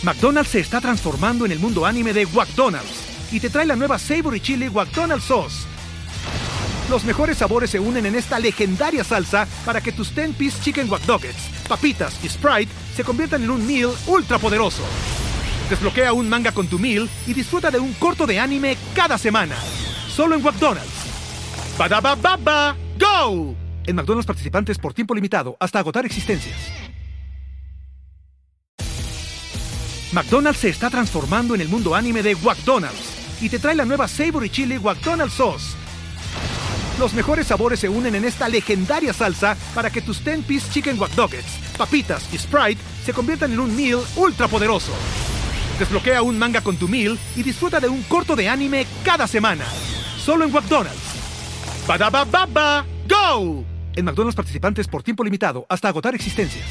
McDonald's se está transformando en el mundo anime de McDonald's y te trae la nueva Savory Chili McDonald's Sauce. Los mejores sabores se unen en esta legendaria salsa para que tus 10-piece chicken wack nuggets, papitas y Sprite se conviertan en un meal ultra poderoso. Desbloquea un manga con tu meal y disfruta de un corto de anime cada semana. Solo en McDonald's. ¡Badaba baba! ¡Go! En McDonald's participantes por tiempo limitado hasta agotar existencias. McDonald's se está transformando en el mundo anime de McDonald's y te trae la nueva Savory Chili McDonald's Sauce. Los mejores sabores se unen en esta legendaria salsa para que tus 10-piece chicken wack nuggets, papitas y Sprite se conviertan en un meal ultra poderoso. Desbloquea un manga con tu meal y disfruta de un corto de anime cada semana. Solo en McDonald's. ¡Badaba baba! ¡Go! En McDonald's participantes por tiempo limitado hasta agotar existencias.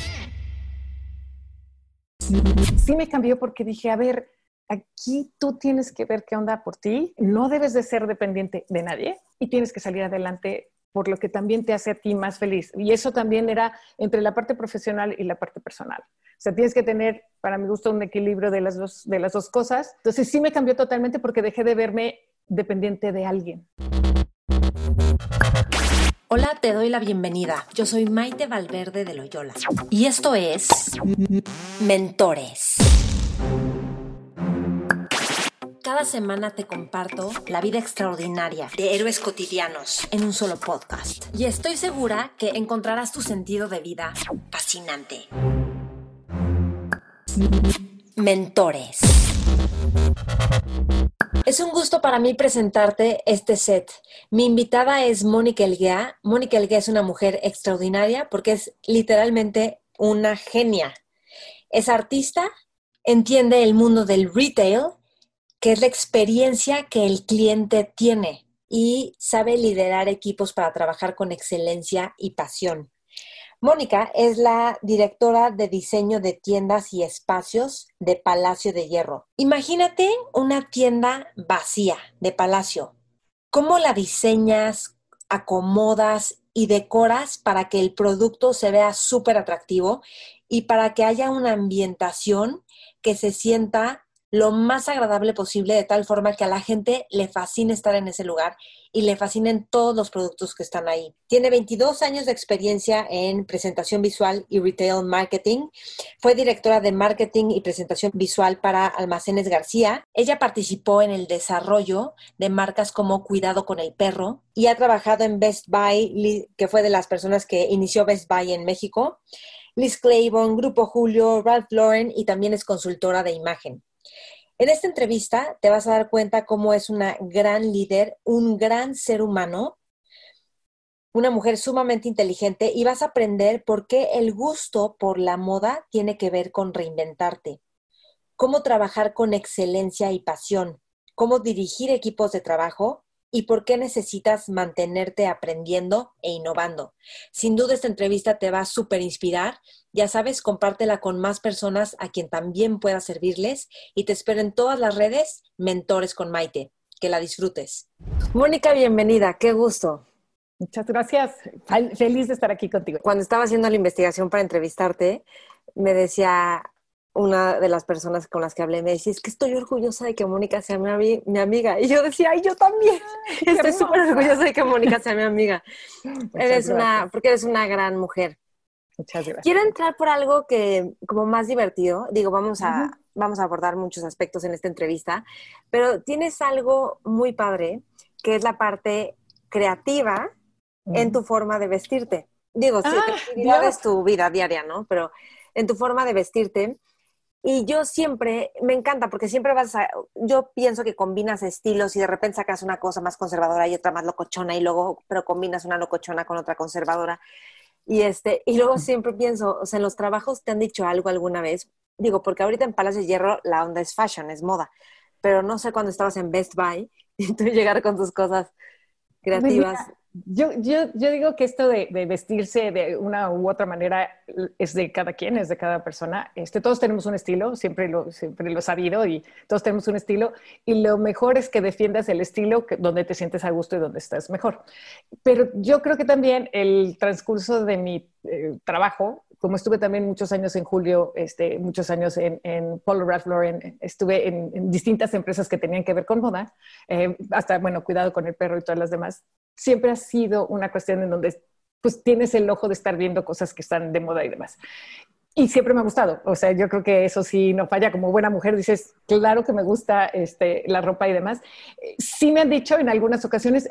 Sí me cambió porque dije, a ver, aquí tú tienes que ver qué onda por ti. No debes de ser dependiente de nadie y tienes que salir adelante por lo que también te hace a ti más feliz. Y eso también era entre la parte profesional y la parte personal. O sea, tienes que tener, para mi gusto, un equilibrio de las dos cosas. Entonces sí me cambió totalmente porque dejé de verme dependiente de alguien. Hola, te doy la bienvenida. Yo soy Maite Valverde de Loyola. Y esto es Mentores. Cada semana te comparto la vida extraordinaria de héroes cotidianos en un solo podcast. Y estoy segura que encontrarás tu sentido de vida fascinante. Mentores. Es un gusto para mí presentarte este set. Mi invitada es Mónica Elguea. Mónica Elguea es una mujer extraordinaria porque es literalmente una genia. Es artista, entiende el mundo del retail, que es la experiencia que el cliente tiene, y sabe liderar equipos para trabajar con excelencia y pasión. Mónica es la directora de diseño de tiendas y espacios de Palacio de Hierro. Imagínate una tienda vacía de Palacio. ¿Cómo la diseñas, acomodas y decoras para que el producto se vea súper atractivo y para que haya una ambientación que se sienta lo más agradable posible, de tal forma que a la gente le fascine estar en ese lugar y le fascinen todos los productos que están ahí? Tiene 22 años de experiencia en presentación visual y retail marketing. Fue directora de marketing y presentación visual para Almacenes García. Ella participó en el desarrollo de marcas como Cuidado con el Perro y ha trabajado en Best Buy, que fue de las personas que inició Best Buy en México, Liz Claiborne, Grupo Julio, Ralph Lauren, y también es consultora de imagen. En esta entrevista te vas a dar cuenta cómo es una gran líder, un gran ser humano, una mujer sumamente inteligente, y vas a aprender por qué el gusto por la moda tiene que ver con reinventarte, cómo trabajar con excelencia y pasión, cómo dirigir equipos de trabajo y por qué necesitas mantenerte aprendiendo e innovando. Sin duda esta entrevista te va a súper inspirar. Ya sabes, compártela con más personas a quien también pueda servirles, y te espero en todas las redes, Mentores con Maite. Que la disfrutes. Mónica, bienvenida. Qué gusto. Muchas gracias. Feliz de estar aquí contigo. Cuando estaba haciendo la investigación para entrevistarte, me decía una de las personas con las que hablé, me decía, es que estoy orgullosa de que Mónica sea mi amiga. Y yo decía, ay, yo también. Estoy súper orgullosa de que Mónica sea mi amiga. Porque eres una gran mujer. Muchas gracias. Quiero entrar por algo que como más divertido. Digo, vamos a abordar muchos aspectos en esta entrevista, pero tienes algo muy padre, que es la parte creativa en tu forma de vestirte. Digo, sí, creatividad es tu vida diaria, ¿no? Pero en tu forma de vestirte. Y yo siempre, me encanta, porque siempre yo pienso que combinas estilos y de repente sacas una cosa más conservadora y otra más locochona, y luego, pero combinas una locochona con otra conservadora. Y luego siempre pienso, o sea, en los trabajos te han dicho algo alguna vez. Digo, porque ahorita en Palacio de Hierro la onda es fashion, es moda. Pero no sé cuando estabas en Best Buy y tú llegar con tus cosas creativas. Yo digo que esto de vestirse de una u otra manera es de cada quien, es de cada persona. Todos tenemos un estilo, siempre lo he sabido y todos tenemos un estilo. Y lo mejor es que defiendas el estilo donde te sientes a gusto y donde estás mejor. Pero yo creo que también el transcurso de mi trabajo, como estuve también muchos años en Julio, muchos años en Paul Ralph Lauren, estuve en distintas empresas que tenían que ver con moda, hasta, bueno, cuidado con el perro y todas las demás. Siempre ha sido una cuestión en donde pues tienes el ojo de estar viendo cosas que están de moda y demás. Y siempre me ha gustado. O sea, yo creo que eso sí no falla. Como buena mujer dices, claro que me gusta la ropa y demás. Sí me han dicho en algunas ocasiones,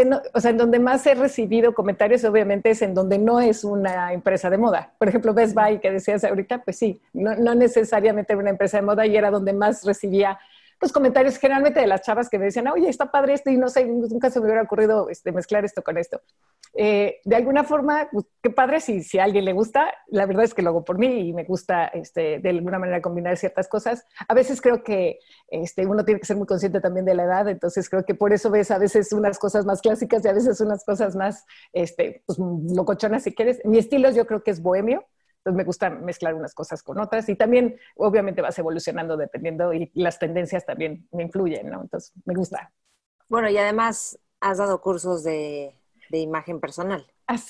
en donde más he recibido comentarios, obviamente, es en donde no es una empresa de moda. Por ejemplo, Best Buy, que decías ahorita, pues sí, no necesariamente una empresa de moda y era donde más recibía pues comentarios generalmente de las chavas que me decían, oye, está padre esto y no sé, nunca se me hubiera ocurrido mezclar esto con esto. De alguna forma, pues, qué padre si a alguien le gusta. La verdad es que lo hago por mí y me gusta de alguna manera combinar ciertas cosas. A veces creo que uno tiene que ser muy consciente también de la edad, entonces creo que por eso ves a veces unas cosas más clásicas y a veces unas cosas más pues, locochonas si quieres. Mi estilo yo creo que es bohemio. Entonces me gusta mezclar unas cosas con otras y también obviamente vas evolucionando dependiendo y las tendencias también me influyen, ¿no? Entonces me gusta. Bueno, y además has dado cursos de imagen personal.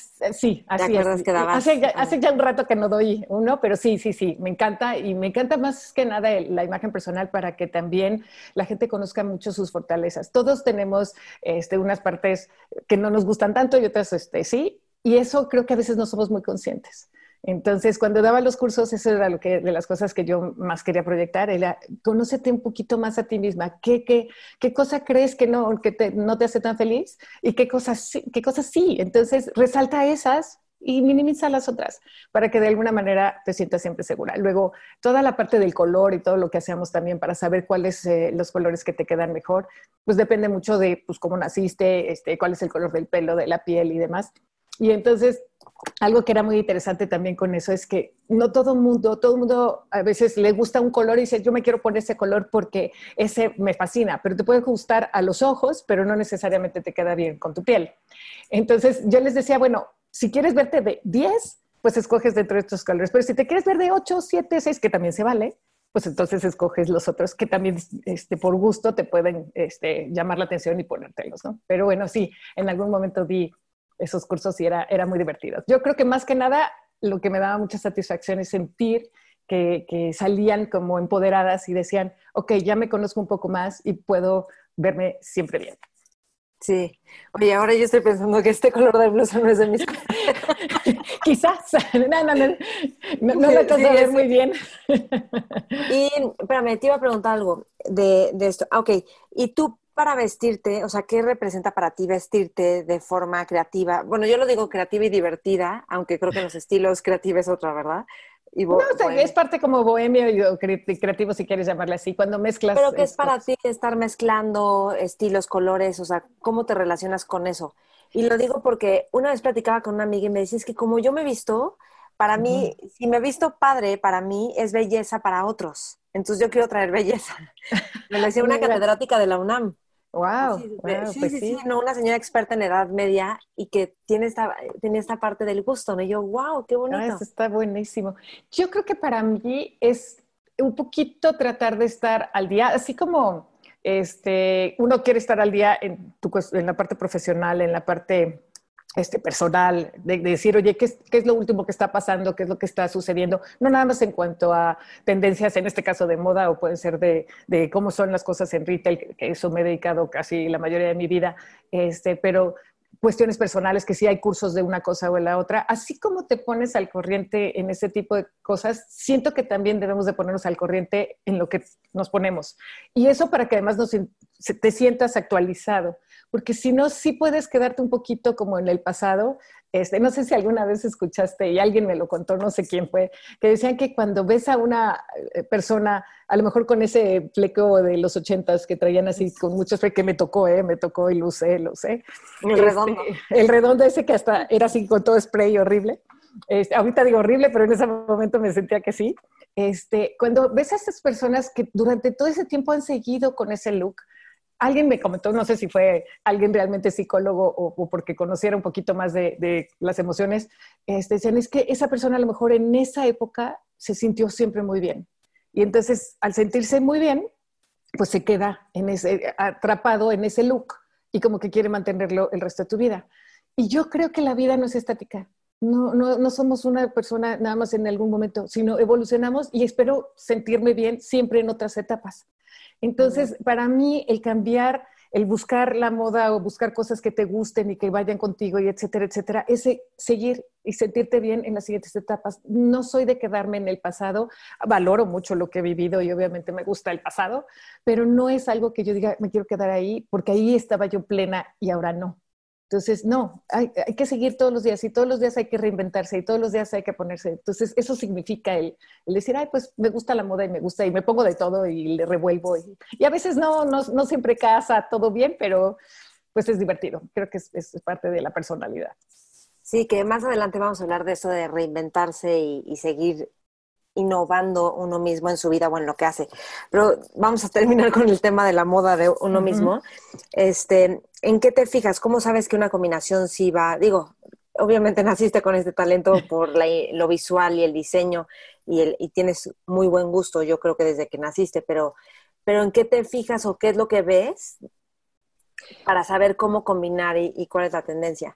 Sí, así es. ¿Te acuerdas que dabas? Hace ya un rato que no doy uno, pero sí, me encanta y me encanta más que nada la imagen personal para que también la gente conozca mucho sus fortalezas. Todos tenemos unas partes que no nos gustan tanto y otras sí, y eso creo que a veces no somos muy conscientes. Entonces, cuando daba los cursos, eso era de las cosas que yo más quería proyectar, era conócete un poquito más a ti misma. ¿Qué cosa crees que no te hace tan feliz? ¿Y qué cosas sí? Entonces, resalta esas y minimiza las otras para que de alguna manera te sientas siempre segura. Luego, toda la parte del color y todo lo que hacemos también para saber cuáles los colores que te quedan mejor, pues depende mucho de pues, cómo naciste, cuál es el color del pelo, de la piel y demás. Y entonces, algo que era muy interesante también con eso es que no todo el mundo a veces le gusta un color y dice, yo me quiero poner ese color porque ese me fascina, pero te puede gustar a los ojos, pero no necesariamente te queda bien con tu piel. Entonces, yo les decía, bueno, si quieres verte de 10, pues escoges dentro de estos colores, pero si te quieres ver de 8, 7, 6, que también se vale, pues entonces escoges los otros que también por gusto te pueden llamar la atención y ponértelos, ¿no? Pero bueno, sí, en algún momento di esos cursos y era muy divertido. Yo creo que más que nada lo que me daba mucha satisfacción es sentir que salían como empoderadas y decían, ok, ya me conozco un poco más y puedo verme siempre bien. Sí. Oye, ahora yo estoy pensando que este color de blusa no es de mis colores. Quizás. No lo alcanzo a ver muy bien. Y, espérame, te iba a preguntar algo de esto. Ok, y tú para vestirte, o sea, ¿qué representa para ti vestirte de forma creativa? Bueno, yo lo digo creativa y divertida, aunque creo que los estilos creativos es otra, ¿verdad? No, o sea, es parte como bohemio y creativo, si quieres llamarle así, cuando mezclas. Pero ¿qué es para ti estar mezclando estilos, colores? O sea, ¿cómo te relacionas con eso? Y lo digo porque una vez platicaba con una amiga y me decía, es que como yo me he visto, para mí, si me he visto padre, para mí es belleza para otros. Entonces yo quiero traer belleza. Me lo decía una catedrática de la UNAM. Wow, sí, no, una señora experta en edad media y que tiene esta parte del gusto, ¿no? Y yo, wow, qué bonito. Eso está buenísimo. Yo creo que para mí es un poquito tratar de estar al día, así como uno quiere estar al día en la parte profesional, en la parte personal, de decir, oye, ¿qué es lo último que está pasando? ¿Qué es lo que está sucediendo? No nada más en cuanto a tendencias, en este caso de moda, o pueden ser de cómo son las cosas en retail, que eso me he dedicado casi la mayoría de mi vida, pero cuestiones personales, que sí hay cursos de una cosa o de la otra. Así como te pones al corriente en ese tipo de cosas, siento que también debemos de ponernos al corriente en lo que nos ponemos. Y eso para que además te sientas actualizado. Porque si no, sí puedes quedarte un poquito como en el pasado. No sé si alguna vez escuchaste, y alguien me lo contó, no sé quién fue, que decían que cuando ves a una persona, a lo mejor con ese fleco de los 80s que traían así con muchos flecos, que me tocó y lo usé. El redondo. El redondo ese que hasta era así con todo spray horrible. Ahorita digo horrible, pero en ese momento me sentía que sí. Cuando ves a estas personas que durante todo ese tiempo han seguido con ese look, alguien me comentó, no sé si fue alguien realmente psicólogo o porque conociera un poquito más de las emociones, decían, es que esa persona a lo mejor en esa época se sintió siempre muy bien. Y entonces, al sentirse muy bien, pues se queda atrapado en ese look y como que quiere mantenerlo el resto de tu vida. Y yo creo que la vida no es estática. No somos una persona nada más en algún momento, sino evolucionamos y espero sentirme bien siempre en otras etapas. Entonces, para mí, el cambiar, el buscar la moda o buscar cosas que te gusten y que vayan contigo y etcétera, etcétera, es seguir y sentirte bien en las siguientes etapas. No soy de quedarme en el pasado, valoro mucho lo que he vivido y obviamente me gusta el pasado, pero no es algo que yo diga, me quiero quedar ahí porque ahí estaba yo plena y ahora no. Entonces, no, hay que seguir todos los días y todos los días hay que reinventarse y todos los días hay que ponerse. Entonces, eso significa el decir, ay, pues me gusta la moda y me gusta y me pongo de todo y le revuelvo. Y a veces no siempre casa todo bien, pero pues es divertido. Creo que es parte de la personalidad. Sí, que más adelante vamos a hablar de eso de reinventarse y seguir innovando uno mismo en su vida o en lo que hace. Pero vamos a terminar con el tema de la moda de uno mismo. ¿En qué te fijas? ¿Cómo sabes que una combinación sí va? Digo, obviamente naciste con este talento por lo visual y el diseño y tienes muy buen gusto, yo creo que desde que naciste, pero ¿en qué te fijas o qué es lo que ves para saber cómo combinar y cuál es la tendencia?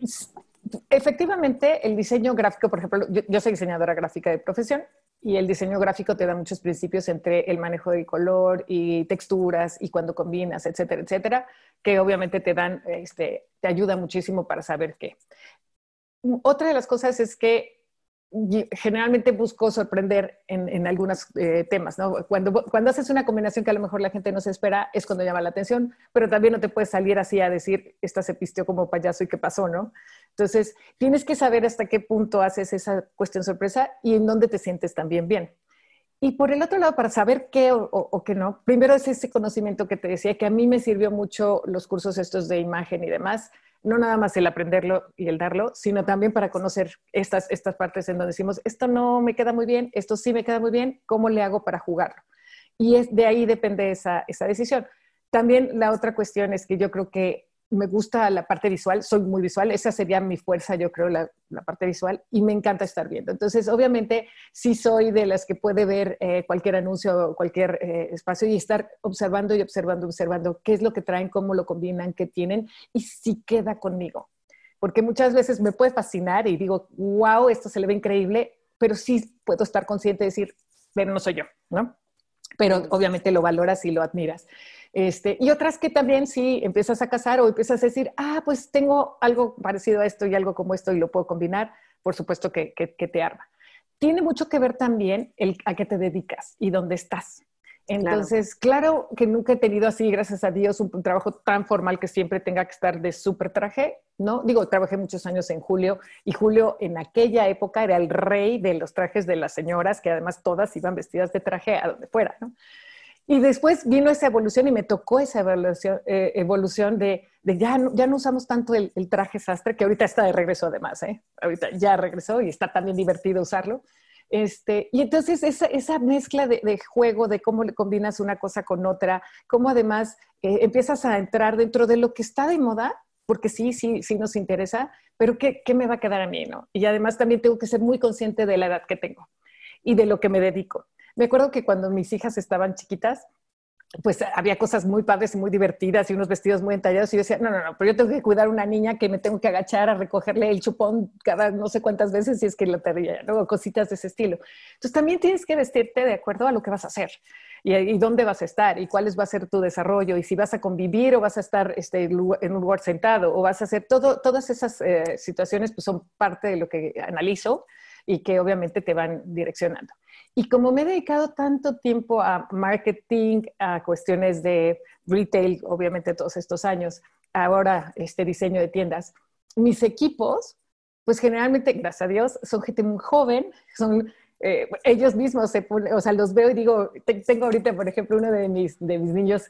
Efectivamente, el diseño gráfico, por ejemplo, yo soy diseñadora gráfica de profesión y el diseño gráfico te da muchos principios entre el manejo del color y texturas y cuando combinas, etcétera, etcétera, que obviamente te ayuda muchísimo para saber qué. Otra de las cosas es que generalmente busco sorprender en algunos temas, ¿no? Cuando haces una combinación que a lo mejor la gente no se espera, es cuando llama la atención, pero también no te puedes salir así a decir, esta se pisteó como payaso y qué pasó, ¿no? Entonces, tienes que saber hasta qué punto haces esa cuestión sorpresa y en dónde te sientes también bien. Y por el otro lado, para saber qué o qué no, primero es ese conocimiento que te decía, que a mí me sirvió mucho los cursos estos de imagen y demás, no nada más el aprenderlo y el darlo, sino también para conocer estas partes en donde decimos, esto no me queda muy bien, esto sí me queda muy bien, ¿cómo le hago para jugarlo? Y de ahí depende esa decisión. También la otra cuestión es que yo creo que me gusta la parte visual, soy muy visual, esa sería mi fuerza, yo creo, la parte visual, y me encanta estar viendo. Entonces, obviamente, sí soy de las que puede ver cualquier anuncio o cualquier espacio y estar observando y observando qué es lo que traen, cómo lo combinan, qué tienen, y si queda conmigo. Porque muchas veces me puede fascinar y digo, wow, esto se le ve increíble, pero sí puedo estar consciente de decir, pero no soy yo, ¿no? Pero obviamente lo valoras y lo admiras. Y otras que también sí empiezas a cazar o empiezas a decir, pues tengo algo parecido a esto y algo como esto y lo puedo combinar, por supuesto que te arma. Tiene mucho que ver también a qué te dedicas y dónde estás. Entonces, claro que nunca he tenido así, gracias a Dios, un trabajo tan formal que siempre tenga que estar de súper traje, ¿no? Digo, trabajé muchos años en Julio y Julio en aquella época era el rey de los trajes de las señoras, que además todas iban vestidas de traje a donde fuera, ¿no? Y después vino esa evolución y me tocó esa evolución de ya no usamos tanto el traje sastre, que ahorita está de regreso además, ¿eh? Ahorita ya regresó y está también divertido usarlo. Y entonces esa mezcla de juego, de cómo le combinas una cosa con otra, cómo además empiezas a entrar dentro de lo que está de moda, porque sí nos interesa, pero ¿qué me va a quedar a mí, no? Y además también tengo que ser muy consciente de la edad que tengo y de lo que me dedico. Me acuerdo que cuando mis hijas estaban chiquitas, pues había cosas muy padres y muy divertidas y unos vestidos muy entallados y yo decía, no, pero yo tengo que cuidar a una niña que me tengo que agachar a recogerle el chupón cada no sé cuántas veces si es que lo tendría, ¿no? Cositas de ese estilo. Entonces también tienes que vestirte de acuerdo a lo que vas a hacer y dónde vas a estar y cuál va a ser tu desarrollo y si vas a convivir o vas a estar en un lugar sentado o vas a hacer todas esas situaciones pues son parte de lo que analizo y que obviamente te van direccionando. Y como me he dedicado tanto tiempo a marketing, a cuestiones de retail, obviamente todos estos años, ahora diseño de tiendas, mis equipos, pues generalmente, gracias a Dios, son gente muy joven, son ellos mismos se ponen, o sea, los veo y digo, tengo ahorita, por ejemplo, uno de mis niños,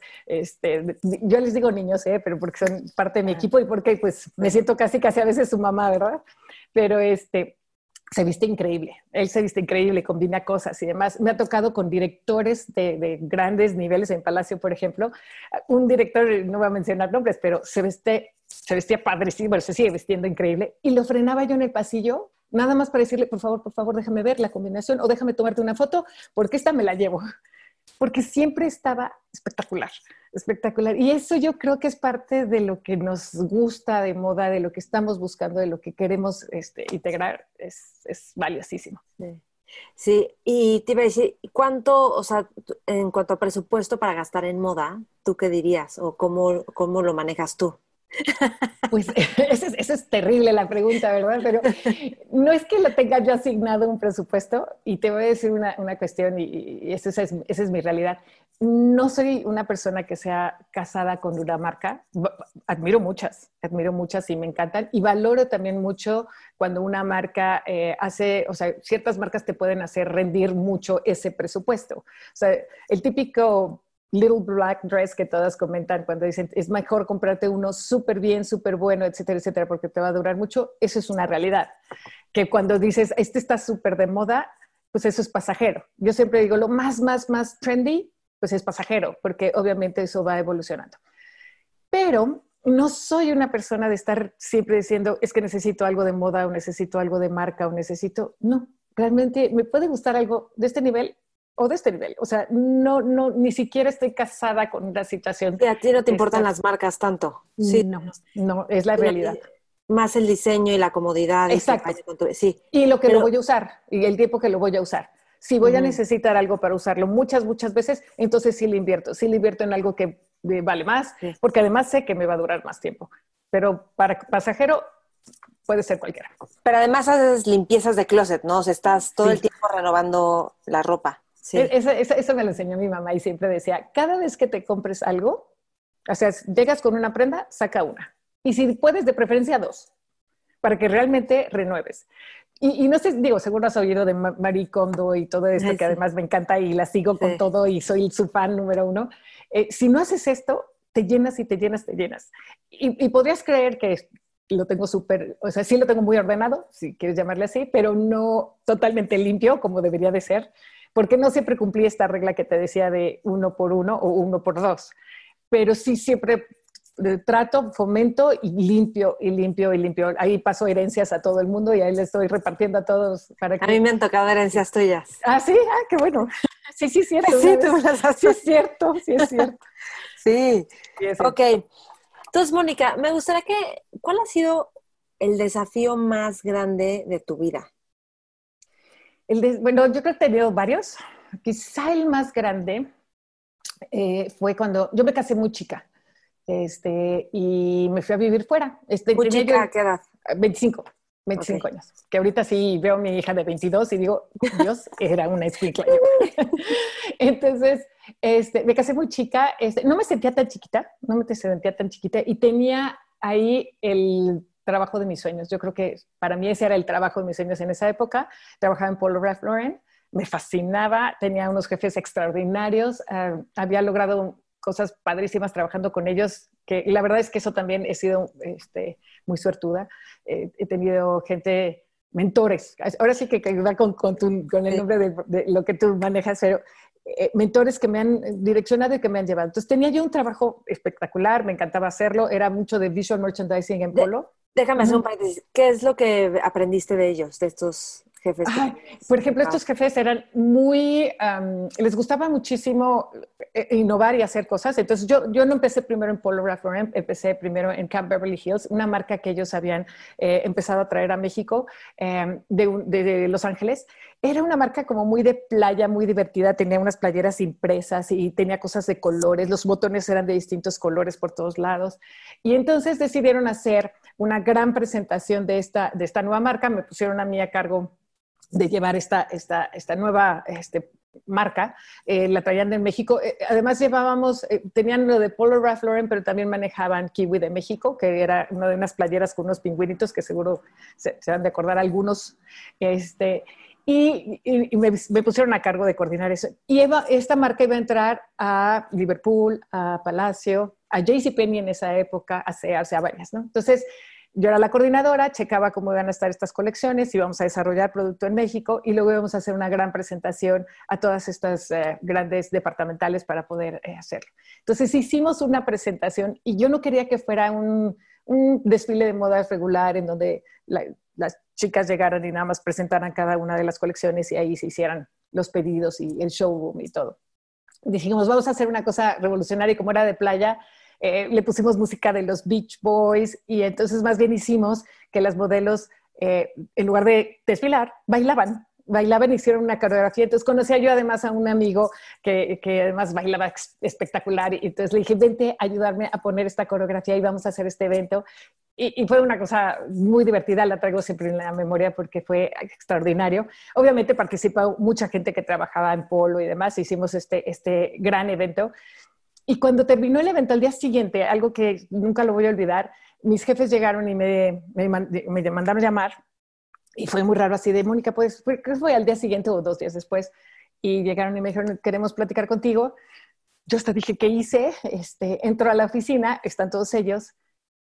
yo les digo niños, pero porque son parte de mi equipo y porque pues me siento casi a veces su mamá, ¿verdad? Pero se viste increíble. Él se viste increíble, combina cosas y demás. Me ha tocado con directores de grandes niveles en Palacio, por ejemplo. Un director, no voy a mencionar nombres, pero se vestía padrísimo, pero se sigue vistiendo increíble. Y lo frenaba yo en el pasillo, nada más para decirle, por favor, déjame ver la combinación o déjame tomarte una foto, porque esta me la llevo. Porque siempre estaba espectacular, espectacular. Y eso yo creo que es parte de lo que nos gusta de moda, de lo que estamos buscando, de lo que queremos integrar, es valiosísimo. Sí. Sí, y te iba a decir, ¿cuánto, o sea, en cuanto a presupuesto para gastar en moda, tú qué dirías o cómo lo manejas tú? Pues esa es terrible la pregunta, ¿verdad? Pero no es que lo tenga yo asignado un presupuesto y te voy a decir una cuestión y esa es mi realidad. No soy una persona que sea casada con una marca. Admiro muchas y me encantan. Y valoro también mucho cuando una marca hace, o sea, ciertas marcas te pueden hacer rendir mucho ese presupuesto. O sea, el típico little black dress que todas comentan cuando dicen es mejor comprarte uno súper bien, súper bueno, etcétera, etcétera, porque te va a durar mucho. Eso es una realidad. Que cuando dices, este está súper de moda, pues eso es pasajero. Yo siempre digo, lo más trendy, pues es pasajero, porque obviamente eso va evolucionando. Pero no soy una persona de estar siempre diciendo, es que necesito algo de moda o necesito algo de marca o necesito... No, realmente me puede gustar algo de este nivel o de este nivel. O sea, no, ni siquiera estoy casada con una situación. Y a ti no te importan las marcas tanto. Sí. No, es la realidad. Más el diseño y la comodidad. Exacto. Sí. Y lo que lo voy a usar, y el tiempo que lo voy a usar. Si voy a necesitar algo para usarlo muchas veces, entonces sí le invierto. Sí le invierto en algo que vale más, porque además sé que me va a durar más tiempo. Pero para pasajero puede ser cualquiera. Pero además haces limpiezas de closet, ¿no? O sea, estás todo el tiempo renovando la ropa. Sí. Eso me lo enseñó mi mamá y siempre decía, cada vez que te compres algo, o sea, llegas con una prenda, saca una. Y si puedes, de preferencia 2, para que realmente renueves. Y no sé, digo, seguro has oído de Marie Kondo y todo esto, que además me encanta y la sigo con todo y soy su fan número 1. Si no haces esto, te llenas y te llenas. Y podrías creer que lo tengo súper, o sea, sí lo tengo muy ordenado, si quieres llamarle así, pero no totalmente limpio como debería de ser, porque no siempre cumplí esta regla que te decía de 1 por 1 o 1 por 2. Pero sí siempre trato, fomento y limpio. Ahí paso herencias a todo el mundo y ahí le estoy repartiendo a todos. Para que... A mí me han tocado herencias tuyas. ¿Ah, sí? Ah, qué bueno. Sí, es cierto. Sí, tú las has... Sí, es cierto. Sí. Ok. Entonces, Mónica, me gustaría ¿cuál ha sido el desafío más grande de tu vida? Bueno, yo creo que he tenido varios. Quizá el más grande fue cuando yo me casé muy chica. Y me fui a vivir fuera. Muy chica, ¿qué edad? 25 años. Que ahorita sí veo a mi hija de 22 y digo, Dios, era una escuincla. Entonces, me casé muy chica. No me sentía tan chiquita, y tenía ahí el trabajo de mis sueños. Yo creo que para mí ese era el trabajo de mis sueños en esa época. Trabajaba en Polo Ralph Lauren, me fascinaba, tenía unos jefes extraordinarios, había logrado cosas padrísimas trabajando con ellos, que la verdad es que eso también he sido muy suertuda. He tenido mentores, ahora sí que va con el nombre de lo que tú manejas, pero mentores que me han direccionado y que me han llevado. Entonces tenía yo un trabajo espectacular, me encantaba hacerlo, era mucho de visual merchandising en Polo. Déjame hacer un paréntesis. ¿Qué es lo que aprendiste de ellos, de estos jefes? Por ejemplo, estos jefes eran les gustaba muchísimo innovar y hacer cosas. Entonces yo no empecé primero en Polo Ralph Lauren, empecé primero en Camp Beverly Hills, una marca que ellos habían empezado a traer a México de Los Ángeles. Era una marca como muy de playa, muy divertida, tenía unas playeras impresas y tenía cosas de colores, los botones eran de distintos colores por todos lados. Y entonces decidieron hacer una gran presentación de esta nueva marca, me pusieron a mí a cargo de llevar esta nueva marca, la traían de México. Además tenían lo de Polo Ralph Lauren, pero también manejaban Kiwi de México, que era una de unas playeras con unos pingüinitos que seguro se van de acordar algunos. Y me pusieron a cargo de coordinar eso. Y esta marca iba a entrar a Liverpool, a Palacio, a JCPenney en esa época, a Sears, a varias, ¿no? Entonces, yo era la coordinadora, checaba cómo iban a estar estas colecciones, íbamos a desarrollar producto en México y luego íbamos a hacer una gran presentación a todas estas grandes departamentales para poder hacerlo. Entonces hicimos una presentación y yo no quería que fuera un desfile de modas regular en donde las chicas llegaran y nada más presentaran cada una de las colecciones y ahí se hicieran los pedidos y el showroom y todo. Dijimos, vamos a hacer una cosa revolucionaria y como era de playa, le pusimos música de los Beach Boys y entonces más bien hicimos que las modelos, en lugar de desfilar, bailaban, hicieron una coreografía. Entonces conocía yo además a un amigo que además bailaba espectacular y entonces le dije, vente a ayudarme a poner esta coreografía y vamos a hacer este evento. Y fue una cosa muy divertida, la traigo siempre en la memoria porque fue extraordinario. Obviamente participó mucha gente que trabajaba en polo y demás, hicimos este gran evento. Y cuando terminó el evento, al día siguiente, algo que nunca lo voy a olvidar, mis jefes llegaron y me mandaron llamar y fue muy raro así de, Mónica, pues, creo que fue al día siguiente o 2 días después, y llegaron y me dijeron, queremos platicar contigo. Yo hasta dije, ¿qué hice? Entro a la oficina, están todos ellos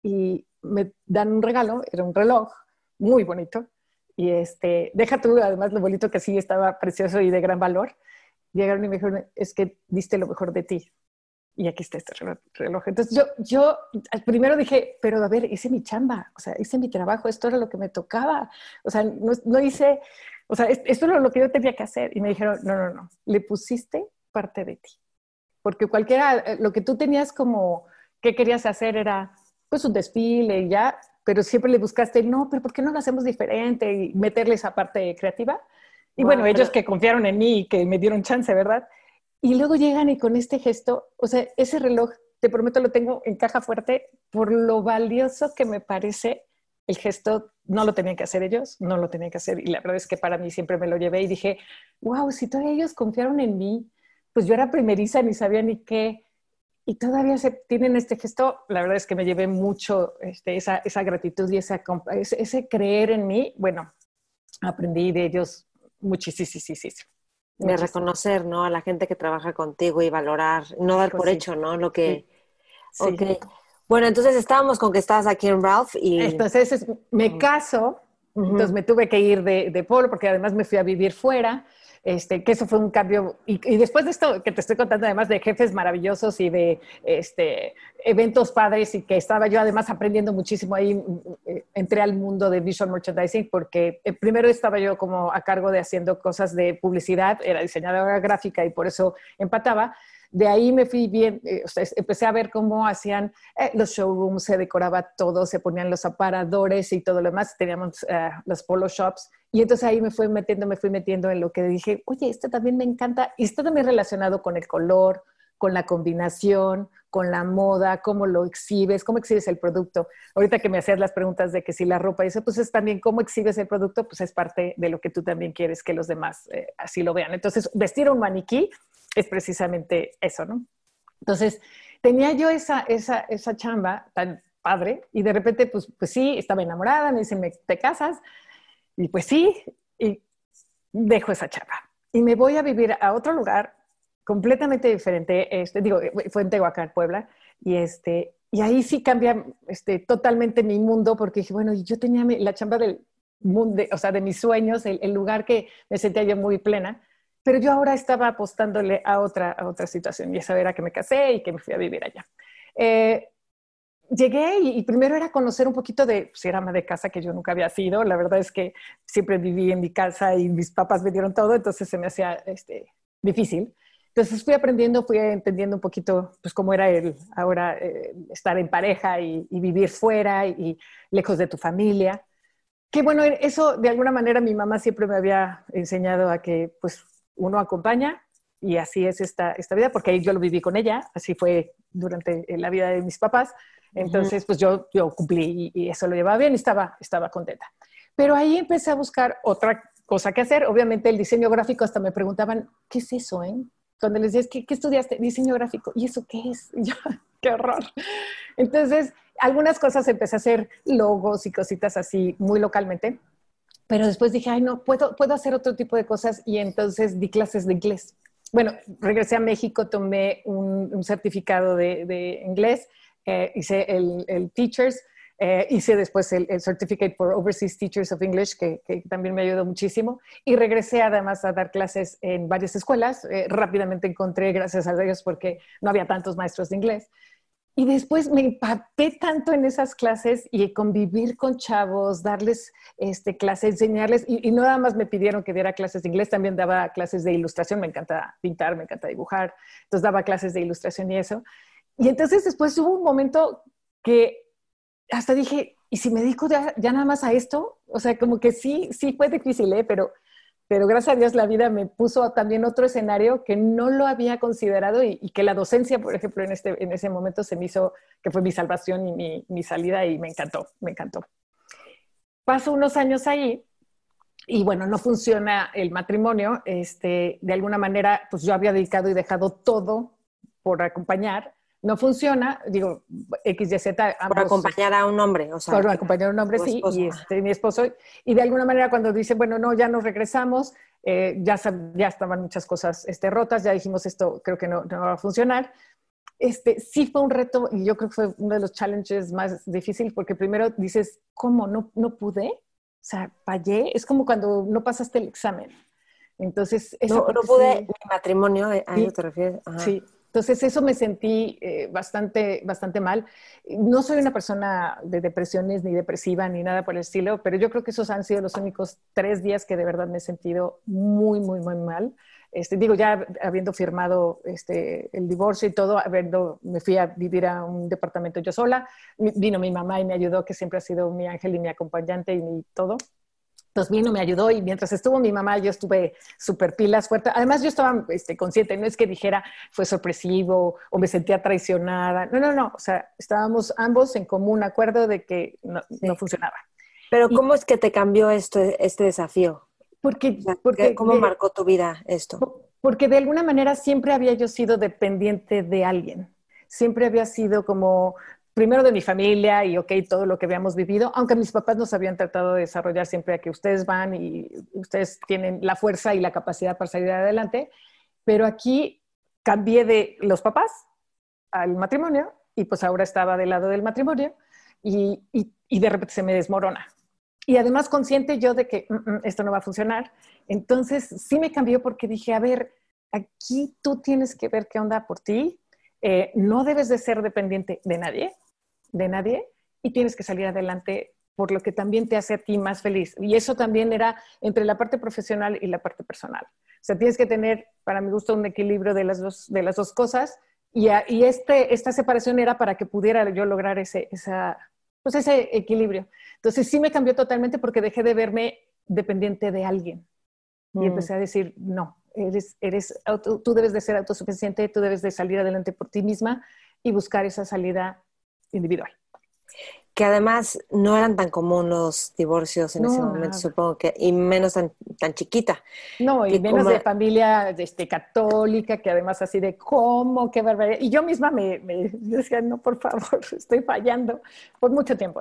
y me dan un regalo, era un reloj muy bonito y deja tú además lo bonito que sí estaba precioso y de gran valor. Llegaron y me dijeron, es que diste lo mejor de ti. Y aquí está este reloj. Entonces yo primero dije, pero a ver, hice mi chamba, o sea, hice mi trabajo, esto era lo que me tocaba. O sea, no hice, o sea, esto era lo que yo tenía que hacer. Y me dijeron, no, le pusiste parte de ti. Porque lo que tú tenías como, ¿qué querías hacer? Era, pues, un desfile y ya, pero siempre le buscaste, no, pero ¿por qué no lo hacemos diferente? Y meterle esa parte creativa. Y bueno, ellos que confiaron en mí y que me dieron chance, ¿verdad? Y luego llegan y con este gesto, o sea, ese reloj, te prometo, lo tengo en caja fuerte por lo valioso que me parece el gesto. No lo tenían que hacer ellos, no lo tenían que hacer. Y la verdad es que para mí siempre me lo llevé y dije, wow, si todavía ellos confiaron en mí, pues yo era primeriza, ni sabía ni qué. Y todavía tienen este gesto. La verdad es que me llevé mucho esa gratitud y ese creer en mí. Bueno, aprendí de ellos muchísimo. De reconocer, ¿no? A la gente que trabaja contigo y valorar, no dar por hecho, ¿no? Lo que... Sí. Okay. Bueno, entonces estábamos con que estabas aquí en Ralph y... Entonces me caso, entonces me tuve que ir de polo porque además me fui a vivir fuera, que eso fue un cambio. Y después de esto que te estoy contando, además de jefes maravillosos y de eventos padres y que estaba yo además aprendiendo muchísimo ahí, entré al mundo de visual merchandising porque primero estaba yo como a cargo de haciendo cosas de publicidad, era diseñadora gráfica y por eso empataba. De ahí me fui bien, empecé a ver cómo hacían los showrooms, se decoraba todo, se ponían los aparadores y todo lo demás, teníamos los polo shops y entonces ahí me fui metiendo en lo que dije, oye, esto también me encanta y está también relacionado con el color, con la combinación, con la moda, cómo exhibes el producto. Ahorita que me hacías las preguntas de que si la ropa y eso, pues es también cómo exhibes el producto, pues es parte de lo que tú también quieres que los demás así lo vean. Entonces, vestir un maniquí es precisamente eso, ¿no? Entonces, tenía yo esa chamba tan padre y de repente, pues sí, estaba enamorada, me dicen, ¿te casas? Y pues sí, y dejo esa chamba. Y me voy a vivir a otro lugar completamente diferente, fue en Tehuacán, Puebla, y ahí sí cambia totalmente mi mundo porque dije, bueno, yo tenía la chamba del mundo, o sea, de mis sueños, el lugar que me sentía yo muy plena, pero yo ahora estaba apostándole a otra situación y eso era que me casé y que me fui a vivir allá. Llegué y primero era conocer un poquito si era ama de casa, que yo nunca había sido. La verdad es que siempre viví en mi casa y mis papás me dieron todo, entonces se me hacía difícil. Entonces fui aprendiendo, fui entendiendo un poquito pues cómo era ahora estar en pareja y vivir fuera y lejos de tu familia. Que bueno, eso de alguna manera mi mamá siempre me había enseñado a que pues uno acompaña y así es esta vida, porque ahí yo lo viví con ella, así fue durante la vida de mis papás. Entonces pues yo cumplí y eso lo llevaba bien y estaba contenta. Pero ahí empecé a buscar otra cosa que hacer. Obviamente el diseño gráfico, hasta me preguntaban, ¿qué es eso, Cuando les decías, ¿qué estudiaste? Diseño gráfico. ¿Y eso qué es? Y yo, ¡qué horror! Entonces, algunas cosas empecé a hacer logos y cositas así muy localmente. Pero después dije, ay, no, puedo hacer otro tipo de cosas. Y entonces di clases de inglés. Bueno, regresé a México, tomé un certificado de inglés, hice el Teachers, Hice después el Certificate for Overseas Teachers of English, que también me ayudó muchísimo. Y regresé además a dar clases en varias escuelas. Rápidamente encontré, gracias a Dios, porque no había tantos maestros de inglés. Y después me empapé tanto en esas clases y convivir con chavos, darles clases, enseñarles. Y no nada más me pidieron que diera clases de inglés, también daba clases de ilustración. Me encanta pintar, me encanta dibujar. Entonces daba clases de ilustración y eso. Y entonces después hubo un momento que hasta dije, ¿y si me dedico ya nada más a esto? O sea, como que sí fue difícil, pero gracias a Dios la vida me puso también otro escenario que no lo había considerado y que la docencia, por ejemplo, en ese momento se me hizo que fue mi salvación y mi salida y me encantó, me encantó. Paso unos años ahí y bueno, no funciona el matrimonio. De alguna manera, pues yo había dedicado y dejado todo por acompañar. No funciona, digo, X, Y, Z. Por acompañar a un hombre, o sea. Por acompañar a un hombre, sí, y mi esposo. Y de alguna manera cuando dice, bueno, no, ya nos regresamos, ya estaban muchas cosas rotas, ya dijimos esto creo que no va a funcionar. Sí fue un reto y yo creo que fue uno de los challenges más difíciles porque primero dices, ¿cómo? ¿No pude? O sea, fallé. Es como cuando no pasaste el examen. Entonces, no pude, mi matrimonio, ¿a eso te refieres? Ajá. Sí. Entonces, eso me sentí bastante mal. No soy una persona de depresiones ni depresiva ni nada por el estilo, pero yo creo que esos han sido los únicos 3 días que de verdad me he sentido muy, muy, muy mal. Digo, ya habiendo firmado el divorcio y todo, me fui a vivir a un departamento yo sola. Vino mi mamá y me ayudó, que siempre ha sido mi ángel y mi acompañante y mi todo. Entonces vino, me ayudó y mientras estuvo mi mamá yo estuve súper pilas, fuerte. Además yo estaba consciente, no es que dijera fue sorpresivo o me sentía traicionada. No. O sea, estábamos ambos en común acuerdo de que no funcionaba. Pero ¿cómo es que te cambió este desafío? Porque ¿Cómo marcó tu vida esto? Porque de alguna manera siempre había yo sido dependiente de alguien. Siempre había sido como primero de mi familia y todo lo que habíamos vivido, aunque mis papás nos habían tratado de desarrollar siempre a que ustedes van y ustedes tienen la fuerza y la capacidad para salir adelante, pero aquí cambié de los papás al matrimonio y pues ahora estaba del lado del matrimonio y de repente se me desmorona. Y además consciente yo de que esto no va a funcionar. Entonces sí me cambió porque dije, a ver, aquí tú tienes que ver qué onda por ti. No debes de ser dependiente de nadie, y tienes que salir adelante por lo que también te hace a ti más feliz. Y eso también era entre la parte profesional y la parte personal. O sea, tienes que tener, para mi gusto, un equilibrio de las dos cosas. Y esta separación era para que pudiera yo lograr ese equilibrio. Entonces sí me cambió totalmente porque dejé de verme dependiente de alguien. Y empecé a decir, no, tú debes de ser autosuficiente, tú debes de salir adelante por ti misma y buscar esa salida individual. Que además no eran tan comunes los divorcios en ese momento, nada. Supongo que, y menos tan chiquita. No, y menos de familia católica, que además así de ¿cómo? ¡Qué barbaridad! Y yo misma me decía, no, por favor, estoy fallando. Por mucho tiempo.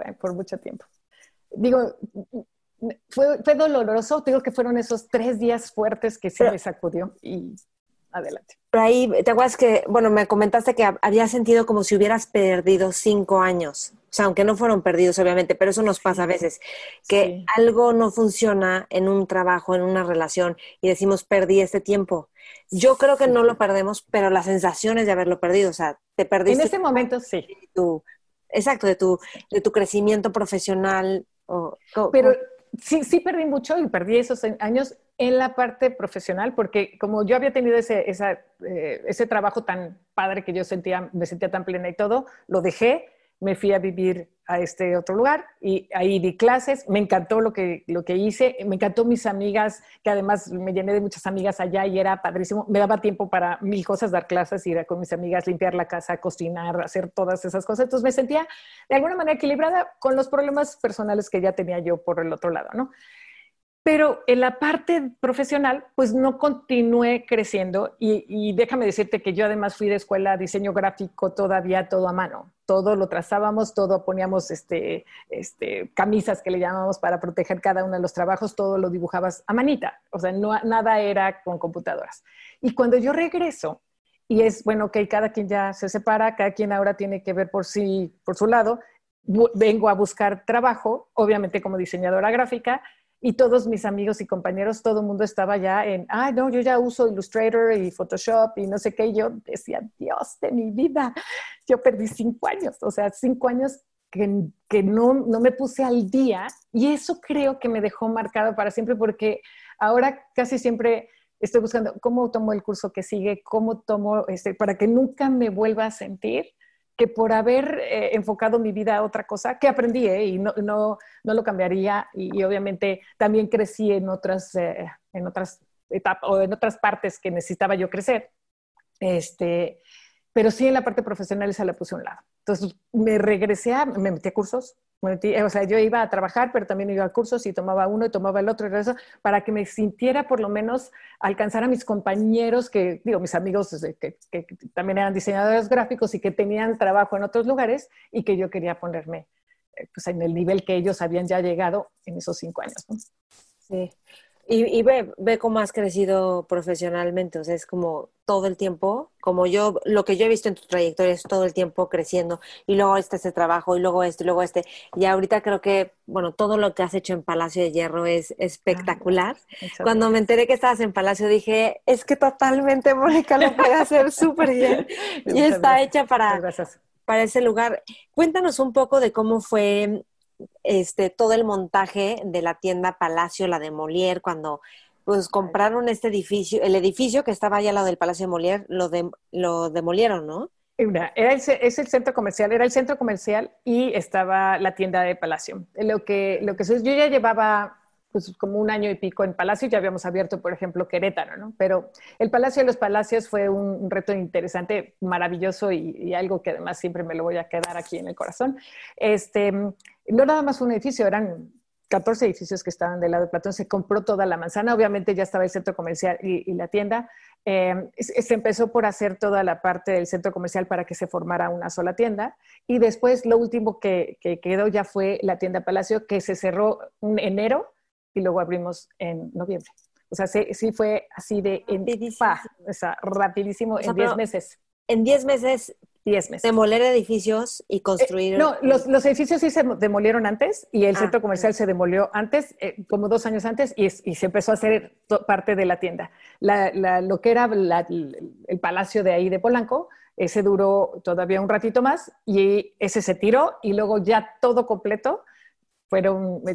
Digo, fue doloroso, digo que fueron esos 3 días fuertes que sí me sacudió y adelante. Pero ahí, ¿te acuerdas que, bueno, me comentaste que habías sentido como si hubieras perdido 5 años? O sea, aunque no fueron perdidos, obviamente, pero eso nos pasa a veces, que algo no funciona en un trabajo, en una relación, y decimos, perdí este tiempo. Yo creo que no lo perdemos, pero las sensaciones de haberlo perdido, o sea, te perdiste. En ese momento, sí. Exacto, de tu crecimiento profesional. Pero sí perdí mucho y perdí esos años en la parte profesional, porque como yo había tenido ese trabajo tan padre que me sentía tan plena y todo, lo dejé, me fui a vivir a este otro lugar y ahí di clases, me encantó lo que hice, me encantó mis amigas, que además me llené de muchas amigas allá y era padrísimo, me daba tiempo para 1000 cosas, dar clases, ir con mis amigas, limpiar la casa, cocinar, hacer todas esas cosas, entonces me sentía de alguna manera equilibrada con los problemas personales que ya tenía yo por el otro lado, ¿no? Pero en la parte profesional, pues no continué creciendo y déjame decirte que yo además fui de escuela de diseño gráfico todavía todo a mano. Todo lo trazábamos, todo poníamos camisas que le llamamos para proteger cada uno de los trabajos, todo lo dibujabas a manita. O sea, nada era con computadoras. Y cuando yo regreso, y es, bueno, ok, cada quien ya se separa, cada quien ahora tiene que ver por su lado, vengo a buscar trabajo, obviamente como diseñadora gráfica, y todos mis amigos y compañeros, todo el mundo estaba ya en, no, yo ya uso Illustrator y Photoshop y no sé qué. Y yo decía, Dios de mi vida, yo perdí 5 años, o sea, 5 años que no me puse al día. Y eso creo que me dejó marcado para siempre, porque ahora casi siempre estoy buscando cómo tomo el curso que sigue, cómo tomo, para que nunca me vuelva a sentir que por haber enfocado mi vida a otra cosa, que aprendí y no lo cambiaría, y obviamente también crecí en otras etapas o en otras partes que necesitaba yo crecer, pero sí en la parte profesional esa la puse a un lado. Entonces me metí a cursos, o sea, yo iba a trabajar, pero también iba a cursos y tomaba uno y tomaba el otro, y eso, para que me sintiera por lo menos alcanzar a mis compañeros, mis amigos que también eran diseñadores gráficos y que tenían trabajo en otros lugares, y que yo quería ponerme pues en el nivel que ellos habían ya llegado en esos 5 años, ¿no? Sí. Y ve cómo has crecido profesionalmente, o sea, es como todo el tiempo, lo que yo he visto en tu trayectoria es todo el tiempo creciendo, y luego ese trabajo, y luego y luego y ahorita creo que, bueno, todo lo que has hecho en Palacio de Hierro es espectacular. Cuando me enteré que estabas en Palacio dije, es que totalmente Mónica lo puede hacer súper bien, y está hecha para ese lugar. Cuéntanos un poco de cómo fue todo el montaje de la tienda Palacio, la de Molière, cuando pues compraron este edificio, el edificio que estaba allá al lado del Palacio de Molière, lo demolieron, ¿no? Es el centro comercial, era el centro comercial y estaba la tienda de Palacio. Lo que yo ya llevaba pues como 1 año y pico en Palacio, ya habíamos abierto, por ejemplo, Querétaro, ¿no? Pero el Palacio de los Palacios fue un reto interesante, maravilloso, y algo que además siempre me lo voy a quedar aquí en el corazón. No nada más un edificio, eran 14 edificios que estaban del lado de Platón, se compró toda la manzana, obviamente ya estaba el centro comercial y la tienda. Se empezó por hacer toda la parte del centro comercial para que se formara una sola tienda, y después lo último que quedó ya fue la tienda Palacio, que se cerró en enero y luego abrimos en noviembre. O sea, sí fue así de rapidísimo, o sea, en 10 meses. En 10 meses 10 meses. Demoler edificios y construir... No, los edificios sí se demolieron antes, y el centro comercial se demolió antes, como 2 años antes, y se empezó a hacer parte de la tienda. Lo que era el palacio de ahí de Polanco, ese duró todavía un ratito más, y ese se tiró, y luego ya todo completo fue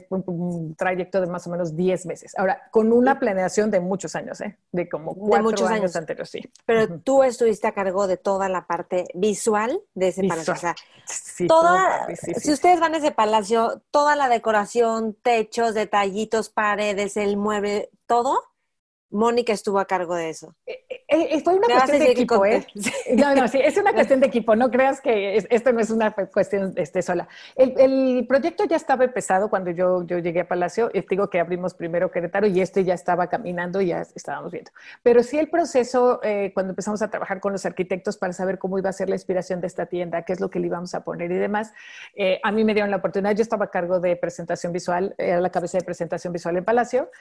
un trayecto de más o menos 10 meses. Ahora, con una planeación de muchos años, de como 4 años anteriores, sí. Pero tú estuviste a cargo de toda la parte visual de ese palacio. O sea, sí, si ustedes van a ese palacio, toda la decoración, techos, detallitos, paredes, el mueble, todo, Mónica estuvo a cargo de eso. Fue una cuestión de equipo, No, sí, es una cuestión de equipo. No creas que esto no es una cuestión sola. El proyecto ya estaba empezado cuando yo llegué a Palacio. Digo que abrimos primero Querétaro y ya estaba caminando y ya estábamos viendo. Pero sí el proceso, cuando empezamos a trabajar con los arquitectos para saber cómo iba a ser la inspiración de esta tienda, qué es lo que le íbamos a poner y demás, a mí me dieron la oportunidad. Yo estaba a cargo de presentación visual, era la cabeza de presentación visual en Palacio,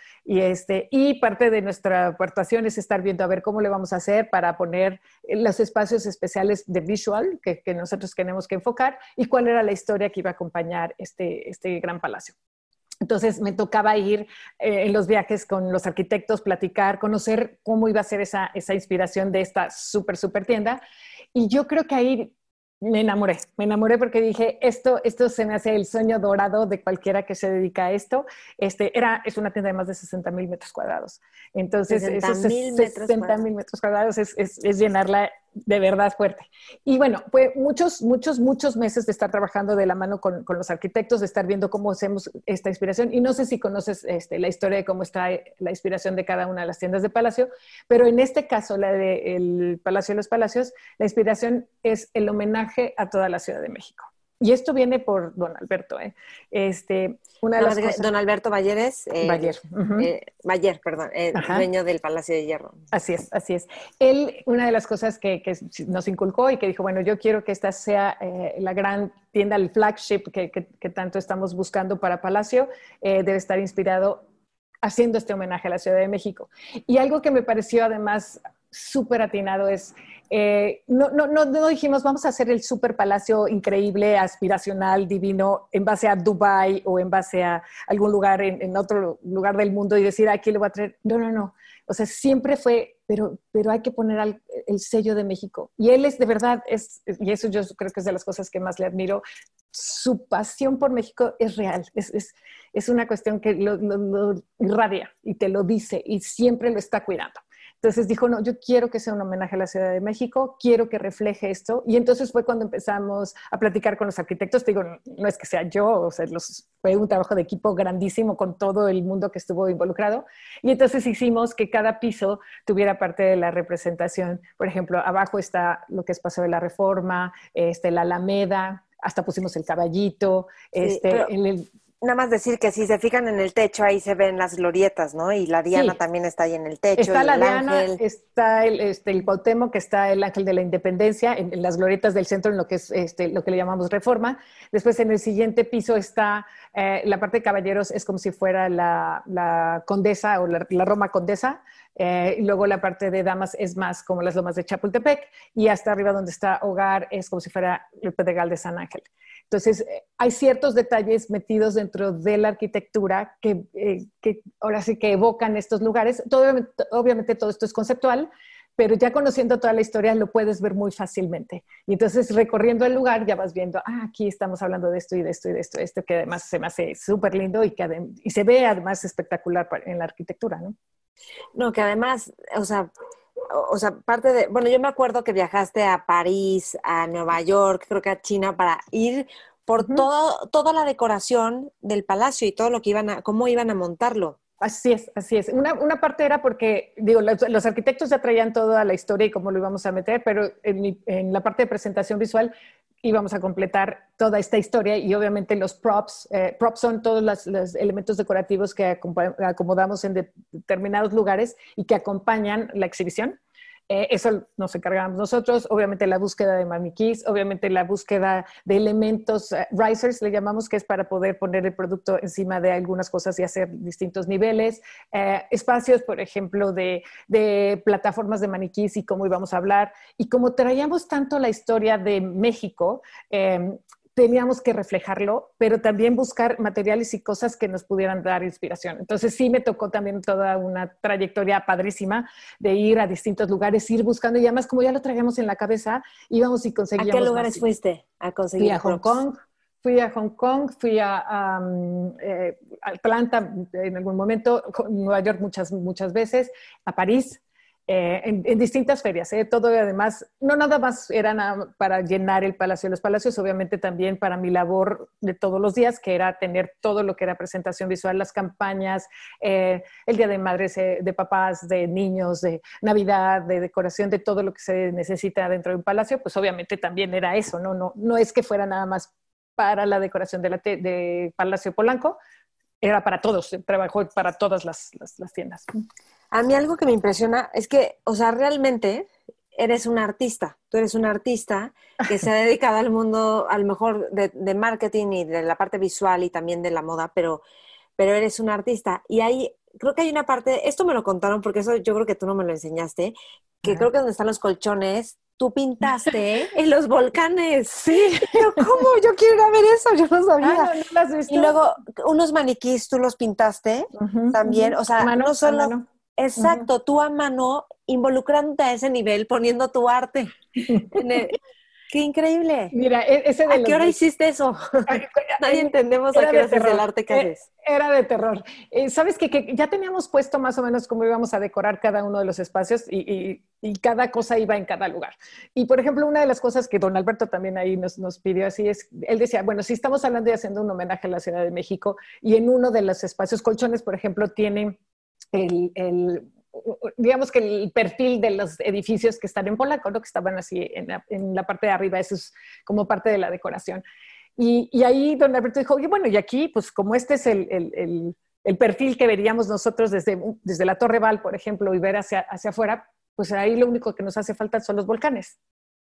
y parte de nuestra aportación es estar viendo a ver cómo le vamos a hacer para poner los espacios especiales de visual que nosotros tenemos que enfocar, y cuál era la historia que iba a acompañar este gran palacio. Entonces me tocaba ir en los viajes con los arquitectos, platicar, conocer cómo iba a ser esa inspiración de esta súper tienda, y yo creo que ahí me enamoré porque dije, esto se me hace el sueño dorado de cualquiera que se dedica a esto. Es una tienda de más de 60,000 metros cuadrados. Entonces, 60,000 metros cuadrados es llenarla de verdad fuerte. Y bueno, fue muchos meses de estar trabajando de la mano con los arquitectos, de estar viendo cómo hacemos esta inspiración. Y no sé si conoces la historia de cómo está la inspiración de cada una de las tiendas de Palacio, pero en este caso, la del Palacio de los Palacios, la inspiración es el homenaje a toda la Ciudad de México. Y esto viene por don Alberto. Don Alberto Balleres. Baller, perdón, dueño del Palacio de Hierro. Así es. Él, una de las cosas que nos inculcó y que dijo, bueno, yo quiero que esta sea la gran tienda, el flagship que tanto estamos buscando para Palacio, debe estar inspirado haciendo este homenaje a la Ciudad de México. Y algo que me pareció además súper atinado. No dijimos vamos a hacer el super palacio increíble, aspiracional, divino, en base a Dubái o en base a algún lugar en otro lugar del mundo y decir aquí le voy a traer. No. O sea, siempre fue, pero hay que poner el sello de México. Y él es de verdad, y eso yo creo que es de las cosas que más le admiro, su pasión por México es real. Es una cuestión que lo irradia y te lo dice y siempre lo está cuidando. Entonces dijo, no, yo quiero que sea un homenaje a la Ciudad de México, quiero que refleje esto. Y entonces fue cuando empezamos a platicar con los arquitectos. Te digo, no es que sea yo, o sea, fue un trabajo de equipo grandísimo con todo el mundo que estuvo involucrado. Y entonces hicimos que cada piso tuviera parte de la representación. Por ejemplo, abajo está lo que es Paseo de la Reforma, la Alameda, hasta pusimos el Caballito, Sí, pero nada más decir que si se fijan en el techo, ahí se ven las glorietas, ¿no? Y la Diana también está ahí en el techo. Está y la el Diana, ángel. está el Cuauhtémoc, que está el Ángel de la Independencia, en las glorietas del centro, en lo que es lo que le llamamos Reforma. Después, en el siguiente piso está la parte de caballeros, es como si fuera la Condesa o la Roma Condesa. Y luego la parte de damas es más como las lomas de Chapultepec. Y hasta arriba donde está Hogar es como si fuera el Pedregal de San Ángel. Entonces, hay ciertos detalles metidos dentro de la arquitectura que ahora sí que evocan estos lugares. Obviamente todo esto es conceptual, pero ya conociendo toda la historia lo puedes ver muy fácilmente. Y entonces, recorriendo el lugar, ya vas viendo, aquí estamos hablando de esto y de esto y de esto, que además se me hace súper lindo y se ve además espectacular en la arquitectura, ¿no? No, que además, o sea, parte de, bueno, yo me acuerdo que viajaste a París, a Nueva York, creo que a China, para ir por toda la decoración del palacio y todo lo que cómo iban a montarlo. Así es, así es. Una parte era porque, digo, los arquitectos ya traían toda la historia y cómo lo íbamos a meter, pero en la parte de presentación visual íbamos a completar toda esta historia y obviamente los props son todos los elementos decorativos que acomodamos en determinados lugares y que acompañan la exhibición. Eso nos encargábamos nosotros, obviamente la búsqueda de maniquís, obviamente la búsqueda de elementos, risers le llamamos, que es para poder poner el producto encima de algunas cosas y hacer distintos niveles, espacios, por ejemplo, de plataformas de maniquís y cómo íbamos a hablar. Y como traíamos tanto la historia de México, teníamos que reflejarlo, pero también buscar materiales y cosas que nos pudieran dar inspiración. Entonces sí me tocó también toda una trayectoria padrísima de ir a distintos lugares, ir buscando, y además como ya lo traíamos en la cabeza, íbamos y conseguíamos. ¿A qué lugares fuiste a conseguir? Fui a Hong Kong, fui a Atlanta en algún momento, Nueva York muchas veces, a París. En distintas ferias, todo además, no nada más era para llenar el Palacio de los Palacios, obviamente también para mi labor de todos los días, que era tener todo lo que era presentación visual, las campañas, el Día de Madres, de papás, de niños, de Navidad, de decoración, de todo lo que se necesita dentro de un palacio, pues obviamente también era eso, no es que fuera nada más para la decoración de Palacio Polanco, era para todos, trabajó para todas las tiendas. A mí algo que me impresiona es que, o sea, realmente eres una artista. Tú eres una artista que se ha dedicado al mundo, a lo mejor, de marketing y de la parte visual y también de la moda, pero eres una artista. Y ahí, creo que hay una parte, esto me lo contaron porque eso yo creo que tú no me lo enseñaste, que creo que donde están los colchones, tú pintaste en los volcanes. Sí. Pero ¿cómo? Yo quiero ir a ver eso, yo no sabía. No lo has visto. Y luego, unos maniquís tú los pintaste también, o sea, no solo... Exacto, tú a mano, involucrándote a ese nivel, poniendo tu arte. ¡Qué increíble! Mira, ¿A qué hora hiciste eso? Nadie entendemos a qué hora es el arte que haces. Era de terror. Sabes que ya teníamos puesto más o menos cómo íbamos a decorar cada uno de los espacios y cada cosa iba en cada lugar. Y, por ejemplo, una de las cosas que don Alberto también ahí nos pidió así es, él decía, bueno, si estamos hablando y haciendo un homenaje a la Ciudad de México y en uno de los espacios, colchones, por ejemplo, tienen digamos que el perfil de los edificios que están en Polanco, ¿no? Que estaban así en la parte de arriba, eso es como parte de la decoración. Y ahí don Alberto dijo, oye, bueno, y aquí, pues como este es el perfil que veríamos nosotros desde la Torre Val, por ejemplo, y ver hacia afuera, pues ahí lo único que nos hace falta son los volcanes.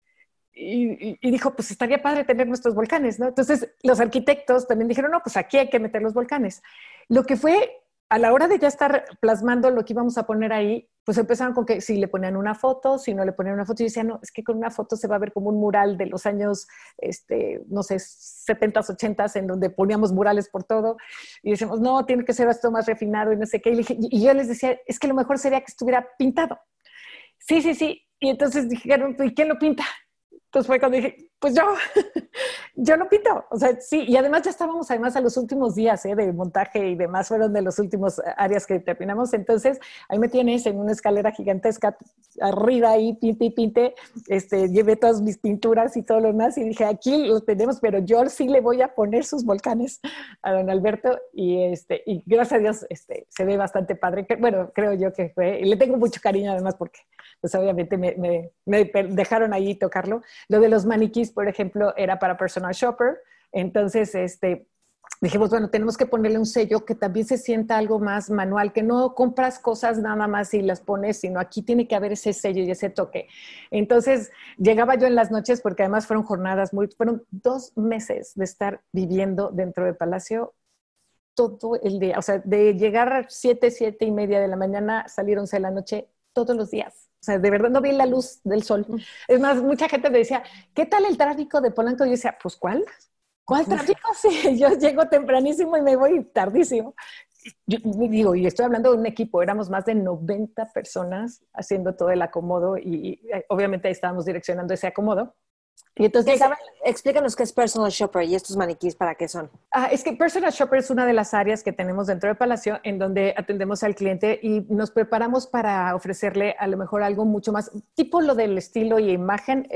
Y dijo, pues estaría padre tener nuestros volcanes, ¿no? Entonces los arquitectos también dijeron, no, pues aquí hay que meter los volcanes. Lo que fue a la hora de ya estar plasmando lo que íbamos a poner ahí, pues empezaron con que si le ponían una foto, si no le ponían una foto, y decía, no, es que con una foto se va a ver como un mural de los años, no sé, 70s, 80s, en donde poníamos murales por todo, y decíamos, no, tiene que ser esto más refinado y no sé qué, y yo les decía, es que lo mejor sería que estuviera pintado. Sí, sí, sí, y entonces dijeron, ¿y quién lo pinta? Entonces fue cuando dije, pues yo lo pinto. O sea, sí, y además ya estábamos además a los últimos días de montaje y demás, fueron de los últimos áreas que terminamos. Entonces, ahí me tienes en una escalera gigantesca, arriba ahí, pinte y pinte, llevé todas mis pinturas y todo lo demás y dije, aquí lo tenemos, pero yo sí le voy a poner sus volcanes a don Alberto y gracias a Dios se ve bastante padre. Bueno, creo yo que fue, y le tengo mucho cariño además porque pues obviamente me dejaron ahí tocarlo. Lo de los maniquís, por ejemplo, era para personal shopper. Entonces, dijimos, bueno, tenemos que ponerle un sello que también se sienta algo más manual, que no compras cosas nada más y las pones, sino aquí tiene que haber ese sello y ese toque. Entonces, llegaba yo en las noches, porque además fueron jornadas fueron 2 meses de estar viviendo dentro del Palacio todo el día. O sea, de llegar a 7:30 de la mañana, salir 11 de la noche, todos los días. O sea, de verdad no vi la luz del sol. Es más, mucha gente me decía, ¿qué tal el tráfico de Polanco? Y yo decía, pues, ¿cuál? ¿Cuál tráfico? Sí, yo llego tempranísimo y me voy tardísimo. Yo digo, y estoy hablando de un equipo, éramos más de 90 personas haciendo todo el acomodo y obviamente ahí estábamos direccionando ese acomodo. Y entonces, explícanos qué es personal shopper y estos maniquís, ¿para qué son? Es que personal shopper es una de las áreas que tenemos dentro del Palacio en donde atendemos al cliente y nos preparamos para ofrecerle a lo mejor algo mucho más, tipo lo del estilo y imagen,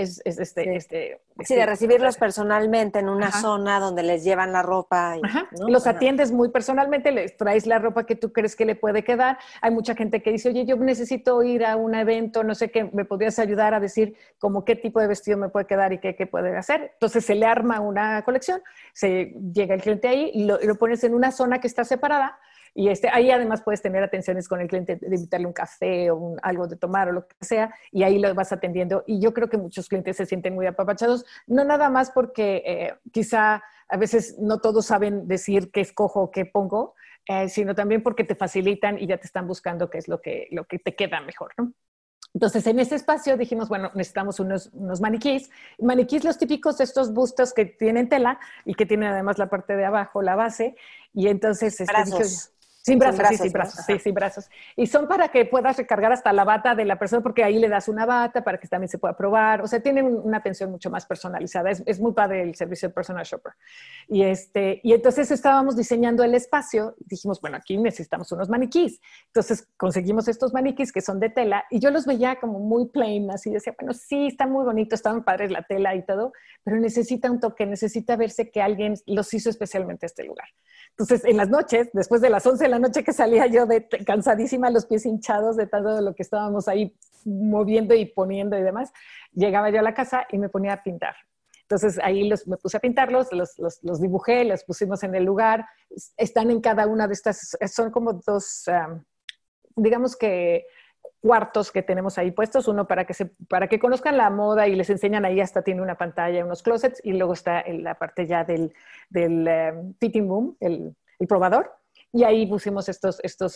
sí, de recibirlos personalmente en una zona donde les llevan la ropa. Y, ¿no? Los atiendes muy personalmente, les traes la ropa que tú crees que le puede quedar. Hay mucha gente que dice, oye, yo necesito ir a un evento, no sé qué, ¿me podrías ayudar a decir como qué tipo de vestido me puede quedar y qué puede hacer? Entonces se le arma una colección, se llega el cliente ahí, lo pones en una zona que está separada. Y ahí además puedes tener atenciones con el cliente, de invitarle un café o algo de tomar o lo que sea, y ahí lo vas atendiendo. Y yo creo que muchos clientes se sienten muy apapachados, no nada más porque quizá a veces no todos saben decir qué escojo o qué pongo, sino también porque te facilitan y ya te están buscando qué es lo que te queda mejor, ¿no? Entonces, en ese espacio dijimos, bueno, necesitamos unos maniquís. Maniquís los típicos de estos bustos que tienen tela y que tienen además la parte de abajo, la base. Y entonces... Brazos. Sin brazos, sí, sin brazos, ¿no? Sí, sin brazos. Y son para que puedas recargar hasta la bata de la persona, porque ahí le das una bata para que también se pueda probar. O sea, tienen una atención mucho más personalizada. Es muy padre el servicio de personal shopper. Y entonces estábamos diseñando el espacio. Dijimos, bueno, aquí necesitamos unos maniquís. Entonces conseguimos estos maniquís que son de tela y yo los veía como muy plain, así decía, bueno, sí, están muy bonitos, están padres la tela y todo, pero necesita un toque, necesita verse que alguien los hizo especialmente a este lugar. Entonces, en las noches, después de las 11 de la noche que salía yo cansadísima, los pies hinchados de todo lo que estábamos ahí moviendo y poniendo y demás, llegaba yo a la casa y me ponía a pintar. Entonces, ahí me puse a pintarlos, los dibujé, los pusimos en el lugar. Están en cada una de estas, son como 2, digamos que cuartos que tenemos ahí puestos, uno para que conozcan la moda y les enseñan ahí, hasta tiene una pantalla, unos closets, y luego está en la parte ya del fitting room, el probador, y ahí pusimos estos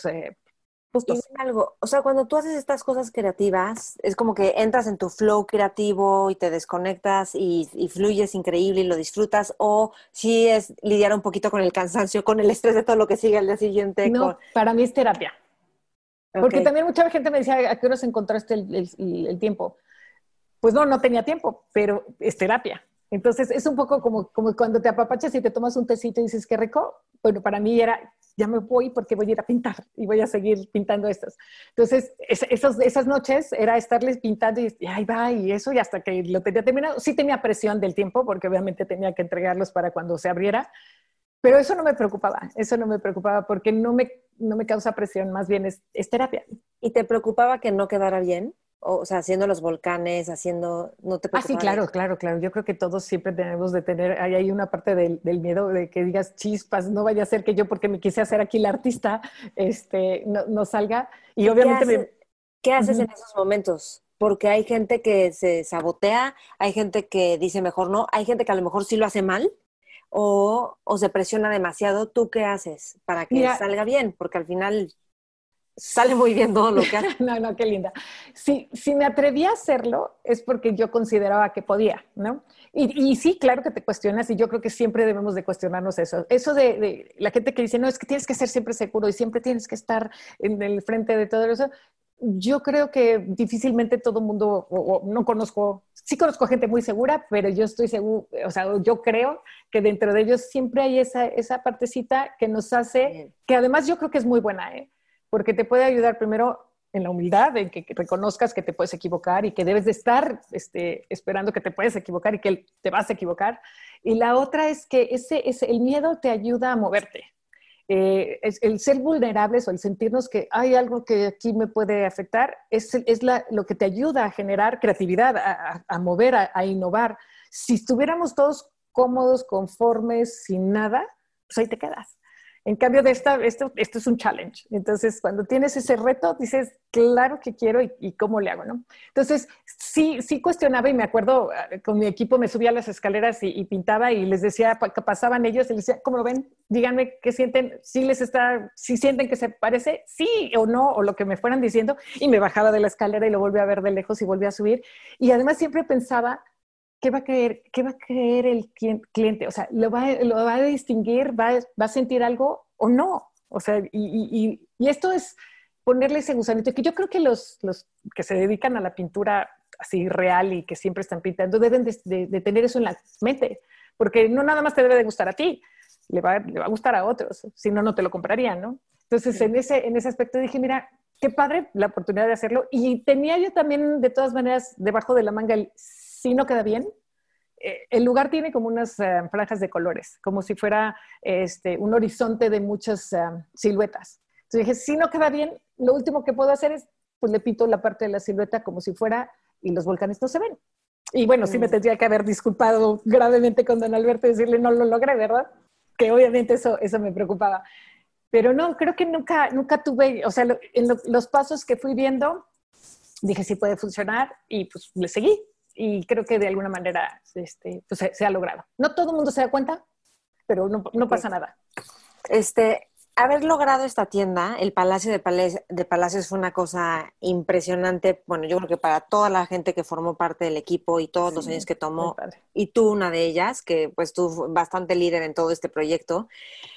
y algo, o sea, cuando tú haces estas cosas creativas, es como que entras en tu flow creativo y te desconectas y fluyes increíble y lo disfrutas, o si es lidiar un poquito con el cansancio, con el estrés de todo lo que sigue al día siguiente. No, para mí es terapia. Porque también mucha gente me decía, ¿a qué horas encontraste el tiempo? Pues no tenía tiempo, pero es terapia. Entonces es un poco como cuando te apapachas y te tomas un tecito y dices, qué rico. Bueno, para mí era, ya me voy porque voy a ir a pintar y voy a seguir pintando estas. Entonces esas noches era estarles pintando y ahí va y eso, y hasta que lo tenía terminado. Sí tenía presión del tiempo porque obviamente tenía que entregarlos para cuando se abriera. Pero eso no me preocupaba porque no me causa presión, más bien es terapia. ¿Y te preocupaba que no quedara bien? O sea, haciendo los volcanes, ¿no te preocupaba? Sí, claro. Yo creo que todos siempre tenemos de tener, ahí hay una parte del miedo de que digas chispas, no vaya a ser que yo, porque me quise hacer aquí la artista, no salga. Y obviamente ¿Qué haces en esos momentos? Porque hay gente que se sabotea, hay gente que dice mejor no, hay gente que a lo mejor sí lo hace mal. o se presiona demasiado, ¿tú qué haces para que salga bien? Porque al final sale muy bien todo lo que haces. No, qué linda. Si me atreví a hacerlo es porque yo consideraba que podía, ¿no? Y sí, claro que te cuestionas y yo creo que siempre debemos de cuestionarnos eso. Eso de la gente que dice, no, es que tienes que ser siempre seguro y siempre tienes que estar en el frente de todo eso. Yo creo que difícilmente todo el mundo, o no conozco, sí conozco gente muy segura, pero yo estoy seguro, o sea, yo creo que dentro de ellos siempre hay esa partecita que nos hace, que además yo creo que es muy buena, ¿eh? Porque te puede ayudar primero en la humildad, en que reconozcas que te puedes equivocar y que debes de estar esperando que te puedes equivocar y que te vas a equivocar. Y la otra es que el miedo te ayuda a moverte. El ser vulnerables o el sentirnos que hay algo que aquí me puede afectar es lo que te ayuda a generar creatividad, a mover, a innovar. Si estuviéramos todos cómodos, conformes, sin nada, pues ahí te quedas. En cambio, esto es un challenge. Entonces, cuando tienes ese reto, dices, claro que quiero y cómo le hago, ¿no? Entonces, sí cuestionaba y me acuerdo, con mi equipo me subía a las escaleras y pintaba y les decía, que pasaban ellos y les decía, ¿cómo lo ven? Díganme qué sienten, si sienten que se parece, sí o no, o lo que me fueran diciendo. Y me bajaba de la escalera y lo volví a ver de lejos y volví a subir. Y además siempre pensaba, ¿qué va a creer el cliente? O sea, ¿lo va a distinguir? ¿Va a sentir algo o no? O sea, y esto es ponerle ese gusanito, que yo creo que los que se dedican a la pintura así real y que siempre están pintando deben de tener eso en la mente, porque no nada más te debe de gustar a ti, le va a gustar a otros, si no, no te lo comprarían, ¿no? Entonces, sí. en ese aspecto dije, mira, qué padre la oportunidad de hacerlo. Y tenía yo también, de todas maneras, debajo de la manga si no queda bien. El lugar tiene como unas franjas de colores, como si fuera un horizonte de muchas siluetas. Entonces dije, si no queda bien, lo último que puedo hacer es, pues le pinto la parte de la silueta como si fuera, y los volcanes no se ven. Y bueno, sí me tendría que haber disculpado gravemente con don Alberto y decirle, no lo logré, ¿verdad? Que obviamente eso me preocupaba. Pero no, creo que nunca tuve, o sea, los pasos que fui viendo, dije, sí puede funcionar, y pues le seguí. Y creo que de alguna manera pues se ha logrado. No todo el mundo se da cuenta, pero no pasa nada. Haber logrado esta tienda, el Palacio de Palacios, fue una cosa impresionante. Bueno, yo creo que para toda la gente que formó parte del equipo y todos los años que tomó, y tú una de ellas, que pues tú bastante líder en todo este proyecto.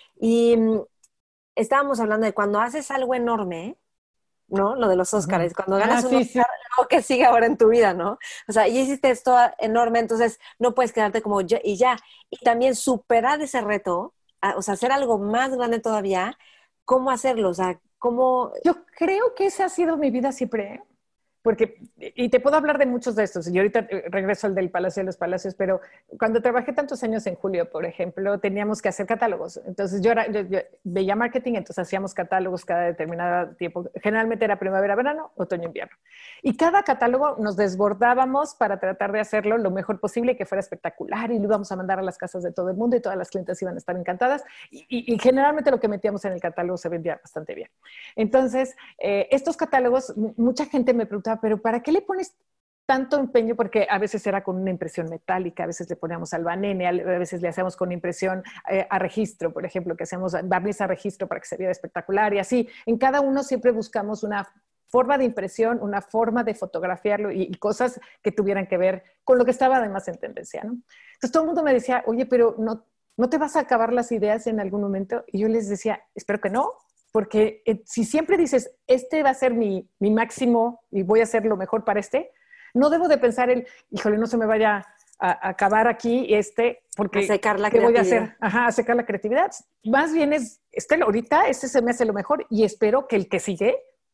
Y estábamos hablando de cuando haces algo enorme, ¿no? Lo de los Óscares, cuando ganas un Óscar, lo que sigue ahora en tu vida, ¿no? O sea, y hiciste esto enorme, entonces no puedes quedarte como ya. Y también superar ese reto, o sea, hacer algo más grande todavía, ¿cómo hacerlo? O sea, ¿cómo...? Yo creo que esa ha sido mi vida siempre, ¿eh? Porque, y te puedo hablar de muchos de estos, y ahorita regreso al del Palacio de los Palacios, pero cuando trabajé tantos años en Julio, por ejemplo, teníamos que hacer catálogos. Entonces yo veía marketing, entonces hacíamos catálogos cada determinado tiempo. Generalmente era primavera, verano, otoño, invierno. Y cada catálogo nos desbordábamos para tratar de hacerlo lo mejor posible y que fuera espectacular, y lo íbamos a mandar a las casas de todo el mundo y todas las clientes iban a estar encantadas. Y generalmente lo que metíamos en el catálogo se vendía bastante bien. Entonces, estos catálogos, mucha gente me preguntaba, pero ¿para qué le pones tanto empeño? Porque a veces era con una impresión metálica, a veces le poníamos albanene, a veces le hacíamos con impresión a registro, por ejemplo, que hacíamos barniz a registro para que se viera espectacular, y así. En cada uno siempre buscamos una forma de impresión, una forma de fotografiarlo y cosas que tuvieran que ver con lo que estaba además en tendencia, ¿no? Entonces todo el mundo me decía, oye, pero ¿no te vas a acabar las ideas en algún momento? Y yo les decía, espero que no. Porque si siempre dices, va a ser mi máximo y voy a hacer lo mejor para no debo de pensar híjole, no se me vaya a acabar aquí porque a secar la ¿qué voy a creatividad? hacer? A secar la creatividad. Más bien es, ahorita se me hace lo mejor y espero que el que sigue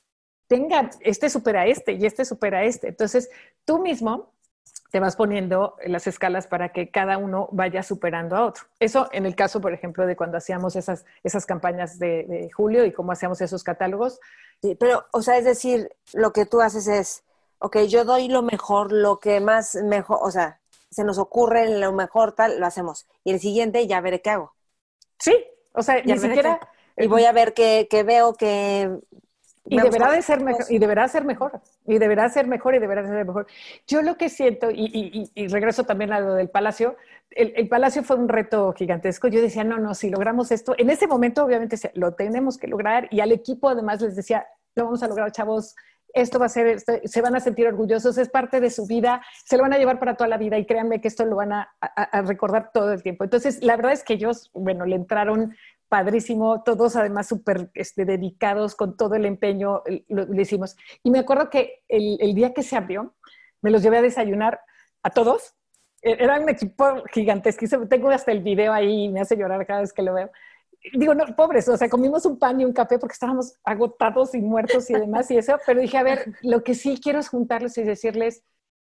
tenga, supera y supera Entonces, tú mismo te vas poniendo las escalas para que cada uno vaya superando a otro. Eso en el caso, por ejemplo, de cuando hacíamos esas campañas de Julio y cómo hacíamos esos catálogos. Sí, pero, o sea, es decir, lo que tú haces es, ok, yo doy lo mejor, lo que más mejor, o sea, se nos ocurre lo mejor, tal, lo hacemos. Y el siguiente ya veré qué hago. Sí, o sea, ni siquiera... Y voy a ver qué veo, Y deberá de ser mejor, y deberá ser mejor, y deberá ser mejor, y deberá ser mejor. Yo lo que siento, y regreso también a lo del Palacio, el Palacio fue un reto gigantesco. Yo decía, no, si logramos esto, en ese momento obviamente lo tenemos que lograr, y al equipo además les decía, lo vamos a lograr, chavos, esto va a ser, se van a sentir orgullosos, es parte de su vida, se lo van a llevar para toda la vida, y créanme que esto lo van a recordar todo el tiempo. Entonces, la verdad es que ellos, bueno, le entraron padrísimo, todos además súper dedicados, con todo el empeño, lo hicimos. Y me acuerdo que el día que se abrió, me los llevé a desayunar a todos. Era un equipo gigantesco. Tengo hasta el video ahí y me hace llorar cada vez que lo veo. Digo, no, pobres, o sea, comimos un pan y un café porque estábamos agotados y muertos y demás y eso, pero dije, a ver, lo que sí quiero es juntarlos y decirles,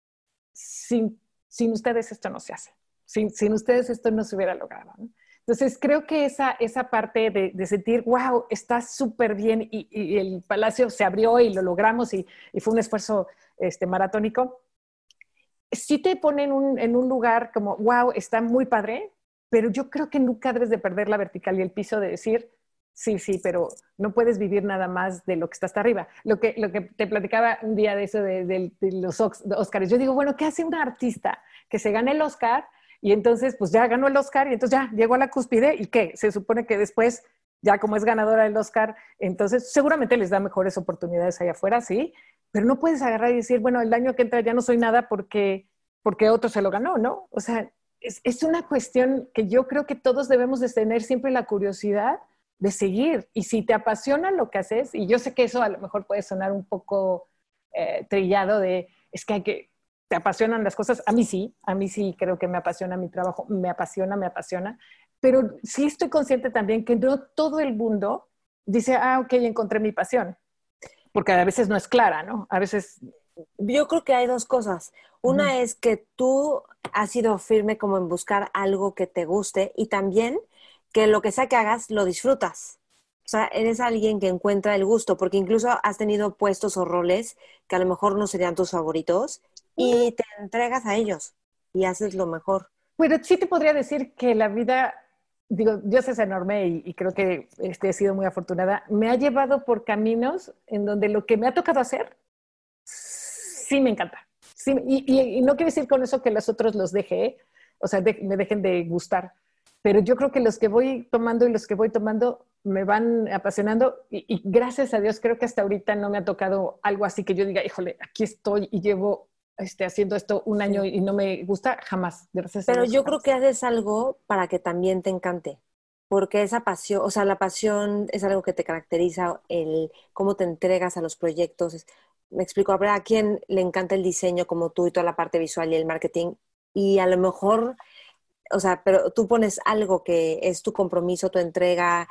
sin ustedes esto no se hace. Sin ustedes esto no se hubiera logrado, ¿no? Entonces, creo que esa parte de sentir, wow, está súper bien y el Palacio se abrió y lo logramos y fue un esfuerzo maratónico, sí te pone en un lugar como, wow, está muy padre, pero yo creo que nunca debes de perder la vertical y el piso de decir, sí, pero no puedes vivir nada más de lo que está hasta arriba. Lo que te platicaba un día de eso de los Óscares, yo digo, bueno, ¿qué hace un artista que se gane el Óscar? Y entonces, pues ya ganó el Oscar y entonces ya llegó a la cúspide y ¿qué? Se supone que después, ya como es ganadora del Oscar, entonces seguramente les da mejores oportunidades allá afuera, sí, pero no puedes agarrar y decir, bueno, el año que entra ya no soy nada porque otro se lo ganó, ¿no? O sea, es una cuestión que yo creo que todos debemos de tener siempre la curiosidad de seguir. Y si te apasiona lo que haces, y yo sé que eso a lo mejor puede sonar un poco trillado de, es que hay que te apasionan las cosas. A mí sí creo que me apasiona mi trabajo, me apasiona, pero sí estoy consciente también que no todo el mundo dice, ok, encontré mi pasión, porque a veces no es clara, ¿no? A veces... Yo creo que hay dos cosas. Una es que tú has sido firme como en buscar algo que te guste y también que lo que sea que hagas lo disfrutas. O sea, eres alguien que encuentra el gusto, porque incluso has tenido puestos o roles que a lo mejor no serían tus favoritos y te entregas a ellos y haces lo mejor. Bueno, sí te podría decir que la vida, digo, Dios es enorme y creo que he sido muy afortunada. Me ha llevado por caminos en donde lo que me ha tocado hacer, sí me encanta. Sí, y no quiere decir con eso que los otros los deje, o sea, me dejen de gustar. Pero yo creo que los que voy tomando y los que voy tomando me van apasionando y gracias a Dios creo que hasta ahorita no me ha tocado algo así que yo diga, híjole, aquí estoy y llevo haciendo esto un año y no me gusta, jamás. Gracias a Dios. Pero yo creo que haces algo para que también te encante, porque esa pasión, o sea, la pasión es algo que te caracteriza, el cómo te entregas a los proyectos. Me explico, a quien le encanta el diseño como tú y toda la parte visual y el marketing y a lo mejor... O sea, pero tú pones algo que es tu compromiso, tu entrega,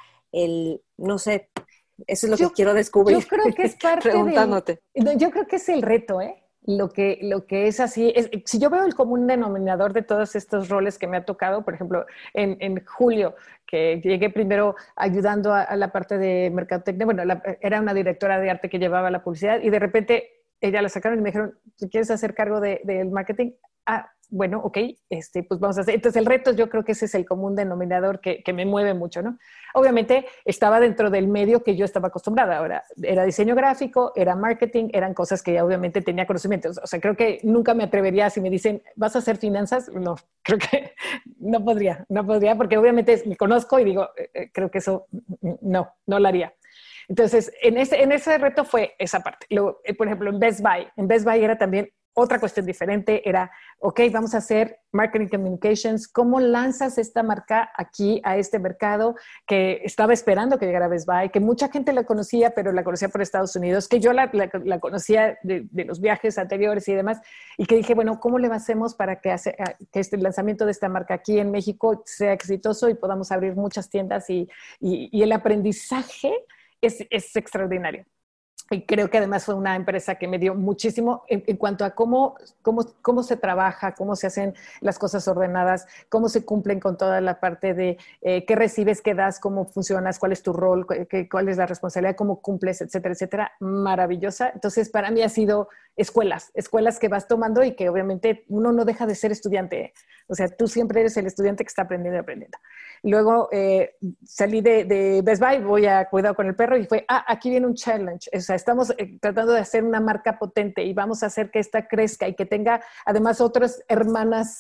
no sé, eso es lo que quiero descubrir. Yo creo que es parte preguntándote. Yo creo que es el reto, ¿eh? Lo que es así. Si yo veo el común denominador de todos estos roles que me ha tocado, por ejemplo, en julio, que llegué primero ayudando a la parte de mercadotecnia, bueno, era una directora de arte que llevaba la publicidad y de repente ella la sacaron y me dijeron, ¿tú quieres hacer cargo del marketing? Bueno, ok, pues vamos a hacer. Entonces el reto yo creo que ese es el común denominador que me mueve mucho, ¿no? Obviamente estaba dentro del medio que yo estaba acostumbrada. Ahora, era diseño gráfico, era marketing, eran cosas que ya obviamente tenía conocimientos. O sea, creo que nunca me atrevería si me dicen, ¿vas a hacer finanzas? No, creo que no podría, porque obviamente me conozco y digo, creo que eso no lo haría. Entonces, en ese reto fue esa parte. Luego, por ejemplo, en Best Buy era también otra cuestión diferente, era, ok, vamos a hacer marketing communications, ¿cómo lanzas esta marca aquí a este mercado que estaba esperando que llegara Best Buy, que mucha gente la conocía, pero la conocía por Estados Unidos, que yo la conocía de los viajes anteriores y demás, y que dije, bueno, ¿cómo le hacemos para que este lanzamiento de esta marca aquí en México sea exitoso y podamos abrir muchas tiendas y el aprendizaje es extraordinario? Y creo que además fue una empresa que me dio muchísimo en cuanto a cómo se trabaja, cómo se hacen las cosas ordenadas, cómo se cumplen con toda la parte de qué recibes, qué das, cómo funcionas, cuál es tu rol, cuál es la responsabilidad, cómo cumples, etcétera, etcétera. Maravillosa. Entonces, para mí ha sido escuelas que vas tomando y que obviamente uno no deja de ser estudiante. O sea, tú siempre eres el estudiante que está aprendiendo y aprendiendo. Luego salí de Best Buy, voy a cuidar con el perro y fue, aquí viene un challenge. O sea, estamos tratando de hacer una marca potente y vamos a hacer que esta crezca y que tenga además otras hermanas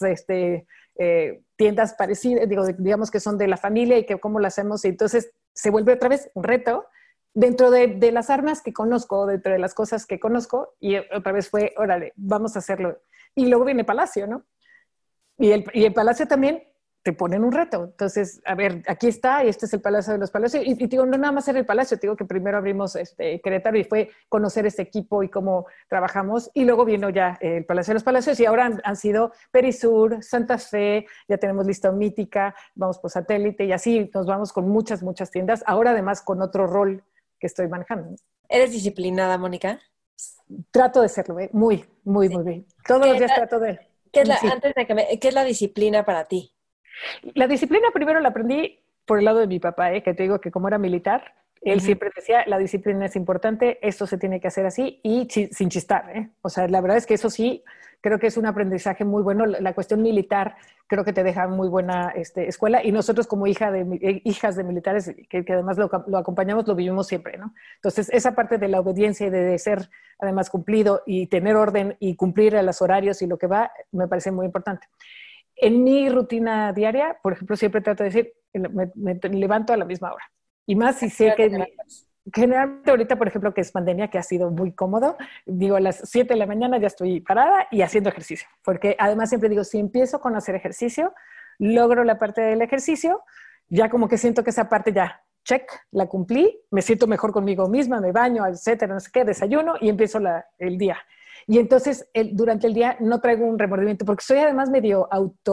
tiendas parecidas, digamos que son de la familia y que cómo lo hacemos. Y entonces se vuelve otra vez un reto dentro de las armas que conozco, dentro de las cosas que conozco, y otra vez fue, órale, vamos a hacerlo. Y luego viene Palacio, ¿no? Y el Palacio también te ponen un reto. Entonces, a ver, aquí está, y este es el Palacio de los Palacios. Y digo, no nada más era el Palacio, te digo que primero abrimos Querétaro y fue conocer este equipo y cómo trabajamos. Y luego vino ya el Palacio de los Palacios y ahora han sido Perisur, Santa Fe, ya tenemos listo Mítica, vamos por Satélite y así nos vamos con muchas, muchas tiendas. Ahora además con otro rol que estoy manejando. ¿Eres disciplinada, Mónica? Trato de serlo, muy, muy, muy bien. Todos los días trato de... ¿Qué es la disciplina para ti? La disciplina primero la aprendí por el lado de mi papá, que te digo que como era militar, él siempre decía, la disciplina es importante, esto se tiene que hacer así y sin chistar. O sea, la verdad es que eso sí, creo que es un aprendizaje muy bueno. La cuestión militar creo que te deja muy buena escuela y nosotros como hijas de militares, que además lo acompañamos, lo vivimos siempre, ¿no? Entonces, esa parte de la obediencia y de ser además cumplido y tener orden y cumplir a los horarios y lo que va, me parece muy importante. En mi rutina diaria, por ejemplo, siempre trato de decir, me levanto a la misma hora. Y más si sé que generalmente ahorita, por ejemplo, que es pandemia, que ha sido muy cómodo, digo, a las 7 de la mañana ya estoy parada y haciendo ejercicio. Porque además siempre digo, si empiezo con hacer ejercicio, logro la parte del ejercicio, ya como que siento que esa parte ya, check, la cumplí, me siento mejor conmigo misma, me baño, etcétera, no sé qué, desayuno y empiezo el día. Y entonces durante el día no traigo un remordimiento porque soy además medio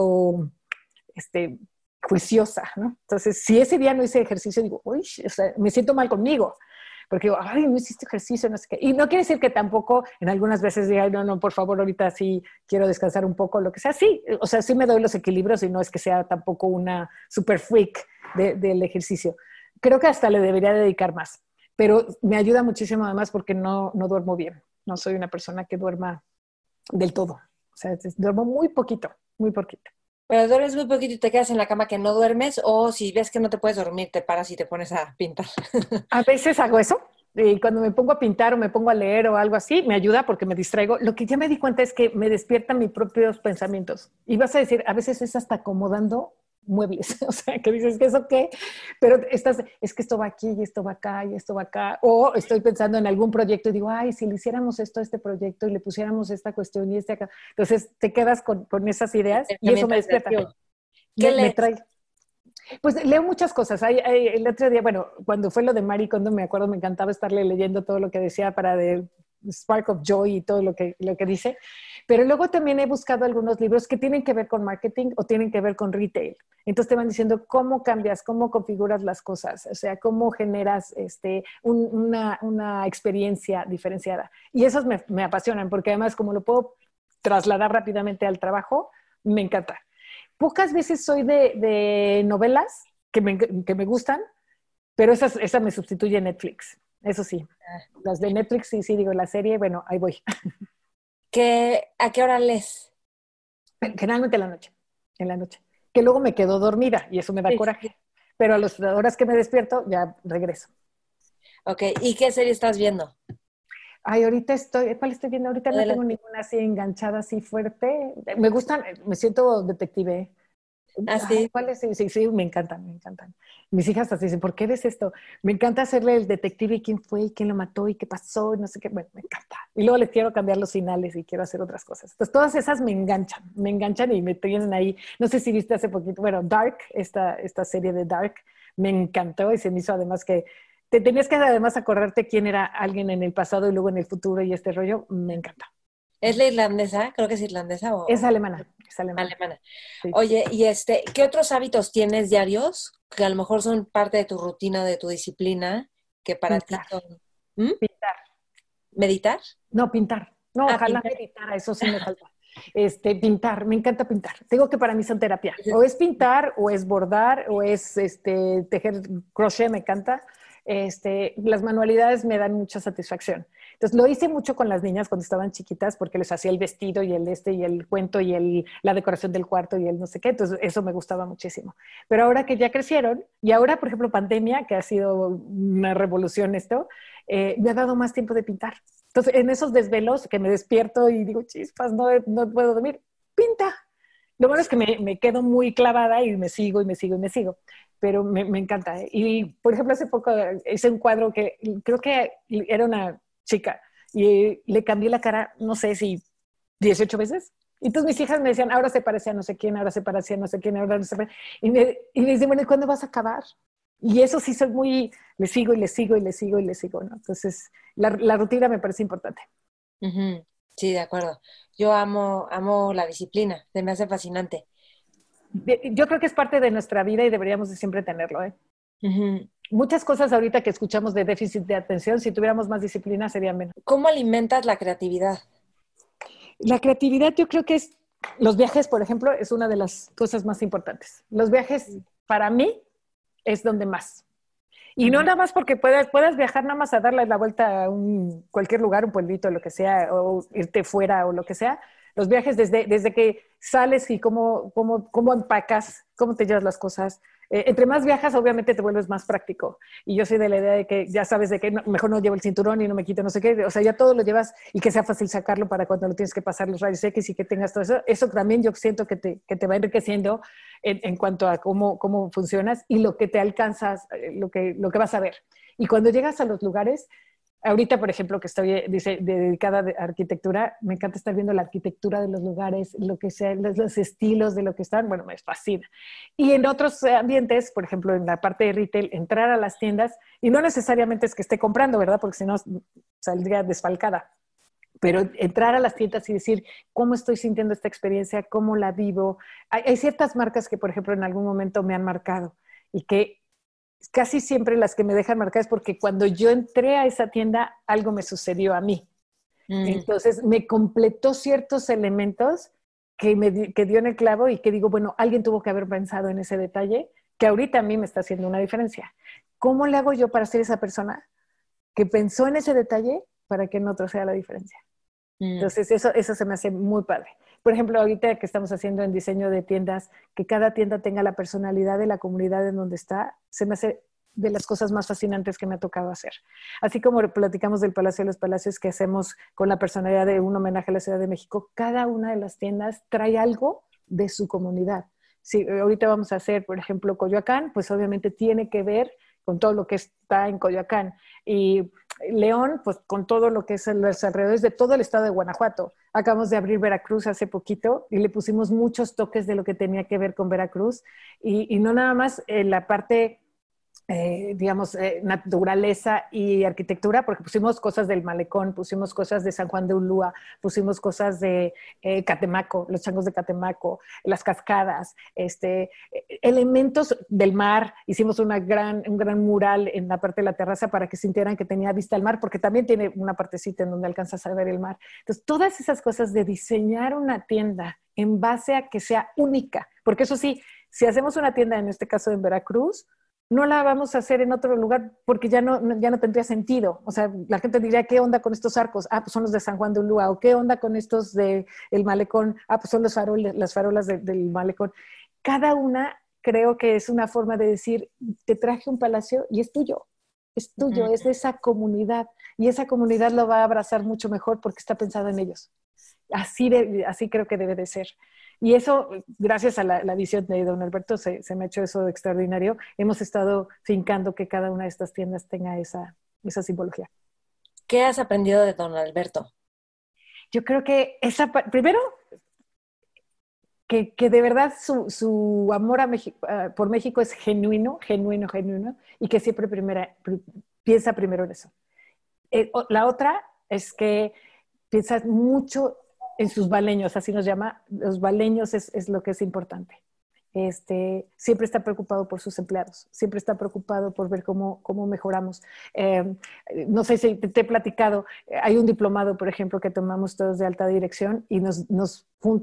juiciosa, ¿no? Entonces, si ese día no hice ejercicio, digo, uy, o sea, me siento mal conmigo. Porque digo, ay, no hiciste ejercicio, no sé qué. Y no quiere decir que tampoco en algunas veces diga, no, por favor, ahorita sí quiero descansar un poco, lo que sea. Sí, o sea, sí me doy los equilibrios y no es que sea tampoco una super freak del ejercicio. Creo que hasta le debería dedicar más. Pero me ayuda muchísimo además porque no duermo bien. No soy una persona que duerma del todo. O sea, duermo muy poquito, muy poquito. Pero duermes muy poquito y te quedas en la cama que no duermes, o si ves que no te puedes dormir, te paras y te pones a pintar. A veces hago eso. Y cuando me pongo a pintar o me pongo a leer o algo así, me ayuda porque me distraigo. Lo que ya me di cuenta es que me despiertan mis propios pensamientos. Y vas a decir, a veces es hasta acomodando muebles. O sea, que dices, ¿qué eso qué? Pero es que esto va aquí y esto va acá y esto va acá. O estoy pensando en algún proyecto y digo, ay, si le hiciéramos esto a este proyecto y le pusiéramos esta cuestión y acá. Entonces te quedas con esas ideas y eso me despierta. ¿Qué me trae? Pues leo muchas cosas. El otro día, bueno, cuando fue lo de Marie Kondo, me acuerdo, me encantaba estarle leyendo todo lo que decía para de Spark of Joy y todo lo que dice. Pero luego también he buscado algunos libros que tienen que ver con marketing o tienen que ver con retail. Entonces te van diciendo cómo cambias, cómo configuras las cosas, o sea, cómo generas una experiencia diferenciada. Y esos me apasionan porque además como lo puedo trasladar rápidamente al trabajo, me encanta. Pocas veces soy de novelas que me gustan, pero esa me sustituye Netflix. Eso sí. Las de Netflix, sí, digo, la serie, bueno, ahí voy. ¿A qué hora lees? Generalmente en la noche. Que luego me quedo dormida y eso me da coraje. Pero a las horas que me despierto ya regreso. Ok, ¿y qué serie estás viendo? Ay, ¿cuál estoy viendo? Ahorita no tengo ninguna así enganchada, así fuerte. Me gustan, me siento detective. ¿Ah, sí? ¿Cuál es? Sí, me encantan. Mis hijas así dicen, ¿por qué ves esto? Me encanta hacerle el detective y quién fue, y quién lo mató, y qué pasó, y no sé qué. Bueno, me encanta. Y luego les quiero cambiar los finales y quiero hacer otras cosas. Entonces, todas esas me enganchan y me tienen ahí. No sé si viste hace poquito, bueno, Dark, esta serie de Dark, me encantó y se me hizo además que te tenías que además acordarte quién era alguien en el pasado y luego en el futuro y este rollo, me encanta. ¿Es la irlandesa? Creo que es irlandesa. Es alemana. Sí. Oye, ¿y qué otros hábitos tienes diarios que a lo mejor son parte de tu rutina, de tu disciplina, que para ti son... Pintar. ¿Meditar? No, pintar. No, ojalá meditara, eso sí me falta. Pintar, me encanta pintar. Digo que para mí son terapia. O es pintar, o es bordar, o es tejer crochet, me encanta. Las manualidades me dan mucha satisfacción. Entonces lo hice mucho con las niñas cuando estaban chiquitas porque les hacía el vestido y y el cuento y la decoración del cuarto y el no sé qué. Entonces eso me gustaba muchísimo. Pero ahora que ya crecieron y ahora, por ejemplo, pandemia, que ha sido una revolución esto, me ha dado más tiempo de pintar. Entonces en esos desvelos que me despierto y digo, chispas, no puedo dormir, pinta. Lo bueno es que me quedo muy clavada y me sigo y me sigo y me sigo, pero me encanta. Y, por ejemplo, hace poco hice un cuadro que creo que era una chica y le cambié la cara, no sé si 18 veces. Y entonces mis hijas me decían, ahora se parece a no sé quién, ahora se parece a no sé quién, ahora no se parece. Y me dicen, bueno, ¿y cuándo vas a acabar? Y eso sí soy muy, le sigo y le sigo y le sigo y le sigo, ¿no? Entonces, la rutina me parece importante. Ujú. Sí, de acuerdo. Yo amo la disciplina, se me hace fascinante. Yo creo que es parte de nuestra vida y deberíamos de siempre tenerlo, ¿eh? Ujú. Muchas cosas ahorita que escuchamos de déficit de atención, si tuviéramos más disciplina sería menos. ¿Cómo alimentas la creatividad? La creatividad yo creo que es, los viajes, por ejemplo, es una de las cosas más importantes. Los viajes para mí es donde más. Y no Ujú. nada más porque puedas viajar nada más a darle la vuelta a cualquier lugar, un pueblito, lo que sea, o irte fuera o lo que sea. Los viajes desde que sales y cómo empacas, cómo te llevas las cosas. Entre más viajas, obviamente te vuelves más práctico. Y yo soy de la idea de que ya sabes de que mejor no llevo el cinturón y no me quito no sé qué. O sea, ya todo lo llevas y que sea fácil sacarlo para cuando lo tienes que pasar los rayos X y que tengas todo eso. Eso también yo siento que te va enriqueciendo en cuanto a cómo funcionas y lo que te alcanzas, lo que vas a ver. Y cuando llegas a los lugares, ahorita, por ejemplo, que estoy dedicada a arquitectura, me encanta estar viendo la arquitectura de los lugares, lo que sea, los estilos de lo que están, bueno, me fascina. Y en otros ambientes, por ejemplo, en la parte de retail, entrar a las tiendas, y no necesariamente es que esté comprando, ¿verdad? Porque si no, saldría desfalcada. Pero entrar a las tiendas y decir cómo estoy sintiendo esta experiencia, cómo la vivo. Hay ciertas marcas que, por ejemplo, en algún momento me han marcado y que casi siempre las que me dejan marcar es porque cuando yo entré a esa tienda, algo me sucedió a mí. Mm. Entonces me completó ciertos elementos que dio en el clavo y que digo, bueno, alguien tuvo que haber pensado en ese detalle que ahorita a mí me está haciendo una diferencia. ¿Cómo le hago yo para ser esa persona que pensó en ese detalle para que en otro sea la diferencia? Mm. Entonces, eso se me hace muy padre. Por ejemplo, ahorita que estamos haciendo en diseño de tiendas, que cada tienda tenga la personalidad de la comunidad en donde está, se me hace de las cosas más fascinantes que me ha tocado hacer. Así como platicamos del Palacio de los Palacios que hacemos con la personalidad de un homenaje a la Ciudad de México, cada una de las tiendas trae algo de su comunidad. Si ahorita vamos a hacer, por ejemplo, Coyoacán, pues obviamente tiene que ver con todo lo que está en Coyoacán. Y León, pues con todo lo que es los alrededores de todo el estado de Guanajuato. Acabamos de abrir Veracruz hace poquito y le pusimos muchos toques de lo que tenía que ver con Veracruz y no nada más la parte digamos, naturaleza y arquitectura, porque pusimos cosas del Malecón, pusimos cosas de San Juan de Ulúa, pusimos cosas de Catemaco, los changos de Catemaco, las cascadas, elementos del mar. Hicimos un gran mural en la parte de la terraza para que sintieran que tenía vista al mar, porque también tiene una partecita en donde alcanzas a ver el mar. Entonces, todas esas cosas de diseñar una tienda en base a que sea única, porque eso sí, si hacemos una tienda, en este caso en Veracruz, no la vamos a hacer en otro lugar porque ya no tendría sentido. O sea, la gente diría, ¿qué onda con estos arcos? Ah, pues son los de San Juan de Ulúa. ¿O qué onda con estos del Malecón? Ah, pues son las farolas del Malecón. Cada una creo que es una forma de decir, te traje un palacio y es tuyo. Es tuyo, es de esa comunidad. Y esa comunidad lo va a abrazar mucho mejor porque está pensado en ellos. Así creo que debe de ser. Y eso, gracias a la visión de don Alberto, se me ha hecho eso extraordinario. Hemos estado fincando que cada una de estas tiendas tenga esa simbología. ¿Qué has aprendido de don Alberto? Yo creo que primero, que de verdad su amor por México es genuino, y que siempre piensa primero en eso. La otra es que piensa mucho en sus baleños, así nos llama, los baleños es lo que es importante. Siempre está preocupado por sus empleados, siempre está preocupado por ver cómo mejoramos. No sé si te he platicado, hay un diplomado, por ejemplo, que tomamos todos de alta dirección y nos juntan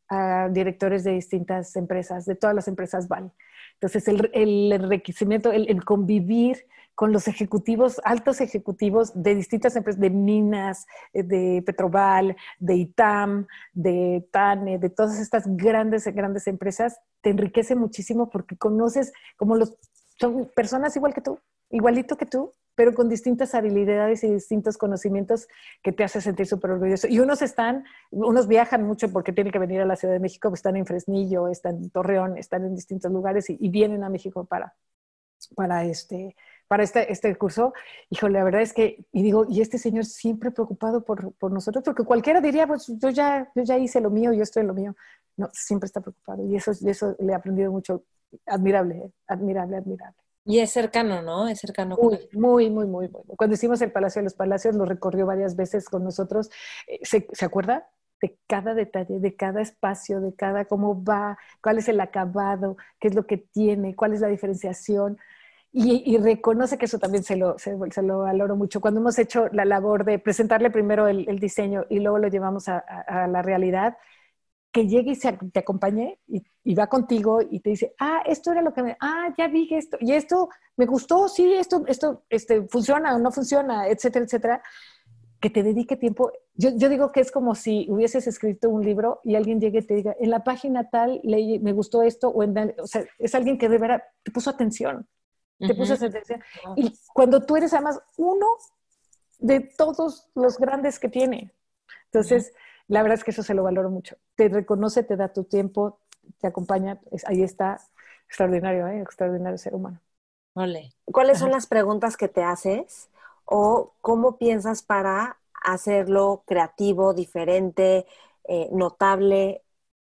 a directores de distintas empresas, de todas las empresas Val. Entonces, el enriquecimiento, el convivir con los ejecutivos, altos ejecutivos de distintas empresas, de minas, de Petroval, de ITAM, de TANE, de todas estas grandes empresas, te enriquece muchísimo porque conoces son personas igual que tú, igualito que tú, pero con distintas habilidades y distintos conocimientos que te hace sentir súper orgulloso. Y unos viajan mucho porque tienen que venir a la Ciudad de México, pues están en Fresnillo, están en Torreón, están en distintos lugares y vienen a México para este curso. Híjole, la verdad es que, y digo, y este señor siempre preocupado por nosotros, porque cualquiera diría, pues yo ya hice lo mío, yo estoy en lo mío. No, siempre está preocupado y eso le he aprendido mucho. Admirable, admirable. Y es cercano, ¿no? Es cercano. Muy. Cuando hicimos el Palacio de los Palacios, lo recorrió varias veces con nosotros. ¿Se acuerda? De cada detalle, de cada espacio, de cada cómo va, cuál es el acabado, qué es lo que tiene, cuál es la diferenciación. Y reconoce que eso también se lo valoro mucho. Cuando hemos hecho la labor de presentarle primero el diseño y luego lo llevamos a la realidad, que llegue y te acompañe y va contigo y te dice, esto era lo que ya vi que esto, y esto me gustó, sí, esto funciona o no funciona, etcétera, etcétera, que te dedique tiempo. Yo digo que es como si hubieses escrito un libro y alguien llegue y te diga, en la página tal leí, me gustó esto, o sea, es alguien que de verdad te puso atención, te puso atención. Y cuando tú eres además uno de todos los grandes que tiene. Entonces, la verdad es que eso se lo valoro mucho. Te reconoce, te da tu tiempo, te acompaña. Ahí está. Extraordinario, extraordinario ser humano. Vale. ¿Cuáles son las preguntas que te haces o cómo piensas para hacerlo creativo, diferente, notable?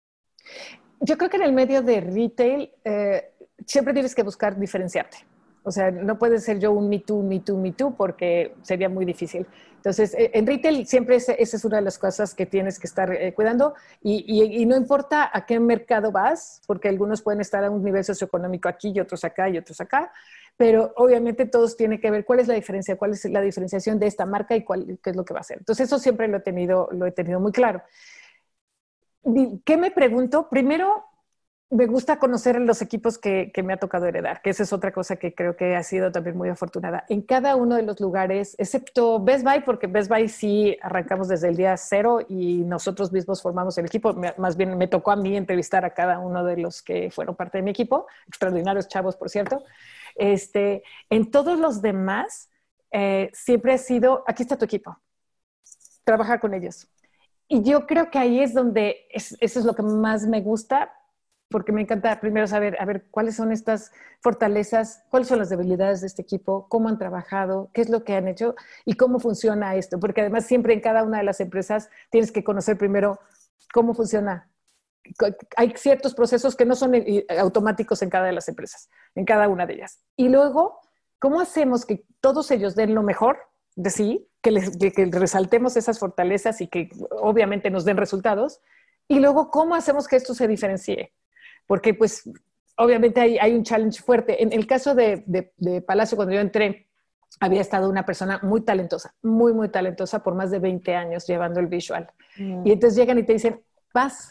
Yo creo que en el medio de retail siempre tienes que buscar diferenciarte. O sea, no puede ser yo un me too, porque sería muy difícil. Entonces, en retail siempre esa es una de las cosas que tienes que estar cuidando y no importa a qué mercado vas, porque algunos pueden estar a un nivel socioeconómico aquí y otros acá y otros acá, pero obviamente todos tienen que ver cuál es la diferencia, cuál es la diferenciación de esta marca y qué es lo que va a hacer. Entonces, eso siempre lo he tenido muy claro. ¿Qué me pregunto? Primero, me gusta conocer los equipos que me ha tocado heredar, que esa es otra cosa que creo que ha sido también muy afortunada. En cada uno de los lugares, excepto Best Buy, porque Best Buy sí arrancamos desde el día cero y nosotros mismos formamos el equipo. Más bien me tocó a mí entrevistar a cada uno de los que fueron parte de mi equipo. Extraordinarios chavos, por cierto. En todos los demás, siempre ha sido, aquí está tu equipo. Trabaja con ellos. Y yo creo que ahí es donde, eso es lo que más me gusta, porque me encanta primero saber, a ver, cuáles son estas fortalezas, cuáles son las debilidades de este equipo, cómo han trabajado, qué es lo que han hecho y cómo funciona esto. Porque además siempre en cada una de las empresas tienes que conocer primero cómo funciona. Hay ciertos procesos que no son automáticos en cada de las empresas, en cada una de ellas. Y luego, ¿cómo hacemos que todos ellos den lo mejor de sí, que resaltemos esas fortalezas y que obviamente nos den resultados? Y luego, ¿cómo hacemos que esto se diferencie? Porque, pues, obviamente hay un challenge fuerte. En el caso de Palacio, cuando yo entré, había estado una persona muy talentosa, muy talentosa, por más de 20 años llevando el visual. Y entonces llegan y te dicen, vas.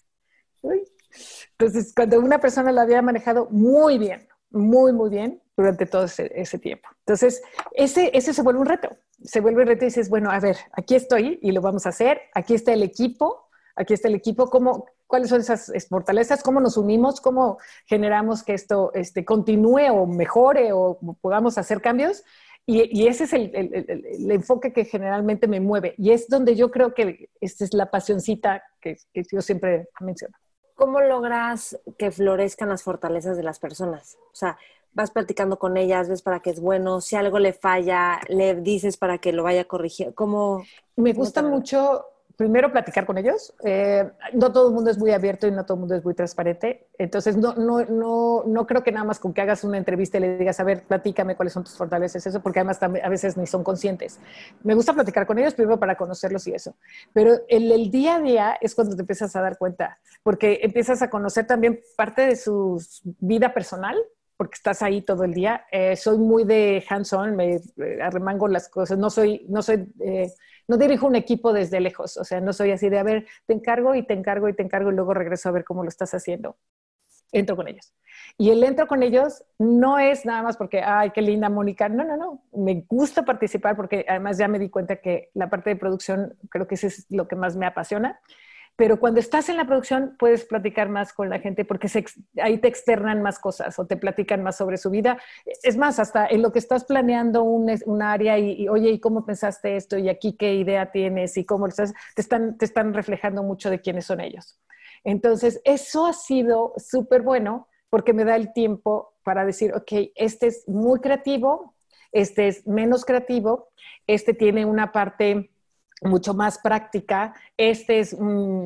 Entonces, cuando una persona la había manejado muy bien, muy bien, durante todo ese tiempo. Entonces, ese se vuelve un reto. Se vuelve un reto y dices, bueno, a ver, aquí estoy y lo vamos a hacer. Aquí está el equipo. ¿Cuáles son esas fortalezas? ¿Cómo nos unimos? ¿Cómo generamos que esto continúe o mejore o podamos hacer cambios? Y ese es el enfoque que generalmente me mueve. Y es donde yo creo que esta es la pasioncita que yo siempre menciono. ¿Cómo logras que florezcan las fortalezas de las personas? O sea, vas platicando con ellas, ves para qué es bueno, si algo le falla, le dices para que lo vaya a corregir. Me gusta mucho, primero, platicar con ellos. No todo el mundo es muy abierto y no todo el mundo es muy transparente. Entonces, no creo que nada más con que hagas una entrevista y le digas, a ver, platícame cuáles son tus fortalezas, eso, porque además a veces ni son conscientes. Me gusta platicar con ellos primero para conocerlos y eso. Pero el día a día es cuando te empiezas a dar cuenta, porque empiezas a conocer también parte de su vida personal, porque estás ahí todo el día. Soy muy de hands-on, me arremango las cosas, no soy no dirijo un equipo desde lejos, o sea, no soy así de, a ver, te encargo y te encargo y te encargo y luego regreso a ver cómo lo estás haciendo. Entro con ellos. Y el entro con ellos no es nada más porque, ay, qué linda Mónica. No, no, no. Me gusta participar porque además ya me di cuenta que la parte de producción, creo que eso es lo que más me apasiona. Pero cuando estás en la producción puedes platicar más con la gente porque ahí te externan más cosas o te platican más sobre su vida. Es más, hasta en lo que estás planeando un área y, oye, ¿y cómo pensaste esto? ¿Y aquí qué idea tienes? ¿Y cómo estás? Te están reflejando mucho de quiénes son ellos. Entonces, eso ha sido súper bueno porque me da el tiempo para decir, ok, este es muy creativo, este es menos creativo, este tiene una parte mucho más práctica, este es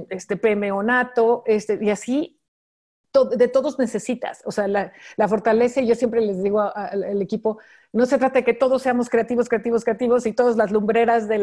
PMO nato, y así de todos necesitas. O sea, la fortaleza, y yo siempre les digo al equipo, no se trata de que todos seamos creativos, creativos, creativos y todas las lumbreras de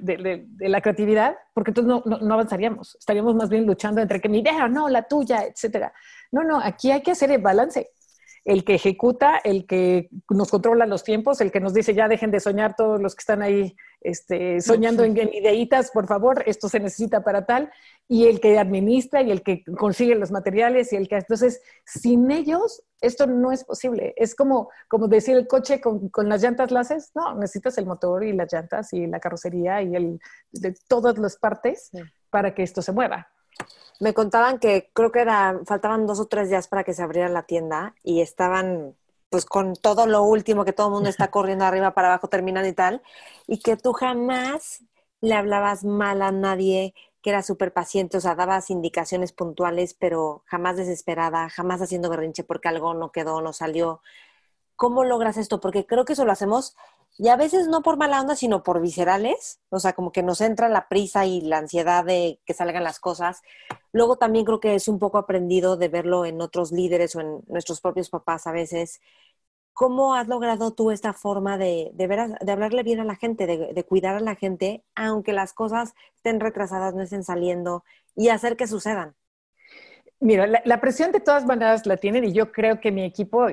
la creatividad, porque entonces no avanzaríamos. Estaríamos más bien luchando entre que mi idea, no, la tuya, etcétera. No, aquí hay que hacer el balance. El que ejecuta, el que nos controla los tiempos, el que nos dice ya dejen de soñar todos los que están ahí soñando en ideitas, por favor, esto se necesita para tal, y el que administra y el que consigue los materiales y el que... Entonces, sin ellos, esto no es posible. Es como decir el coche con las llantas láser. No, necesitas el motor y las llantas y la carrocería y de todas las partes para que esto se mueva. Me contaban que creo que faltaban 2 o 3 días para que se abriera la tienda y estaban pues con todo lo último que todo el mundo está corriendo arriba para abajo, terminando y tal, y que tú jamás le hablabas mal a nadie, que era súper paciente, o sea, dabas indicaciones puntuales, pero jamás desesperada, jamás haciendo berrinche porque algo no quedó, no salió. ¿Cómo logras esto? Porque creo que eso lo hacemos y a veces no por mala onda, sino por viscerales, o sea, como que nos entra la prisa y la ansiedad de que salgan las cosas. Luego también creo que es un poco aprendido de verlo en otros líderes o en nuestros propios papás a veces. ¿Cómo has logrado tú esta forma de hablarle bien a la gente, de cuidar a la gente, aunque las cosas estén retrasadas, no estén saliendo, y hacer que sucedan? Mira, la presión de todas maneras la tienen y yo creo que mi equipo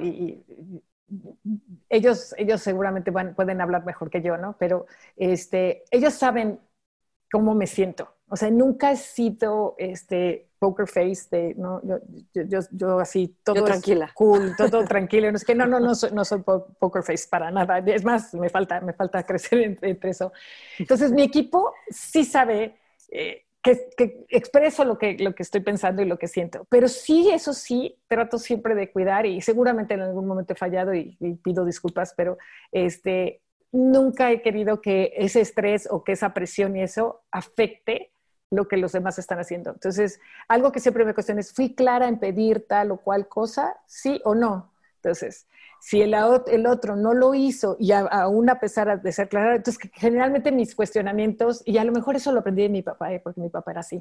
ellos seguramente pueden hablar mejor que yo, ¿no? Pero ellos saben cómo me siento. O sea, nunca he sido poker face ¿no? Yo así, todo yo es tranquila. Cool, todo tranquilo. No es que no soy poker face para nada. Es más, me falta crecer entre eso. Entonces, mi equipo sí sabe que expreso lo que estoy pensando y lo que siento. Pero sí, eso sí, trato siempre de cuidar y seguramente en algún momento he fallado y pido disculpas, pero nunca he querido que ese estrés o que esa presión y eso afecte lo que los demás están haciendo. Entonces, algo que siempre me cuestiono es, ¿fui clara en pedir tal o cual cosa? ¿Sí o no? Entonces, si el otro no lo hizo y aún a pesar de ser clara, entonces generalmente mis cuestionamientos, y a lo mejor eso lo aprendí de mi papá, porque mi papá era así,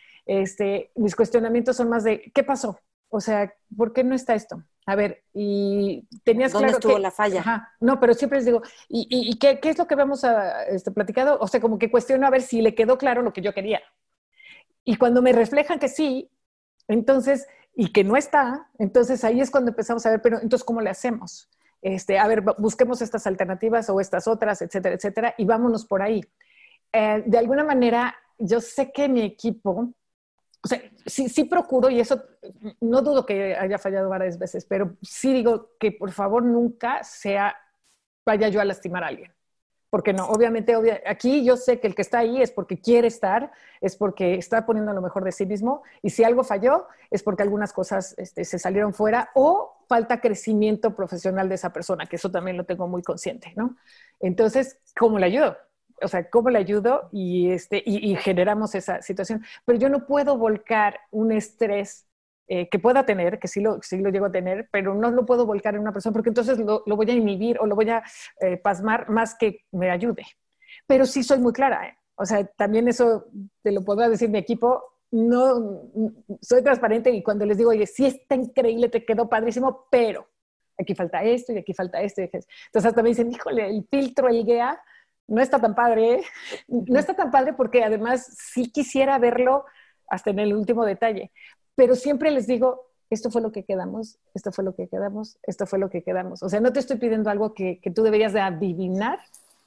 mis cuestionamientos son más de, ¿qué pasó? O sea, ¿por qué no está esto? A ver, y tenías ¿Dónde claro estuvo la falla? Ajá, no, pero siempre les digo, ¿y qué es lo que habíamos platicado? O sea, como que cuestiono a ver si le quedó claro lo que yo quería. Y cuando me reflejan que sí, entonces, y que no está, entonces ahí es cuando empezamos a ver, pero entonces, ¿cómo le hacemos? A ver, busquemos estas alternativas o estas otras, etcétera, etcétera, y vámonos por ahí. De alguna manera, yo sé que mi equipo, o sea, sí procuro, y eso no dudo que haya fallado varias veces, pero sí digo que por favor nunca vaya yo a lastimar a alguien. Porque no, obviamente, aquí yo sé que el que está ahí es porque quiere estar, es porque está poniendo lo mejor de sí mismo, y si algo falló es porque algunas cosas se salieron fuera o falta crecimiento profesional de esa persona, que eso también lo tengo muy consciente, ¿no? Entonces, ¿cómo le ayudo? O sea, ¿cómo le ayudo? Y generamos esa situación. Pero yo no puedo volcar un estrés que pueda tener, que sí lo llego a tener, pero no lo puedo volcar en una persona porque entonces lo voy a inhibir o lo voy a pasmar más que me ayude. Pero sí soy muy clara, ¿eh? O sea, también eso te lo podrá decir mi equipo, no soy transparente y cuando les digo, oye, sí está increíble, te quedó padrísimo, pero aquí falta esto y aquí falta esto. Entonces hasta me dicen, híjole, el filtro, el GEA, no está tan padre, ¿eh? No está tan padre porque además sí quisiera verlo hasta en el último detalle. Pero siempre les digo, esto fue lo que quedamos, esto fue lo que quedamos, esto fue lo que quedamos. O sea, no te estoy pidiendo algo que tú deberías de adivinar,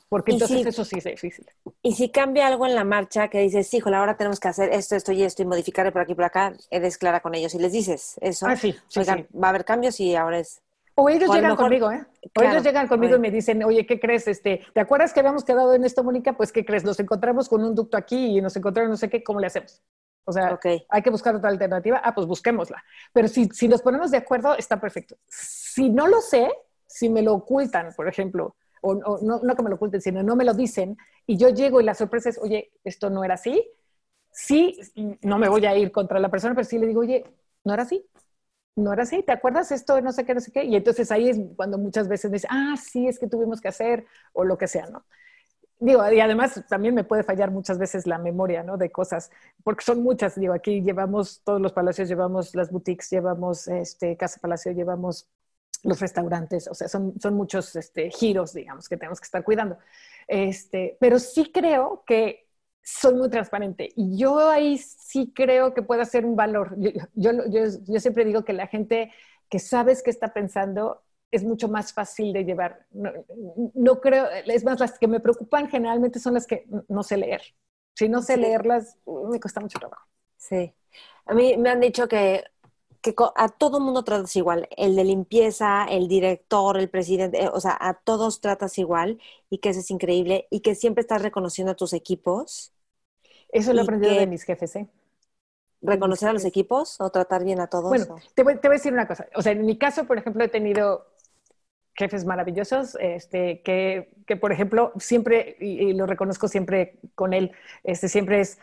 porque entonces eso sí es difícil. Y si cambia algo en la marcha que dices, híjole, ahora tenemos que hacer esto, esto y esto y modificarle por aquí y por acá, eres clara con ellos y les dices eso. Sí, Oigan, sí. va a haber cambios y ahora es... O ellos llegan conmigo, ¿eh? O ellos llegan conmigo y me dicen, oye, ¿qué crees? ¿Te acuerdas que habíamos quedado en esto, Mónica? Pues, ¿qué crees? Nos encontramos con un ducto aquí y nos encontraron no sé qué, ¿cómo le hacemos? O sea, hay que buscar otra alternativa. Pues busquémosla. Pero si nos ponemos de acuerdo, está perfecto. Si no lo sé, si me lo ocultan, por ejemplo, o no que me lo oculten, sino no me lo dicen, y yo llego y la sorpresa es, oye, esto no era así, sí, no me voy a ir contra la persona, pero sí le digo, oye, no era así. No era así, ¿te acuerdas esto? No sé qué, no sé qué. Y entonces ahí es cuando muchas veces me dicen, sí, es que tuvimos que hacer, o lo que sea, ¿no? Digo, y además también me puede fallar muchas veces la memoria, ¿no? De cosas, porque son muchas. Digo, aquí llevamos todos los palacios, llevamos las boutiques, llevamos Casa Palacio, llevamos los restaurantes, o sea, son muchos giros, digamos, que tenemos que estar cuidando. Pero sí creo que soy muy transparente y yo ahí sí creo que puede ser un valor. Yo siempre digo que la gente que sabes qué está pensando es mucho más fácil de llevar. No creo, es más, las que me preocupan generalmente son las que no sé leer. Si no sé leerlas, me cuesta mucho trabajo. Sí. A mí me han dicho que a todo mundo tratas igual, el de limpieza, el director, el presidente, o sea, a todos tratas igual y que eso es increíble y que siempre estás reconociendo a tus equipos. Eso lo he aprendido de mis jefes, ¿eh? ¿Reconocer a los equipos o tratar bien a todos? Bueno, te voy a decir una cosa. O sea, en mi caso, por ejemplo, he tenido jefes maravillosos, que por ejemplo, siempre, y lo reconozco siempre con él, siempre es...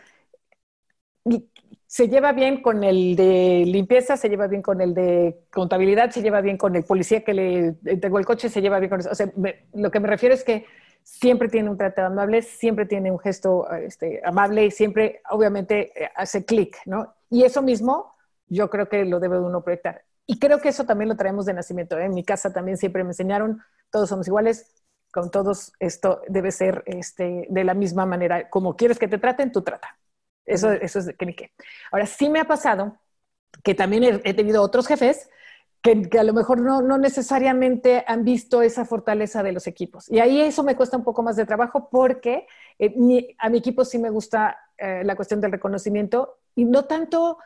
Se lleva bien con el de limpieza, se lleva bien con el de contabilidad, se lleva bien con el policía que le entregó el coche, se lleva bien con eso. O sea, lo que me refiero es que siempre tiene un trato amable, siempre tiene un gesto amable y siempre, obviamente, hace clic, ¿no? Y eso mismo yo creo que lo debe uno proyectar. Y creo que eso también lo traemos de nacimiento, ¿eh? En mi casa también siempre me enseñaron, todos somos iguales, con todos esto debe ser de la misma manera. Como quieres que te traten, tú trata. Eso es que ni qué. Ahora, sí me ha pasado que también he tenido otros jefes que a lo mejor no necesariamente han visto esa fortaleza de los equipos. Y ahí eso me cuesta un poco más de trabajo porque a mi equipo sí me gusta la cuestión del reconocimiento y no tanto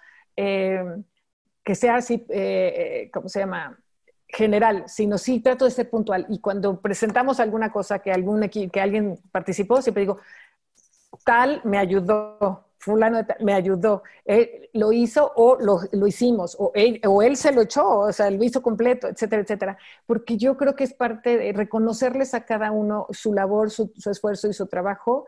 que sea así, ¿cómo se llama? General, sino sí trato de ser puntual. Y cuando presentamos alguna cosa que alguien participó, siempre digo, tal me ayudó, fulano me ayudó, lo hizo o lo hicimos, o él se lo echó, o sea, lo hizo completo, etcétera, etcétera. Porque yo creo que es parte de reconocerles a cada uno su labor, su esfuerzo y su trabajo,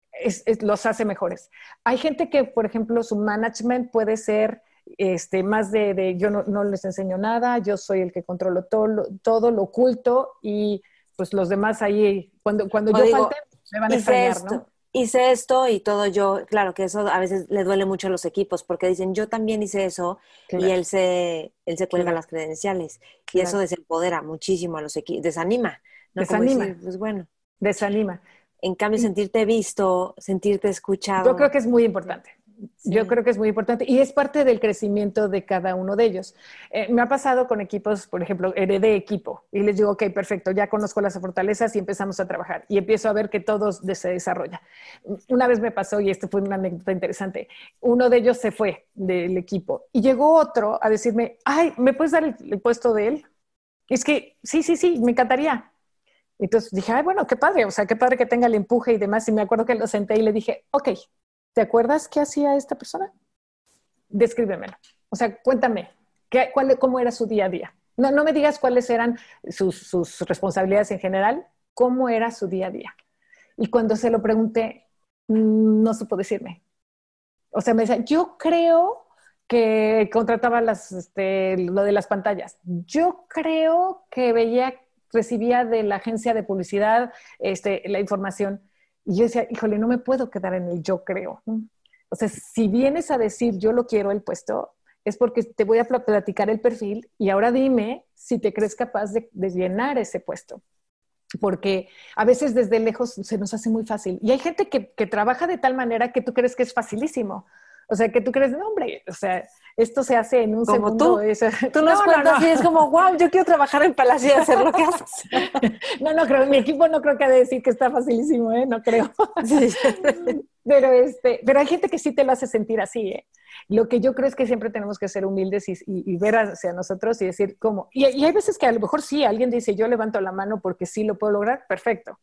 los hace mejores. Hay gente que, por ejemplo, su management puede ser más de yo no les enseño nada, yo soy el que controlo todo lo oculto y pues los demás ahí, cuando yo falte, me van a extrañar, ¿no? Hice esto y todo yo, claro que eso a veces le duele mucho a los equipos porque dicen, yo también hice eso, claro. Y él se cuelga las credenciales y eso desempodera muchísimo a los equipos, desanima, ¿no? Desanima. Decir, pues bueno. Desanima. En cambio, sentirte visto, sentirte escuchado. Yo creo que es muy importante. Sí. Yo creo que es muy importante y es parte del crecimiento de cada uno de ellos. Me ha pasado con equipos, por ejemplo, heredé equipo y les digo, ok, perfecto, ya conozco las fortalezas y empezamos a trabajar y empiezo a ver que todo se desarrolla. Una vez me pasó, y esto fue una anécdota interesante, uno de ellos se fue del equipo y llegó otro a decirme, ay, ¿me puedes dar el puesto de él? Es que sí, me encantaría. Entonces dije, ay, bueno, qué padre, o sea, qué padre que tenga el empuje y demás. Y me acuerdo que lo senté y le dije, ok, ¿te acuerdas qué hacía esta persona? Descríbemelo. O sea, cuéntame, ¿cómo era su día a día? No me digas cuáles eran sus responsabilidades en general, cómo era su día a día. Y cuando se lo pregunté, no supo decirme. O sea, me decía, yo creo que contrataba lo de las pantallas. Yo creo que recibía de la agencia de publicidad la información. Y yo decía, híjole, no me puedo quedar en el yo creo. O sea, si vienes a decir yo lo quiero el puesto, es porque te voy a platicar el perfil y ahora dime si te crees capaz de llenar ese puesto. Porque a veces desde lejos se nos hace muy fácil. Y hay gente que trabaja de tal manera que tú crees que es facilísimo. O sea, que tú crees, no, hombre, o sea, esto se hace en un como segundo. Tú nos cuentas y es como, wow, yo quiero trabajar en Palacio y hacer lo que haces. No creo, mi equipo no creo que ha de decir que está facilísimo, no creo. Sí. Pero hay gente que sí te lo hace sentir así, Lo que yo creo es que siempre tenemos que ser humildes y ver hacia nosotros y decir cómo. Y hay veces que a lo mejor sí, alguien dice, yo levanto la mano porque sí lo puedo lograr, perfecto.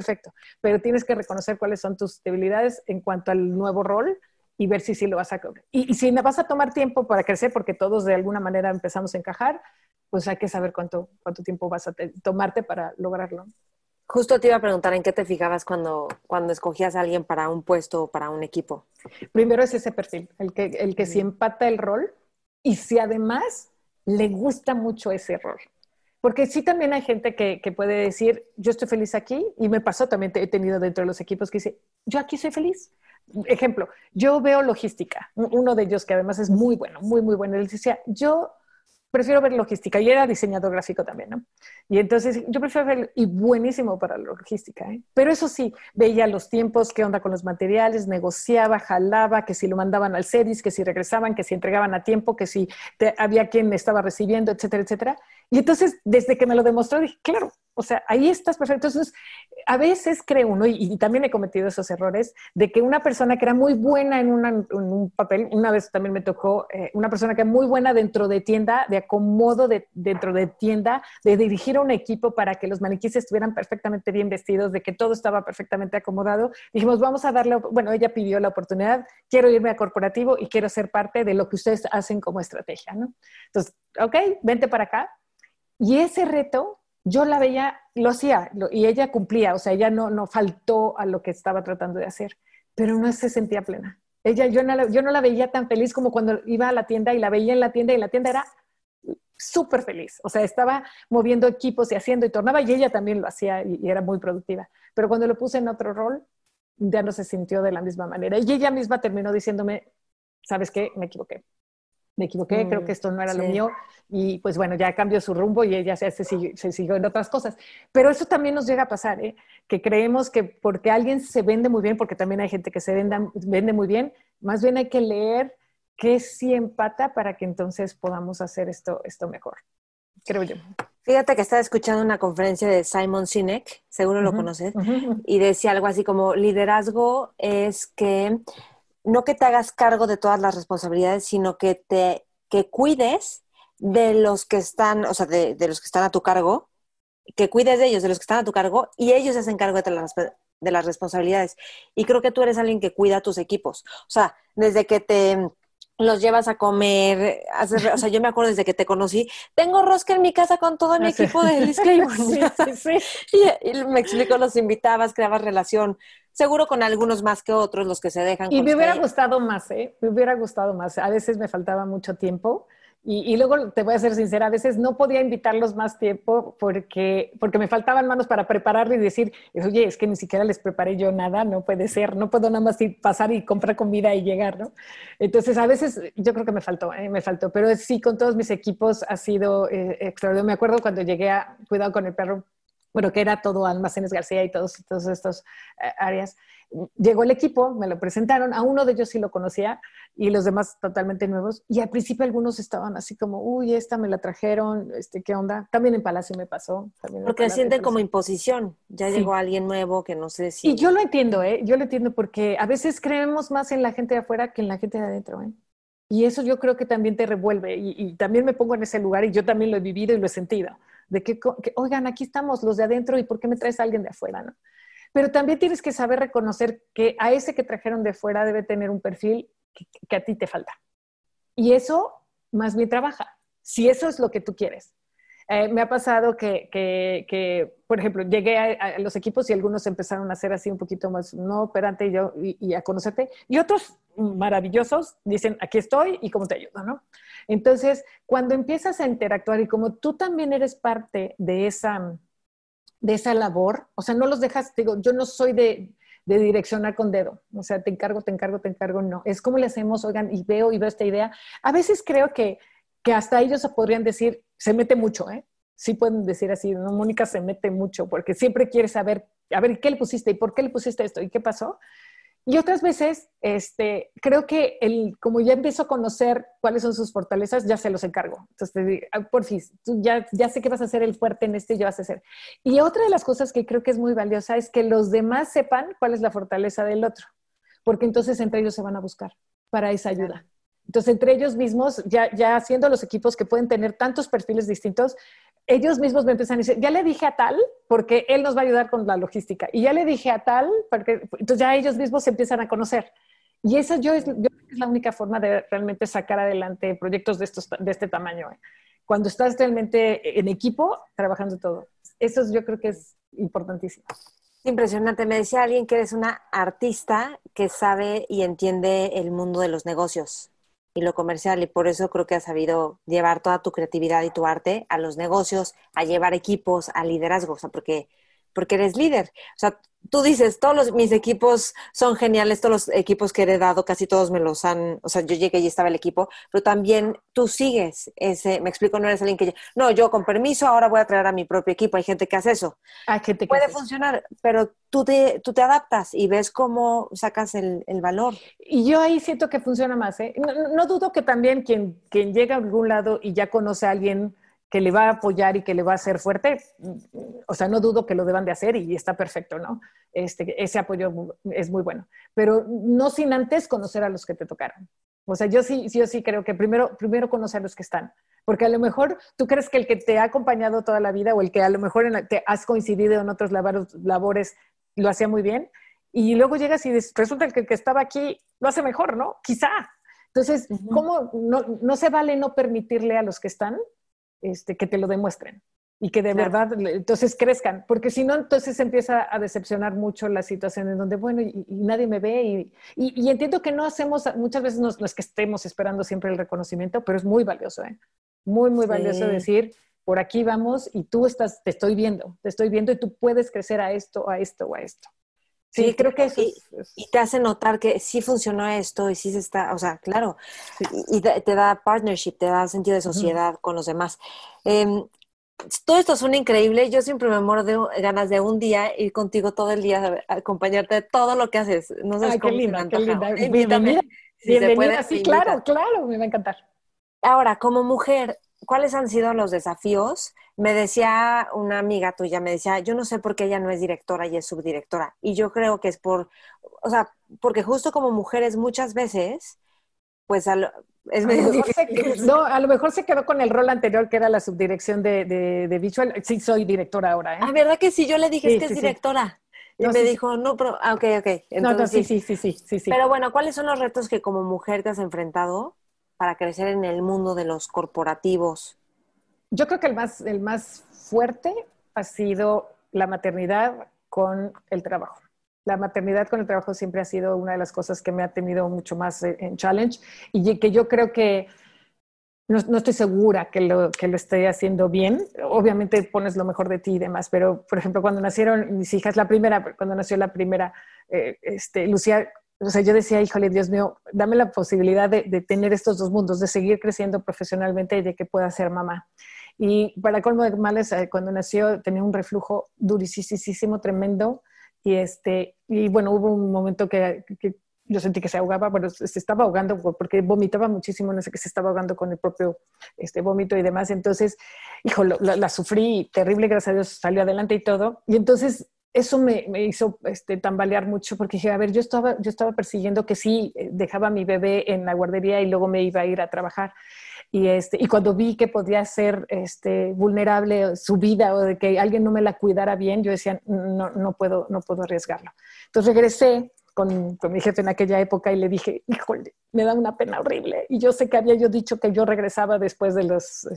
Pero tienes que reconocer cuáles son tus debilidades en cuanto al nuevo rol y ver si sí lo vas a lograr. Y si vas a tomar tiempo para crecer, porque todos de alguna manera empezamos a encajar, pues hay que saber cuánto tiempo vas a tomarte para lograrlo. Justo te iba a preguntar en qué te fijabas cuando escogías a alguien para un puesto o para un equipo. Primero es ese perfil, el que si empata el rol y si además le gusta mucho ese rol. Porque sí también hay gente que puede decir, yo estoy feliz aquí, y me pasó también, he tenido dentro de los equipos que dice, yo aquí soy feliz. Ejemplo, yo veo logística, uno de ellos que además es muy bueno, muy, muy bueno, él decía, yo prefiero ver logística, y era diseñador gráfico también, ¿no? Y entonces yo prefiero ver, y buenísimo para la logística, Pero eso sí, veía los tiempos, qué onda con los materiales, negociaba, jalaba, que si lo mandaban al CEDIS, que si regresaban, que si entregaban a tiempo, que si había quien estaba recibiendo, etcétera, etcétera. Y entonces, desde que me lo demostró, dije, claro, o sea, ahí estás perfecto. Entonces, a veces cree uno, y también he cometido esos errores, de que una persona que era muy buena en un papel, una vez también me tocó una persona que era muy buena dentro de tienda, de acomodo dentro de tienda, de dirigir a un equipo para que los maniquíes estuvieran perfectamente bien vestidos, de que todo estaba perfectamente acomodado. Dijimos, vamos a darle, bueno, ella pidió la oportunidad, quiero irme a corporativo y quiero ser parte de lo que ustedes hacen como estrategia, ¿no? Entonces, ok, vente para acá. Y ese reto, yo la veía, lo hacía, y ella cumplía, o sea, ella no faltó a lo que estaba tratando de hacer, pero no se sentía plena. Yo no la veía tan feliz como cuando iba a la tienda y la veía en la tienda, y la tienda era súper feliz. O sea, estaba moviendo equipos y haciendo y tornaba, y ella también lo hacía y era muy productiva. Pero cuando lo puse en otro rol, ya no se sintió de la misma manera. Y ella misma terminó diciéndome, ¿sabes qué? Me equivoqué, creo que esto no era lo mío, y pues bueno, ya cambió su rumbo y ella se siguió en otras cosas. Pero eso también nos llega a pasar, que creemos que porque alguien se vende muy bien, porque también hay gente que se vende muy bien, más bien hay que leer qué sí empata para que entonces podamos hacer esto mejor, creo yo. Fíjate que estaba escuchando una conferencia de Simon Sinek, seguro lo conoces, y decía algo así como, liderazgo es que no que te hagas cargo de todas las responsabilidades, sino que cuides de los que están, o sea, de los que están a tu cargo, que cuides de ellos, de los que están a tu cargo, y ellos se hacen cargo de las responsabilidades. Y creo que tú eres alguien que cuida a tus equipos. O sea, desde que te los llevas a comer, o sea, yo me acuerdo desde que te conocí, tengo rosca en mi casa con todo mi equipo de Liz Claiborne. Sí. Y me explicó, los invitabas, creabas relación, seguro con algunos más que otros, los que se dejan. Y me hubiera gustado más, me hubiera gustado más. A veces me faltaba mucho tiempo. Y luego, te voy a ser sincera, a veces no podía invitarlos más tiempo porque me faltaban manos para prepararlo y decir, oye, es que ni siquiera les preparé yo nada, no puede ser, no puedo nada más pasar y comprar comida y llegar, ¿no? Entonces, a veces yo creo que me faltó, pero sí, con todos mis equipos ha sido extraordinario. Me acuerdo cuando llegué a Cuidado con el Perro, bueno, que era todo Almacenes García y todos estos áreas. Llegó el equipo, me lo presentaron, a uno de ellos sí lo conocía y los demás totalmente nuevos. Y al principio algunos estaban así como, uy, esta me la trajeron, ¿qué onda? También en Palacio me pasó. Porque sienten como imposición. Ya sí. Llegó alguien nuevo que no sé si... Y yo lo entiendo, yo lo entiendo porque a veces creemos más en la gente de afuera que en la gente de adentro, Y eso yo creo que también te revuelve y también me pongo en ese lugar y yo también lo he vivido y lo he sentido. De que oigan, aquí estamos los de adentro y ¿por qué me traes a alguien de afuera, no? Pero también tienes que saber reconocer que a ese que trajeron de fuera debe tener un perfil que a ti te falta. Y eso más bien trabaja, si eso es lo que tú quieres. Me ha pasado que, por ejemplo, llegué a los equipos y algunos empezaron a hacer así un poquito más, no, espérate, y a conocerte. Y otros maravillosos dicen, aquí estoy y cómo te ayudo, ¿no? Entonces, cuando empiezas a interactuar y como tú también eres parte de esa labor, o sea, no los dejas, digo, yo no soy de direccionar con dedo, o sea, te encargo, no. Es como le hacemos, oigan, y veo esta idea. A veces creo que hasta ellos podrían decir, se mete mucho, Sí pueden decir así, no, Mónica se mete mucho, porque siempre quiere saber, a ver, ¿qué le pusiste? ¿Y por qué le pusiste esto? ¿Y qué pasó? Y otras veces, creo que como ya empiezo a conocer cuáles son sus fortalezas, ya se los encargo. Entonces, te digo, porfis, tú ya sé que vas a ser el fuerte en y ya vas a ser. Y otra de las cosas que creo que es muy valiosa es que los demás sepan cuál es la fortaleza del otro, porque entonces entre ellos se van a buscar para esa ayuda. Entonces, entre ellos mismos, ya haciendo los equipos que pueden tener tantos perfiles distintos, ellos mismos me empiezan a decir, ya le dije a tal, porque él nos va a ayudar con la logística, y ya le dije a tal, porque entonces ya ellos mismos se empiezan a conocer. Y esa yo creo que es la única forma de realmente sacar adelante proyectos de este tamaño. Cuando estás realmente en equipo, trabajando todo. Eso yo creo que es importantísimo. Impresionante. Me decía alguien que eres una artista que sabe y entiende el mundo de los negocios y lo comercial, y por eso creo que has sabido llevar toda tu creatividad y tu arte a los negocios, a llevar equipos, a liderazgo, o sea, porque eres líder. O sea, tú dices, mis equipos son geniales, todos los equipos que he heredado, casi todos me los han, o sea, yo llegué y estaba el equipo, pero también tú sigues me explico, no eres alguien que, no, yo con permiso ahora voy a traer a mi propio equipo, hay gente que hace eso. Hay gente que puede hace funcionar, pero tú te adaptas y ves cómo sacas el valor. Y yo ahí siento que funciona más, ¿eh? No dudo que también quien llega a algún lado y ya conoce a alguien que le va a apoyar y que le va a hacer fuerte, o sea, no dudo que lo deban de hacer y está perfecto, ¿no? Ese apoyo es muy bueno, pero no sin antes conocer a los que te tocaron. O sea, yo sí creo que primero conocer a los que están, porque a lo mejor tú crees que el que te ha acompañado toda la vida o el que a lo mejor te has coincidido en otros labores lo hacía muy bien, y luego llegas y resulta que el que estaba aquí lo hace mejor, ¿no? Quizá. Entonces, ¿cómo no se vale no permitirle a los que están que te lo demuestren y que de verdad entonces crezcan? Porque si no, entonces empieza a decepcionar mucho la situación en donde, bueno, y nadie me ve y entiendo que no hacemos, muchas veces no es que estemos esperando siempre el reconocimiento, pero es muy valioso, ¿eh? Muy, muy valioso decir, por aquí vamos y te estoy viendo y tú puedes crecer a esto, a esto o a esto. Sí, creo que eso y te hace notar que sí funcionó esto y sí se está, o sea, claro, y te da partnership, te da sentido de sociedad con los demás. Todo esto suena increíble. Yo siempre me muero de ganas de un día ir contigo todo el día, acompañarte de todo lo que haces. No sé qué linda, qué linda. Bienvenida. Bienvenida, sí, claro, me va a encantar. Ahora, como mujer, ¿cuáles han sido los desafíos? Me decía una amiga tuya, me decía, yo no sé por qué ella no es directora y es subdirectora. Y yo creo que es porque justo como mujeres muchas veces, pues es medio difícil. A lo mejor se quedó con el rol anterior, que era la subdirección de Visual. Sí, soy directora ahora, ¿eh? Ah, ¿verdad que sí? Yo le dije, es directora. Y me dijo, no, pero, ok. Entonces, sí. Pero bueno, ¿cuáles son los retos que como mujer te has enfrentado para crecer en el mundo de los corporativos? Yo creo que el más fuerte ha sido la maternidad con el trabajo. La maternidad con el trabajo siempre ha sido una de las cosas que me ha tenido mucho más en challenge y que yo creo que no estoy segura que lo esté haciendo bien. Obviamente pones lo mejor de ti y demás, pero por ejemplo, cuando nacieron mis hijas, cuando nació la primera, Lucía, o sea, yo decía, híjole, Dios mío, dame la posibilidad de tener estos dos mundos, de seguir creciendo profesionalmente y de que pueda ser mamá. Y para colmo de males, cuando nació tenía un reflujo durísimo, tremendo. Y bueno, hubo un momento que yo sentí que se ahogaba, bueno, se estaba ahogando porque vomitaba muchísimo, no sé qué, se estaba ahogando con el propio vómito y demás. Entonces, hijo, la sufrí terrible, gracias a Dios salió adelante y todo. Y entonces eso me hizo tambalear mucho porque dije, a ver, yo estaba persiguiendo que sí, dejaba a mi bebé en la guardería y luego me iba a ir a trabajar. Y cuando vi que podía ser vulnerable su vida o de que alguien no me la cuidara bien, yo decía, no puedo arriesgarlo. Entonces regresé con mi jefe en aquella época y le dije, híjole, me da una pena horrible. Y yo sé que había yo dicho que yo regresaba después de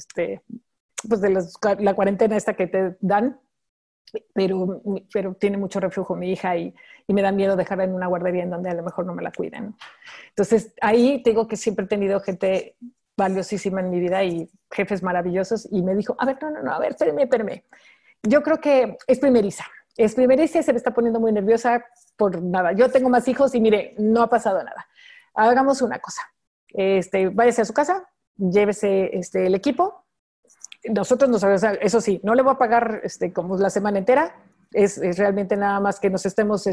la cuarentena esta que te dan, pero tiene mucho reflujo mi hija y me da miedo dejarla en una guardería en donde a lo mejor no me la cuiden. Entonces ahí te digo que siempre he tenido gente valiosísima en mi vida y jefes maravillosos y me dijo, a ver, no, a ver, espérame. Yo creo que es primeriza y se me está poniendo muy nerviosa por nada. Yo tengo más hijos y mire, no ha pasado nada. Hagamos una cosa, váyase a su casa, llévese el equipo. Nosotros eso sí, no le voy a pagar como la semana entera, es realmente nada más que nos estemos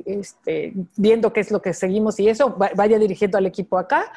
viendo qué es lo que seguimos y eso, vaya dirigiendo al equipo acá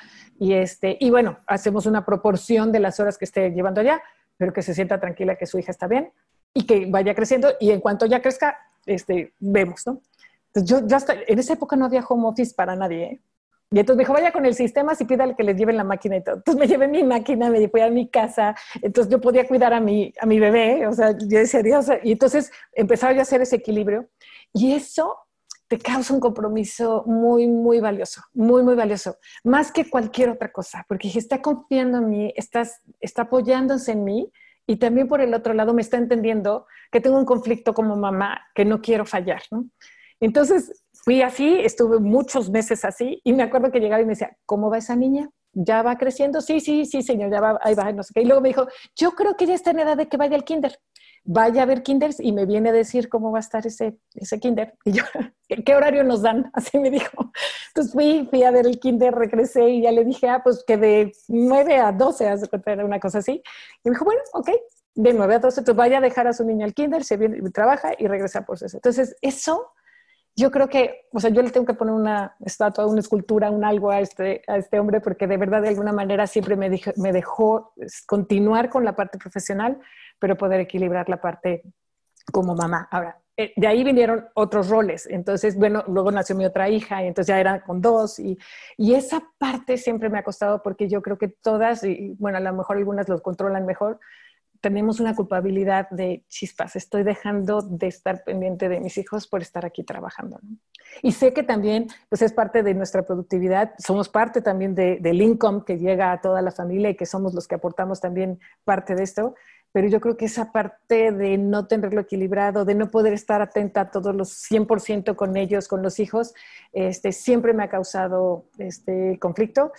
y bueno, hacemos una proporción de las horas que esté llevando allá, pero que se sienta tranquila que su hija está bien y que vaya creciendo y en cuanto ya crezca, vemos, ¿no? Entonces yo hasta, en esa época no había home office para nadie, ¿eh? Y entonces me dijo, vaya con el sistema y pídale que les lleven la máquina y todo. Entonces me llevé mi máquina, me fui a mi casa, entonces yo podía cuidar a mi bebé, o sea, yo decía, Dios, y entonces empezaba yo a hacer ese equilibrio y eso te causa un compromiso muy, muy valioso, muy, muy valioso, más que cualquier otra cosa, porque está confiando en mí, está apoyándose en mí y también por el otro lado me está entendiendo que tengo un conflicto como mamá, que no quiero fallar, ¿no? Entonces fui así, estuve muchos meses así y me acuerdo que llegaba y me decía, ¿cómo va esa niña? ¿Ya va creciendo? Sí, señor, ya va, ahí va, no sé qué. Y luego me dijo, yo creo que ya está en edad de que vaya al kinder. Vaya a ver kinders y me viene a decir cómo va a estar ese kinder. Y yo, ¿qué horario nos dan? Así me dijo. Entonces fui a ver el kinder, regresé y ya le dije, pues que de 9 a 12, haz de cuenta, era una cosa así. Y me dijo, bueno, ok, de 9 a 12, entonces vaya a dejar a su niña al kinder, se viene, trabaja y regresa por eso. Entonces, eso yo creo que, o sea, yo le tengo que poner una estatua, una escultura, un algo a este hombre, porque de verdad, de alguna manera, siempre me dejó continuar con la parte profesional, pero poder equilibrar la parte como mamá. Ahora, de ahí vinieron otros roles. Entonces, bueno, luego nació mi otra hija y entonces ya eran con dos. Y esa parte siempre me ha costado porque yo creo que todas, y bueno, a lo mejor algunas los controlan mejor, tenemos una culpabilidad de chispas, estoy dejando de estar pendiente de mis hijos por estar aquí trabajando, ¿no? Y sé que también pues es parte de nuestra productividad, somos parte también del income que llega a toda la familia y que somos los que aportamos también parte de esto, pero yo creo que esa parte de no tenerlo equilibrado, de no poder estar atenta a todos los 100% con ellos, con los hijos, siempre me ha causado conflicto.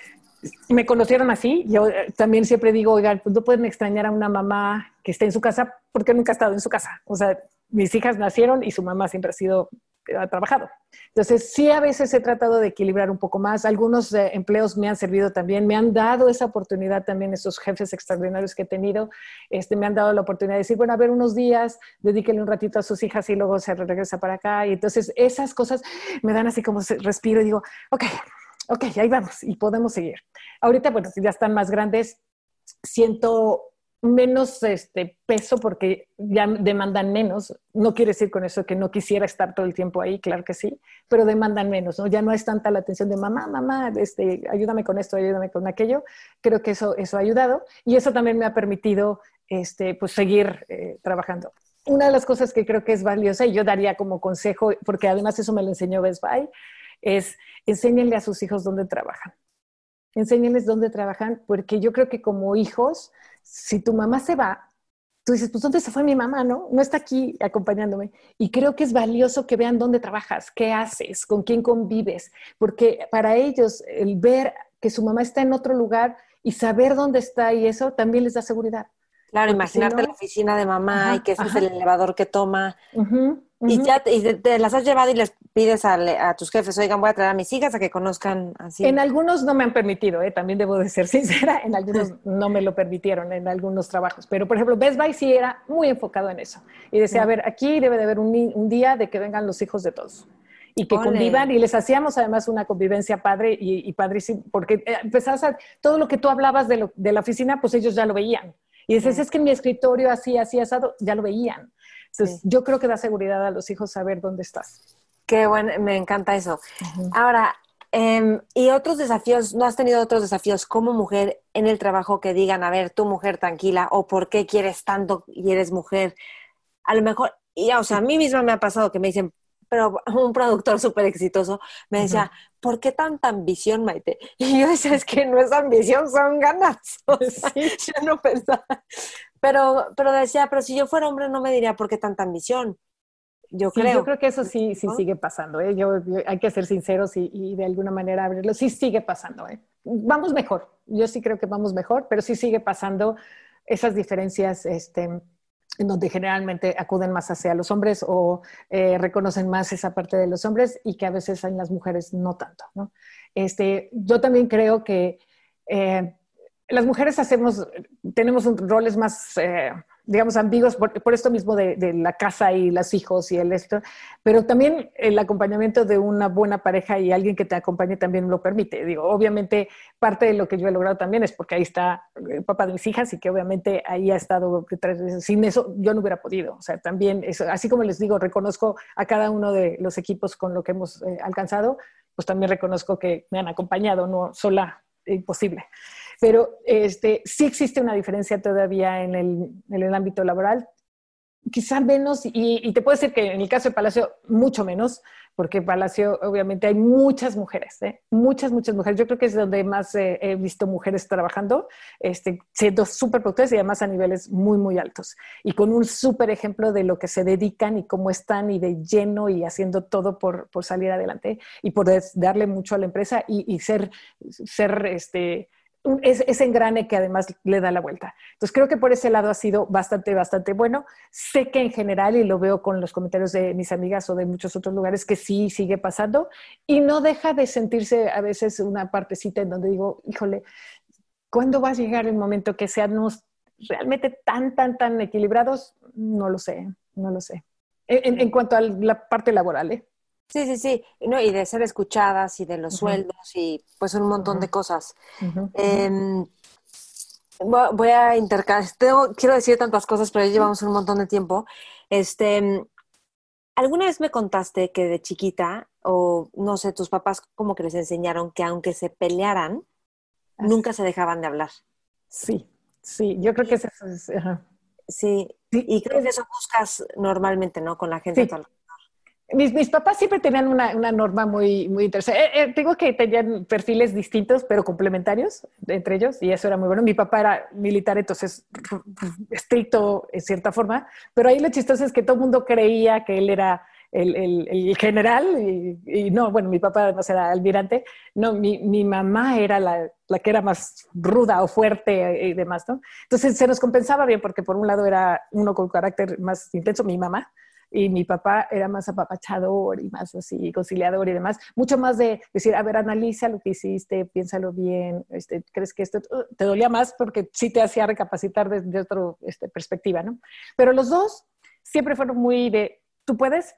Me conocieron así, yo también siempre digo, oigan, pues no pueden extrañar a una mamá que esté en su casa porque nunca ha estado en su casa. O sea, mis hijas nacieron y su mamá siempre ha trabajado. Entonces, sí, a veces he tratado de equilibrar un poco más. Algunos empleos me han servido también, me han dado esa oportunidad también, esos jefes extraordinarios que he tenido, me han dado la oportunidad de decir, bueno, a ver, unos días, dedíquenle un ratito a sus hijas y luego se regresa para acá. Y entonces, esas cosas me dan así como respiro y digo, ok, ahí vamos y podemos seguir. Ahorita, bueno, si ya están más grandes, siento menos peso porque ya demandan menos. No quiere decir con eso que no quisiera estar todo el tiempo ahí, claro que sí, pero demandan menos, ¿no? Ya no es tanta la atención de mamá, ayúdame con esto, ayúdame con aquello. Creo que eso ha ayudado y eso también me ha permitido pues seguir trabajando. Una de las cosas que creo que es valiosa y yo daría como consejo, porque además eso me lo enseñó Best Buy, es enséñenle a sus hijos dónde trabajan. Enséñenles dónde trabajan, porque yo creo que como hijos, si tu mamá se va, tú dices, pues ¿dónde se fue mi mamá? No está aquí acompañándome. Y creo que es valioso que vean dónde trabajas, qué haces, con quién convives, porque para ellos el ver que su mamá está en otro lugar y saber dónde está y eso también les da seguridad. Claro, Porque imaginarte si no, la oficina de mamá y que ese es ajá. el elevador que toma. Y Uh-huh. ya te las has llevado y les pides a tus jefes, oigan, voy a traer a mis hijas a que conozcan así. En algunos no me han permitido, también debo de ser sincera, en algunos no me lo permitieron, en algunos trabajos. Pero, por ejemplo, Best Buy sí era muy enfocado en eso. Y decía, a ver, aquí debe de haber un día de que vengan los hijos de todos. Y que convivan, y les hacíamos además una convivencia padre y padrísimo, porque empezabas todo lo que tú hablabas de la oficina, pues ellos ya lo veían. Y dices, es que en mi escritorio así asado, ya lo veían. Entonces, yo creo que da seguridad a los hijos saber dónde estás. Qué bueno, me encanta eso. Ahora, ¿y otros desafíos? ¿No has tenido otros desafíos como mujer en el trabajo que digan, a ver, tú mujer tranquila, o por qué quieres tanto y eres mujer? A lo mejor, o sea, a mí misma me ha pasado que me dicen, pero un productor súper exitoso me decía, ¿por qué tanta ambición, Maite? Y yo decía, es que no es ambición, son ganas. O sea, yo no pensaba. Pero decía, pero si yo fuera hombre no me diría, ¿por qué tanta ambición? Yo creo que eso sí ¿no? sigue pasando. Yo hay que ser sinceros y de alguna manera abrirlo. Sí sigue pasando. Vamos mejor. Yo sí creo que vamos mejor, pero sí sigue pasando esas diferencias en donde generalmente acuden más hacia los hombres o reconocen más esa parte de los hombres y que a veces en las mujeres no tanto, ¿no? Yo también creo que las mujeres tenemos roles más digamos, ambiguos por esto mismo de la casa y los hijos y el esto, pero también el acompañamiento de una buena pareja y alguien que te acompañe también lo permite. Digo, obviamente parte de lo que yo he logrado también es porque ahí está el papá de mis hijas y que obviamente ahí ha estado detrás. Sin eso yo no hubiera podido. O sea, también, eso, así como les digo, reconozco a cada uno de los equipos con lo que hemos alcanzado, pues también reconozco que me han acompañado, no sola, imposible. Pero sí existe una diferencia todavía en el ámbito laboral, quizá menos, y te puedo decir que en el caso de Palacio, mucho menos, porque en Palacio obviamente hay muchas mujeres, muchas mujeres. Yo creo que es donde más he visto mujeres trabajando, siendo súper productivas y además a niveles muy altos. Y con un súper ejemplo de lo que se dedican y cómo están y de lleno y haciendo todo por salir adelante y por darle mucho a la empresa y ser ese engrane que además le da la vuelta. Entonces creo que por ese lado ha sido bastante bueno. Sé que en general, y lo veo con los comentarios de mis amigas o de muchos otros lugares, que sí sigue pasando y no deja de sentirse a veces una partecita en donde digo, híjole, ¿cuándo va a llegar el momento que seamos realmente tan equilibrados? No lo sé. En cuanto a la parte laboral, ¿eh? Sí. No, y de ser escuchadas y de los sueldos y pues un montón de cosas. Voy a intercalar. Quiero decir tantas cosas, pero ya llevamos un montón de tiempo. ¿Alguna vez me contaste que de chiquita, o no sé, tus papás como que les enseñaron que aunque se pelearan, nunca se dejaban de hablar? Sí. Yo creo que eso es... Sí, y creo que eso buscas normalmente, ¿no? Con la gente. Sí. Mis papás siempre tenían una norma muy interesante. Tengo que tenían perfiles distintos, pero complementarios entre ellos, y eso era muy bueno. Mi papá era militar, entonces estricto en cierta forma, pero ahí lo chistoso es que todo el mundo creía que él era el general, y no, bueno, mi papá además era almirante. No, mi mamá era la que era más ruda o fuerte y demás, ¿no? Entonces se nos compensaba bien, porque por un lado era uno con carácter más intenso, mi mamá, y mi papá era más apapachador y más así conciliador y demás, mucho más de decir, a ver, analiza lo que hiciste, piénsalo bien, ¿crees que esto te dolía más? Porque sí te hacía recapacitar desde otra perspectiva, ¿no? Pero los dos siempre fueron muy de, tú puedes,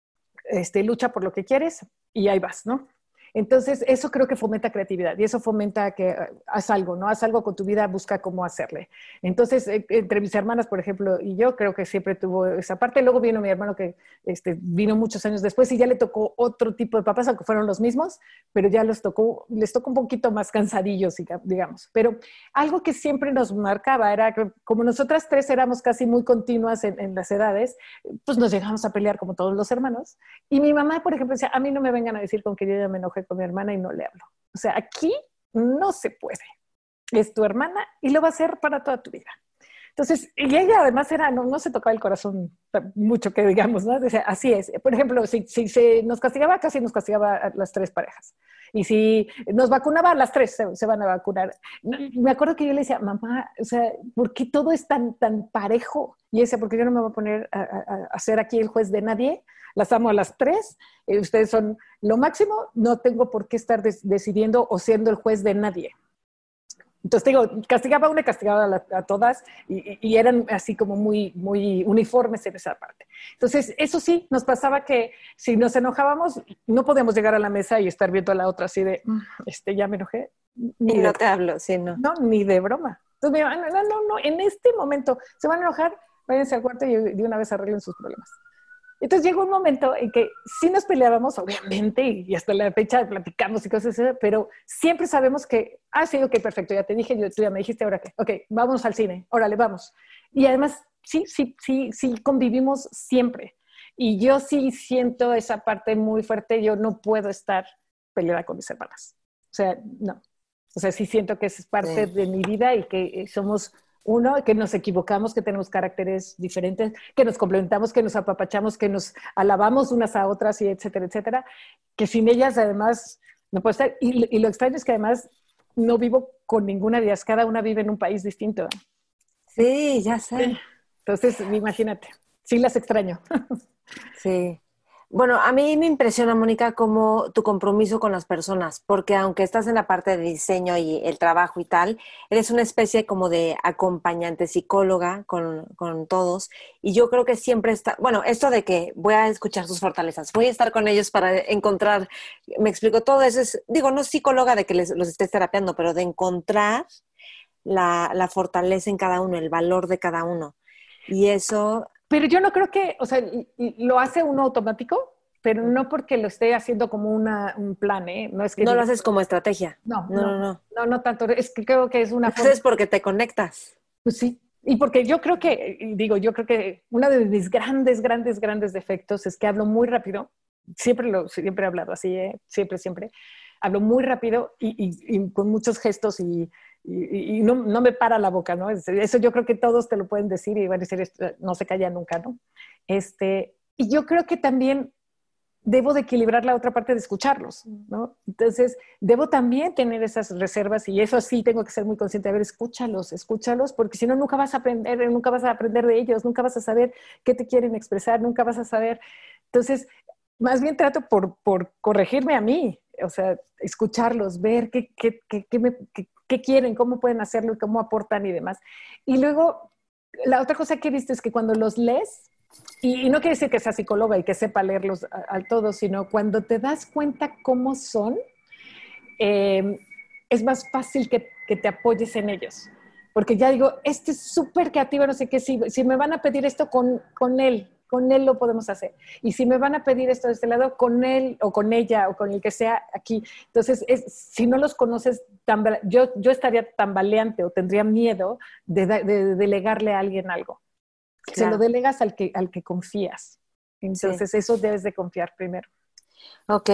lucha por lo que quieres y ahí vas, ¿no? Entonces, eso creo que fomenta creatividad y eso fomenta que haz algo, ¿no? Haz algo con tu vida, busca cómo hacerle. Entonces, entre mis hermanas, por ejemplo, y yo creo que siempre tuvo esa parte. Luego vino mi hermano que vino muchos años después y ya le tocó otro tipo de papás, aunque fueron los mismos, pero ya les tocó un poquito más cansadillos, digamos. Pero algo que siempre nos marcaba era que como nosotras tres éramos casi muy continuas en las edades, pues nos llegamos a pelear como todos los hermanos. Y mi mamá, por ejemplo, decía, a mí no me vengan a decir con que yo ya me enojé con mi hermana y no le hablo. O sea, aquí no se puede. Es tu hermana y lo va a hacer para toda tu vida. Entonces, y ella además no se tocaba el corazón mucho, que digamos, ¿no? Decía, así es. Por ejemplo, si se nos castigaba, casi nos castigaba a las tres parejas. Y si nos vacunaba, las tres se van a vacunar. Me acuerdo que yo le decía, mamá, o sea, ¿por qué todo es tan parejo? Y ella decía, porque yo no me voy a poner a ser aquí el juez de nadie. Las amo a las tres, ustedes son lo máximo, no tengo por qué estar decidiendo o siendo el juez de nadie. Entonces, digo, castigaba a una y castigaba a todas y eran así como muy uniformes en esa parte. Entonces, eso sí, nos pasaba que si nos enojábamos, no podíamos llegar a la mesa y estar viendo a la otra así de, ya me enojé. Y no te hablo, sí, no. No, ni de broma. Entonces, mi mamá, no, en este momento se van a enojar, váyanse al cuarto y de una vez arreglen sus problemas. Entonces llegó un momento en que sí nos peleábamos, obviamente, y hasta la fecha platicamos y cosas así, pero siempre sabemos que, sí, ok, perfecto, ya te dije, tú ya me dijiste, ¿ahora qué? Ok, vámonos al cine, órale, vamos. Y además, sí convivimos siempre. Y yo sí siento esa parte muy fuerte, yo no puedo estar peleada con mis hermanas. O sea, no. O sea, sí siento que es parte de mi vida y que somos... Uno, que nos equivocamos, que tenemos caracteres diferentes, que nos complementamos, que nos apapachamos, que nos alabamos unas a otras, y etcétera, etcétera, que sin ellas además no puedo estar. Y lo extraño es que además no vivo con ninguna de ellas, cada una vive en un país distinto. Sí, ya sé. Entonces, imagínate, sí las extraño. Sí. Bueno, a mí me impresiona, Mónica, como tu compromiso con las personas, porque aunque estás en la parte de diseño y el trabajo y tal, eres una especie como de acompañante psicóloga con todos. Y yo creo que siempre está, bueno, esto de que voy a escuchar sus fortalezas, voy a estar con ellos para encontrar, me explico, todo eso es, digo, no psicóloga de que los estés terapeando, pero de encontrar la fortaleza en cada uno, el valor de cada uno. Y eso, Pero yo no creo que, o sea, lo hace uno automático, pero no porque lo esté haciendo como un plan, ¿eh? No es que no lo diga, haces como estrategia. no, No, no, no, no. no tanto. Es que creo que es una forma, Entonces, porque te conectas. pues sí. Y porque yo creo que, digo, yo creo que uno de mis grandes defectos es que hablo muy rápido. Siempre he hablado así, ¿eh? Siempre. Hablo muy rápido y con muchos gestos y no me para la boca, ¿no? Eso yo creo que todos te lo pueden decir y van a decir, no se calla nunca, ¿no? Y yo creo que también debo de equilibrar la otra parte de escucharlos, ¿no? Entonces, debo también tener esas reservas y eso sí tengo que ser muy consciente. A ver, escúchalos, porque si no, nunca vas a aprender de ellos, nunca vas a saber qué te quieren expresar, nunca vas a saber. Entonces, más bien trato por corregirme a mí, o sea, escucharlos, ver qué quieren, cómo pueden hacerlo y cómo aportan y demás. Y luego, la otra cosa que he visto es que cuando los lees, y no quiere decir que sea psicóloga y que sepa leerlos al todo, sino cuando te das cuenta cómo son, eh, es más fácil que te apoyes en ellos. Porque ya digo, este es súper creativo, no sé qué, si me van a pedir esto con él lo podemos hacer. Y si me van a pedir esto de este lado, con él o con ella o con el que sea aquí. Entonces, si no los conoces, yo estaría tambaleante o tendría miedo de delegarle a alguien algo. Se lo Claro. delegas al que confías. Entonces, Sí. eso debes de confiar primero. Ok.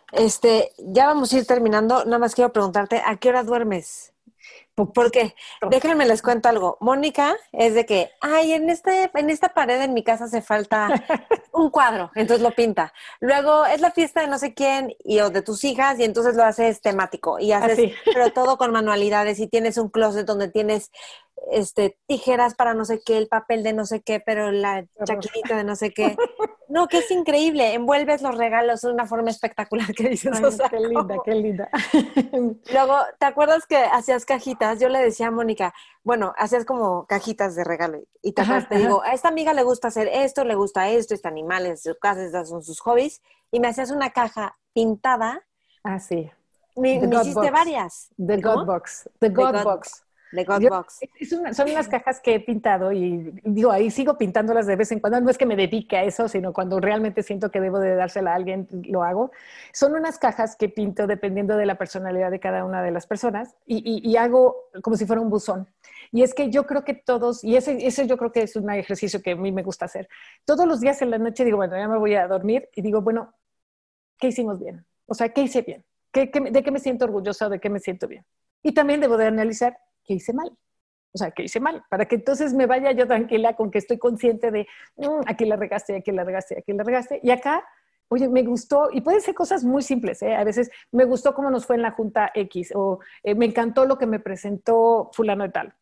Ya vamos a ir terminando. Nada más quiero preguntarte, ¿a qué hora duermes? Poquito. Porque, déjenme les cuento algo. Mónica es de que, ay, en esta pared en mi casa hace falta un cuadro, entonces lo pinta. Luego es la fiesta de no sé quién o de tus hijas y entonces lo haces temático y haces, Así. pero todo con manualidades y tienes un closet donde tienes tijeras para no sé qué, el papel de no sé qué, pero la chaquetita de no sé qué. No, que es increíble. Envuelves los regalos de una forma espectacular que dices, Ay, o sea, qué linda, ¿cómo? qué linda. Luego, ¿te acuerdas que hacías cajitas? Yo le decía a Mónica, bueno, hacías como cajitas de regalo. Y te acuerdas, Ajá, te digo, ajá. a esta amiga le gusta hacer esto, le gusta esto, este animal, en su casa, estas son sus hobbies. Y me hacías una caja pintada. Ah, sí. The Me God hiciste Box. varias. The God ¿Cómo? Box. The The God God, Box. The God Yo, Box. son unas cajas que he pintado y digo, ahí sigo pintándolas de vez en cuando. No es que me dedique a eso, sino cuando realmente siento que debo de dársela a alguien, lo hago. Son unas cajas que pinto dependiendo de la personalidad de cada una de las personas y hago como si fuera un buzón. Y es que yo creo que todos, y ese yo creo que es un ejercicio que a mí me gusta hacer. Todos los días en la noche digo, bueno, ya me voy a dormir y digo, bueno, ¿qué hicimos bien? O sea, ¿qué hice bien? ¿De qué me siento orgullosa o de qué me siento bien? Y también debo de analizar qué hice mal. O sea, ¿qué hice mal? Para que entonces me vaya yo tranquila con que estoy consciente de aquí la regaste, aquí la regaste, aquí la regaste. Y acá, oye, me gustó, y pueden ser cosas muy simples, ¿eh? A veces me gustó cómo nos fue en la junta X, o me encantó lo que me presentó fulano de tal.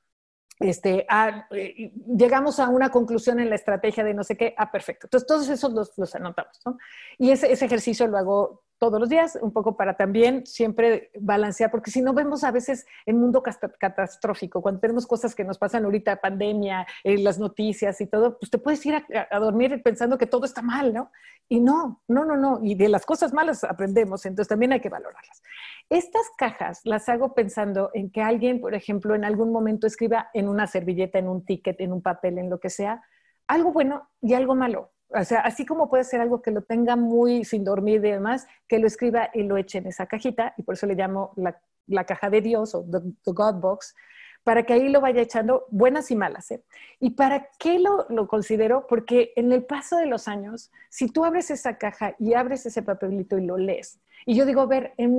Llegamos a una conclusión en la estrategia de no sé qué, perfecto. Entonces, todos esos los anotamos, ¿no? Y ese ejercicio lo hago todos los días, un poco para también siempre balancear, porque si no vemos a veces el mundo catastrófico, cuando tenemos cosas que nos pasan ahorita, pandemia, las noticias y todo, pues te puedes ir a dormir pensando que todo está mal, ¿no? Y no, y de las cosas malas aprendemos, entonces también hay que valorarlas. Estas cajas las hago pensando en que alguien, por ejemplo, en algún momento escriba en una servilleta, en un ticket, en un papel, en lo que sea, algo bueno y algo malo. O sea, así como puede ser algo que lo tenga muy sin dormir y demás, que lo escriba y lo eche en esa cajita, y por eso le llamo la caja de Dios o the God Box, para que ahí lo vaya echando buenas y malas. ¿Eh? ¿Y para qué lo considero? Porque en el paso de los años, si tú abres esa caja y abres ese papelito y lo lees, y yo digo, a ver, en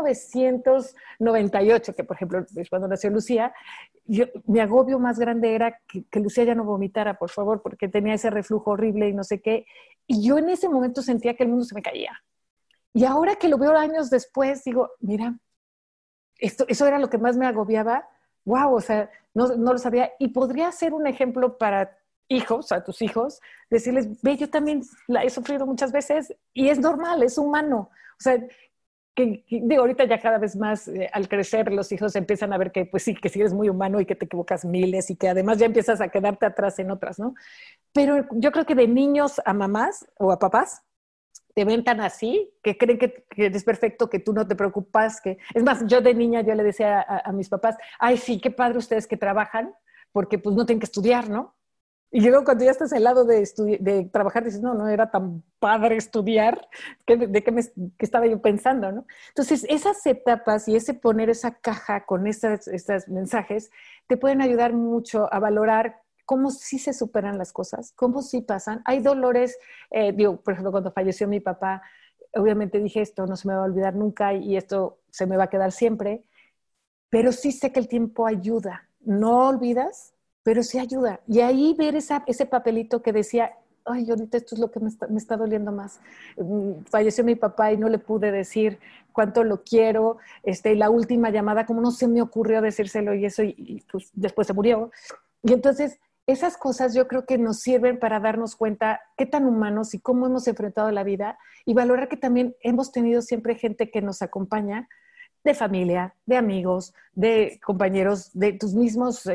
1998, que por ejemplo es cuando nació Lucía, mi agobio más grande era que Lucía ya no vomitara, por favor, porque tenía ese reflujo horrible y no sé qué. Y yo en ese momento sentía que el mundo se me caía. Y ahora que lo veo años después, digo, mira, eso era lo que más me agobiaba. Wow, o sea, no lo sabía. Y podría ser un ejemplo para hijos, a tus hijos, decirles, ve, yo también la he sufrido muchas veces y es normal, es humano. O sea, digo, ahorita ya cada vez más al crecer los hijos empiezan a ver que pues sí, que sí eres muy humano y que te equivocas miles y que además ya empiezas a quedarte atrás en otras, ¿no? Pero yo creo que de niños a mamás o a papás te ven tan así, que creen que eres perfecto, que tú no te preocupas. Es más, yo de niña yo le decía a mis papás, ay, sí, qué padre ustedes que trabajan, porque pues no tienen que estudiar, ¿no? Y luego cuando ya estás al lado de trabajar, dices, no era tan padre estudiar, ¿qué estaba yo pensando, no? Entonces, esas etapas y ese poner esa caja con estos mensajes te pueden ayudar mucho a valorar cómo sí se superan las cosas, cómo sí pasan. Hay dolores, por ejemplo, cuando falleció mi papá, obviamente dije, esto no se me va a olvidar nunca y esto se me va a quedar siempre, pero sí sé que el tiempo ayuda. No olvidas, pero sí ayuda. Y ahí ver ese papelito que decía, ay, ahorita esto es lo que me está doliendo más. Falleció mi papá y no le pude decir cuánto lo quiero. La última llamada, como no se me ocurrió decírselo y eso, y pues después se murió. Y entonces, esas cosas yo creo que nos sirven para darnos cuenta qué tan humanos y cómo hemos enfrentado la vida y valorar que también hemos tenido siempre gente que nos acompaña, de familia, de amigos, de compañeros, de tus mismos,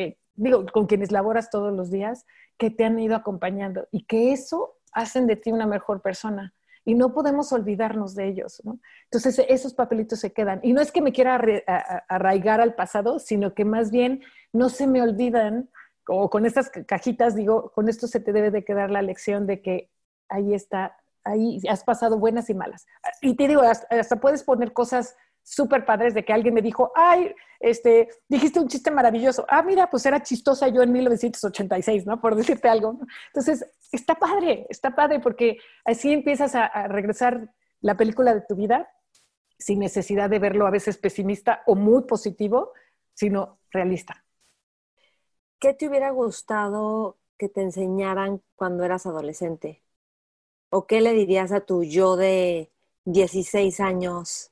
con quienes laboras todos los días, que te han ido acompañando y que eso hacen de ti una mejor persona. Y no podemos olvidarnos de ellos, ¿no? Entonces, esos papelitos se quedan. Y no es que me quiera arraigar al pasado, sino que más bien no se me olvidan, o con estas cajitas, digo, con esto se te debe de quedar la lección de que ahí está, ahí has pasado buenas y malas. Y te digo, hasta puedes poner cosas súper padres de que alguien me dijo, ay, dijiste un chiste maravilloso. Ah, mira, pues era chistosa yo en 1986, ¿no? Por decirte algo, ¿no? Entonces, está padre porque así empiezas a regresar la película de tu vida sin necesidad de verlo a veces pesimista o muy positivo, sino realista. ¿Qué te hubiera gustado que te enseñaran cuando eras adolescente? ¿O qué le dirías a tu yo de 16 años?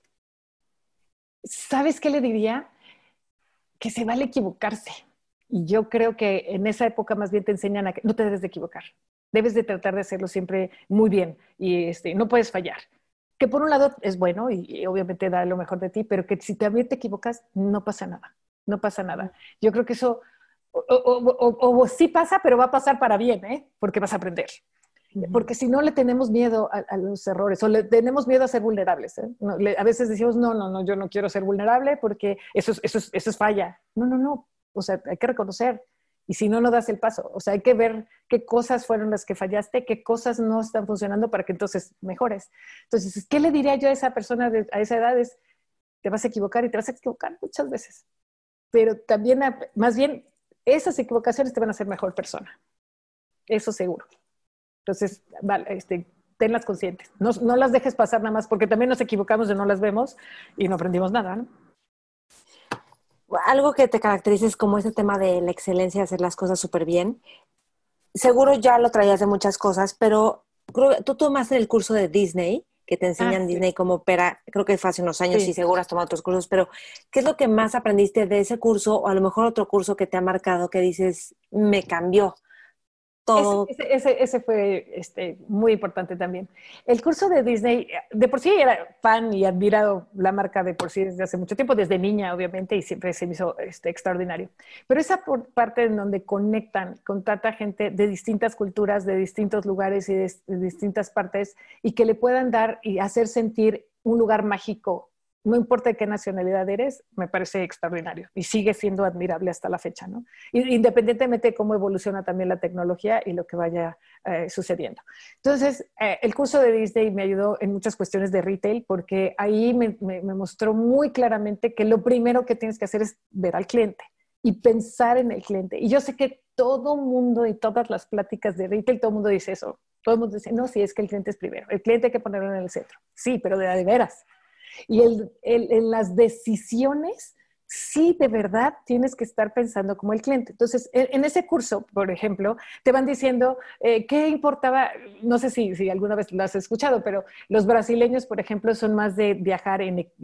¿Sabes qué le diría? Que se vale equivocarse. Y yo creo que en esa época más bien te enseñan a que no te debes de equivocar. Debes de tratar de hacerlo siempre muy bien y no puedes fallar. Que por un lado es bueno y obviamente da lo mejor de ti, pero que si también te equivocas, no pasa nada. No pasa nada. Yo creo que eso o sí pasa, pero va a pasar para bien, ¿eh? Porque vas a aprender. Porque si no le tenemos miedo a los errores o le tenemos miedo a ser vulnerables. No, a veces decimos, no, yo no quiero ser vulnerable porque eso es falla. No. O sea, hay que reconocer. Y si no, no das el paso. O sea, hay que ver qué cosas fueron las que fallaste, qué cosas no están funcionando para que entonces mejores. Entonces, ¿qué le diría yo a esa persona a esa edad? Te vas a equivocar y te vas a equivocar muchas veces. Pero también, más bien, esas equivocaciones te van a hacer mejor persona. Eso seguro. Entonces, vale, tenlas conscientes. No las dejes pasar nada más, porque también nos equivocamos y no las vemos y no aprendimos nada, ¿no? Algo que te caracteriza es como ese tema de la excelencia, hacer las cosas súper bien. Seguro ya lo traías de muchas cosas, pero tú tomaste el curso de Disney, que te enseñan Disney sí. Cómo opera, creo que fue hace unos años y seguro has tomado otros cursos, pero ¿qué es lo que más aprendiste de ese curso o a lo mejor otro curso que te ha marcado que dices, me cambió todo? Ese fue muy importante también. El curso de Disney, de por sí era fan y admirado la marca de por sí desde hace mucho tiempo, desde niña obviamente, y siempre se me hizo extraordinario. Pero esa parte en donde conectan con tanta gente de distintas culturas, de distintos lugares y de distintas partes, y que le puedan dar y hacer sentir un lugar mágico, no importa de qué nacionalidad eres, me parece extraordinario y sigue siendo admirable hasta la fecha, ¿no? Independientemente de cómo evoluciona también la tecnología y lo que vaya sucediendo. Entonces, el curso de Disney me ayudó en muchas cuestiones de retail porque ahí me mostró muy claramente que lo primero que tienes que hacer es ver al cliente y pensar en el cliente. Y yo sé que todo mundo y todas las pláticas de retail, todo el mundo dice eso. Todo el mundo dice, no, sí, es que el cliente es primero. El cliente hay que ponerlo en el centro. Sí, pero de veras. Y en las decisiones sí de verdad tienes que estar pensando como el cliente. Entonces, en ese curso, por ejemplo, te van diciendo qué importaba, no sé si alguna vez lo has escuchado, pero los brasileños, por ejemplo, son más de viajar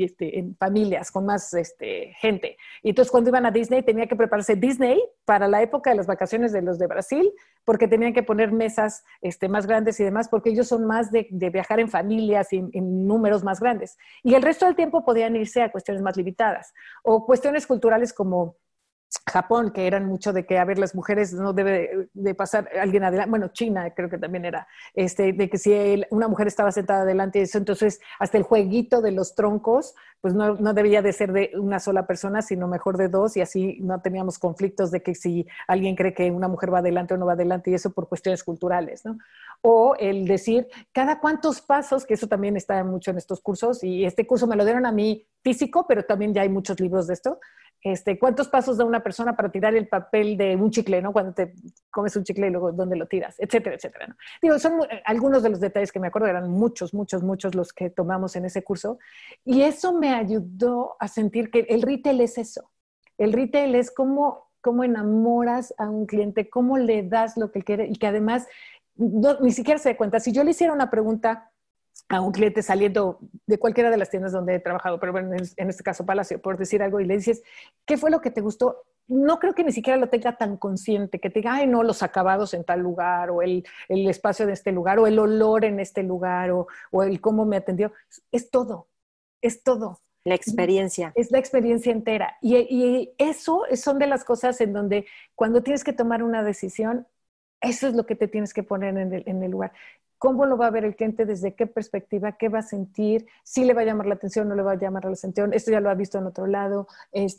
en familias, con más gente. Y entonces cuando iban a Disney tenía que prepararse Disney para la época de las vacaciones de los de Brasil, porque tenían que poner mesas más grandes y demás, porque ellos son más de viajar en familias y en números más grandes. Y el resto del tiempo podían irse a cuestiones más limitadas. O cuestiones culturales como Japón, que eran mucho de que, a ver, las mujeres no debe de pasar alguien adelante, bueno, China creo que también era, de que si una mujer estaba sentada adelante, eso, entonces hasta el jueguito de los troncos, pues no debía de ser de una sola persona, sino mejor de dos, y así no teníamos conflictos de que si alguien cree que una mujer va adelante o no va adelante, y eso por cuestiones culturales, ¿no? O el decir, cada cuántos pasos, que eso también está mucho en estos cursos, y este curso me lo dieron a mí físico, pero también ya hay muchos libros de esto. ¿Cuántos pasos da una persona para tirar el papel de un chicle, ¿no? Cuando te comes un chicle y luego dónde lo tiras, etcétera, etcétera, ¿no? Digo, son algunos de los detalles que me acuerdo, eran muchos, muchos, muchos los que tomamos en ese curso, y eso me ayudó a sentir que el retail es eso. El retail es cómo enamoras a un cliente, cómo le das lo que quiere, y que además ni siquiera se da cuenta. Si yo le hiciera una pregunta a un cliente saliendo de cualquiera de las tiendas donde he trabajado, pero bueno, en este caso Palacio, por decir algo, y le dices, ¿qué fue lo que te gustó? No creo que ni siquiera lo tenga tan consciente, que te diga, ay, no, los acabados en tal lugar, o el espacio de este lugar, o el olor en este lugar, o el cómo me atendió. Es todo, es todo. La experiencia. Es la experiencia entera. Y eso son de las cosas en donde cuando tienes que tomar una decisión, eso es lo que te tienes que poner en el lugar. ¿Cómo lo va a ver el cliente? ¿Desde qué perspectiva? ¿Qué va a sentir? ¿Sí le va a llamar la atención? ¿No le va a llamar la atención? Esto ya lo ha visto en otro lado.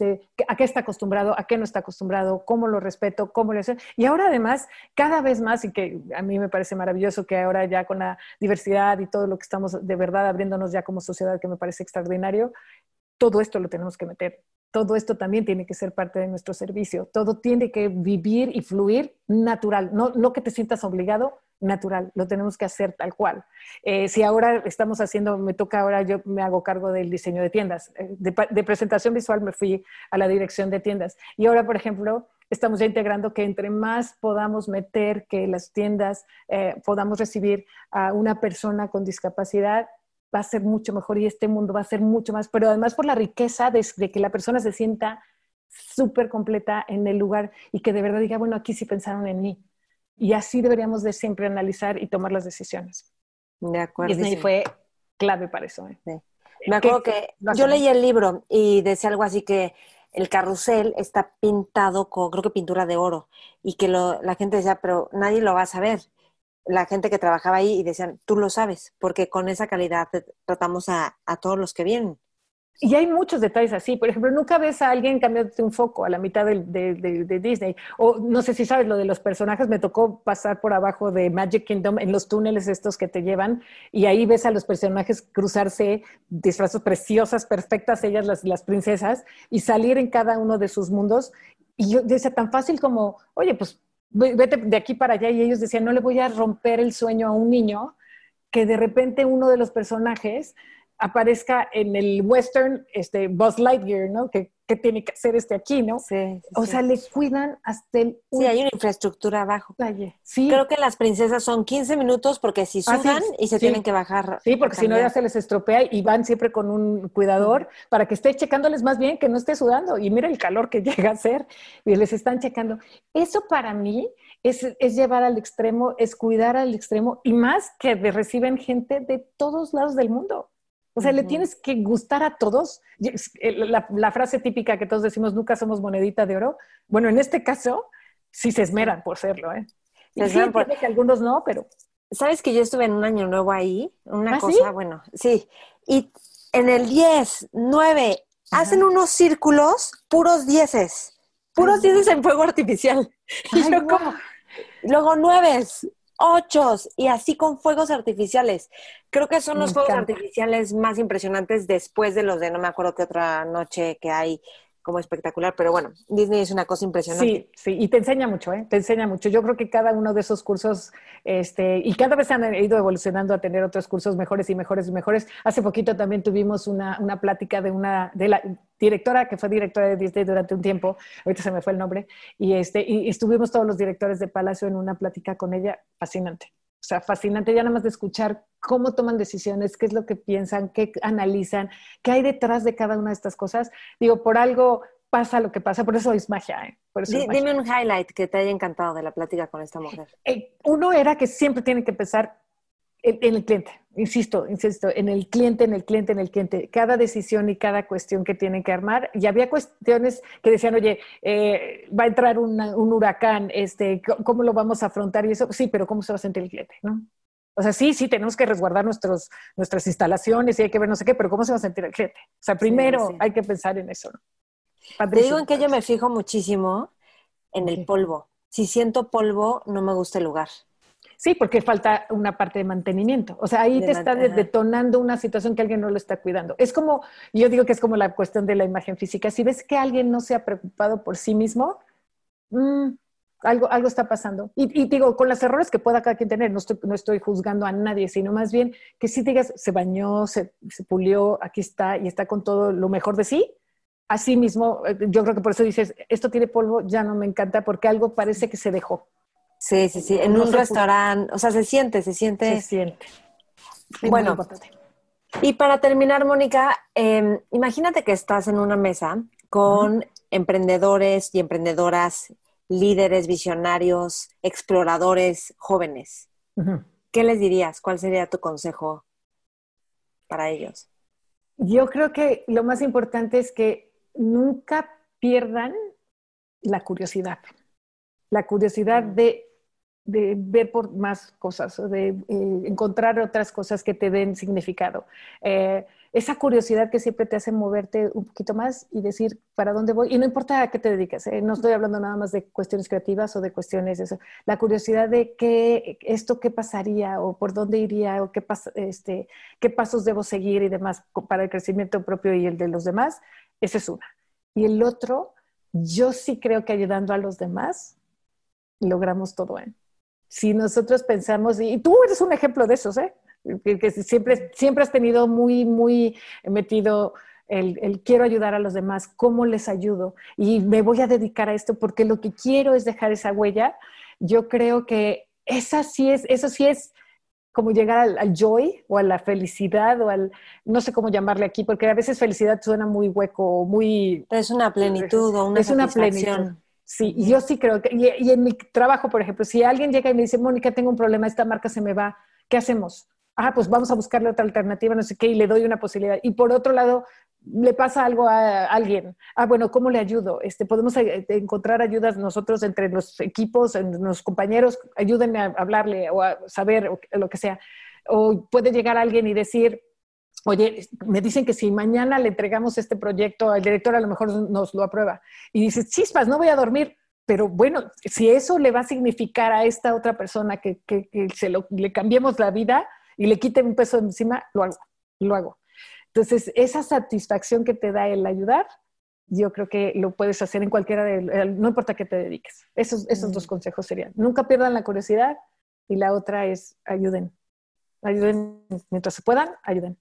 ¿A qué está acostumbrado? ¿A qué no está acostumbrado? ¿Cómo lo respeto? ¿Cómo le hace? Y ahora además, cada vez más, y que a mí me parece maravilloso que ahora ya con la diversidad y todo lo que estamos de verdad abriéndonos ya como sociedad, que me parece extraordinario, todo esto lo tenemos que meter. Todo esto también tiene que ser parte de nuestro servicio. Todo tiene que vivir y fluir natural. No que te sientas obligado, natural. Lo tenemos que hacer tal cual. Si ahora estamos haciendo, me toca ahora, yo me hago cargo del diseño de tiendas. De presentación visual me fui a la dirección de tiendas. Y ahora, por ejemplo, estamos ya integrando que entre más podamos meter que las tiendas podamos recibir a una persona con discapacidad, va a ser mucho mejor y este mundo va a ser mucho más, pero además por la riqueza de que la persona se sienta súper completa en el lugar y que de verdad diga, bueno, aquí sí pensaron en mí. Y así deberíamos de siempre analizar y tomar las decisiones. De acuerdo. Disney fue clave para eso. Sí. Me acuerdo que yo leí el libro y decía algo así que el carrusel está pintado con, creo que pintura de oro, y que la gente decía, pero nadie lo va a saber. La gente que trabajaba ahí y decían, tú lo sabes, porque con esa calidad tratamos a todos los que vienen. Y hay muchos detalles así. Por ejemplo, nunca ves a alguien cambiarte un foco a la mitad de Disney. O no sé si sabes lo de los personajes. Me tocó pasar por abajo de Magic Kingdom en los túneles estos que te llevan y ahí ves a los personajes cruzarse disfrazos preciosas, perfectas ellas, las princesas, y salir en cada uno de sus mundos. Y yo decía, tan fácil como, oye, pues vete de aquí para allá. Y ellos decían, no le voy a romper el sueño a un niño que de repente uno de los personajes aparezca en el western, Buzz Lightyear, ¿no? ¿Qué tiene que hacer aquí, no? Sí, o sea, le cuidan hasta el... Sí, hay una infraestructura abajo. Sí. Creo que las princesas son 15 minutos porque si sudan y se tienen que bajar. Sí, porque si no ya se les estropea y van siempre con un cuidador para que esté checándoles más bien, que no esté sudando. Y mira el calor que llega a ser y les están checando. Eso para mí es llevar al extremo, es cuidar al extremo, y más que reciben gente de todos lados del mundo. O sea, le tienes que gustar a todos. La frase típica que todos decimos, nunca somos monedita de oro. Bueno, en este caso, sí se esmeran por serlo, ¿eh? Y sí, entiendo que algunos no, pero... ¿Sabes que yo estuve en un año nuevo ahí? Una cosa, ¿sí? Bueno, sí. Y en el 10, 9, hacen unos círculos, puros dieces. Puros dieces en fuego artificial. Y yo como... Luego 9, 8 y así con fuegos artificiales. Creo que son los fuegos artificiales más impresionantes después de los de no me acuerdo qué otra noche que hay como espectacular, pero bueno, Disney es una cosa impresionante. Sí, sí, y te enseña mucho, ¿eh? Te enseña mucho. Yo creo que cada uno de esos cursos, y cada vez han ido evolucionando a tener otros cursos mejores y mejores y mejores. Hace poquito también tuvimos una plática de la directora, que fue directora de Disney durante un tiempo, ahorita se me fue el nombre, y estuvimos todos los directores de Palacio en una plática con ella, fascinante. O sea, fascinante ya nada más de escuchar cómo toman decisiones, qué es lo que piensan, qué analizan, qué hay detrás de cada una de estas cosas. Digo, por algo pasa lo que pasa, por eso es magia, ¿eh? Por eso es magia. Dime un highlight que te haya encantado de la plática con esta mujer. Uno era que siempre tiene que pensar en el cliente, insisto, en el cliente, en el cliente, en el cliente. Cada decisión y cada cuestión que tienen que armar. Y había cuestiones que decían, oye, va a entrar un huracán, ¿cómo lo vamos a afrontar? Y eso, sí, pero ¿cómo se va a sentir el cliente? ¿No? O sea, sí, tenemos que resguardar nuestras instalaciones y hay que ver no sé qué, pero ¿cómo se va a sentir el cliente? O sea, primero hay que pensar en eso, ¿no? Te digo en que yo me fijo muchísimo en el polvo. Si siento polvo, no me gusta el lugar. Sí, porque falta una parte de mantenimiento. O sea, ahí te está detonando una situación que alguien no lo está cuidando. Es como, yo digo que es como la cuestión de la imagen física. Si ves que alguien no se ha preocupado por sí mismo, algo está pasando. Y digo, con los errores que pueda cada quien tener, no estoy juzgando a nadie, sino más bien que si digas, se bañó, se pulió, aquí está y está con todo lo mejor de sí. Así mismo, yo creo que por eso dices, esto tiene polvo, ya no me encanta, porque algo parece que se dejó. Sí. En un restaurante, o sea, se siente. Se siente. Bueno, y para terminar, Mónica, imagínate que estás en una mesa con emprendedores y emprendedoras, líderes, visionarios, exploradores, jóvenes. ¿Qué les dirías? ¿Cuál sería tu consejo para ellos? Yo creo que lo más importante es que nunca pierdan la curiosidad. La curiosidad de ver por más cosas, o de encontrar otras cosas que te den significado. Esa curiosidad que siempre te hace moverte un poquito más y decir para dónde voy. Y no importa a qué te dedicas, no estoy hablando nada más de cuestiones creativas o de cuestiones de eso. La curiosidad de qué pasaría o por dónde iría o qué pasos debo seguir y demás para el crecimiento propio y el de los demás. Esa es una. Y el otro, yo sí creo que ayudando a los demás logramos todo, ¿eh? Si nosotros pensamos, y tú eres un ejemplo de esos, que siempre has tenido muy, muy metido el quiero ayudar a los demás, ¿cómo les ayudo? Y me voy a dedicar a esto porque lo que quiero es dejar esa huella. Yo creo que eso sí es como llegar al joy o a la felicidad o no sé cómo llamarle aquí, porque a veces felicidad suena muy hueco, muy... Es una plenitud o una satisfacción. Plenitud. Sí, y yo sí creo que, y en mi trabajo, por ejemplo, si alguien llega y me dice, Mónica, tengo un problema, esta marca se me va, ¿qué hacemos? Pues vamos a buscarle otra alternativa, no sé qué, y le doy una posibilidad. Y por otro lado, le pasa algo a alguien. Bueno, ¿cómo le ayudo? Podemos encontrar ayudas nosotros entre los equipos, entre los compañeros, ayúdenme a hablarle o a saber o lo que sea. O puede llegar alguien y decir, oye, me dicen que si mañana le entregamos este proyecto al director, a lo mejor nos lo aprueba. Y dices, chispas, no voy a dormir. Pero bueno, si eso le va a significar a esta otra persona que le cambiemos la vida y le quiten un peso de encima, lo hago. Entonces, esa satisfacción que te da el ayudar, yo creo que lo puedes hacer en no importa qué te dediques. Esos dos consejos serían. Nunca pierdan la curiosidad y la otra es ayuden. Ayuden mientras se puedan, ayuden.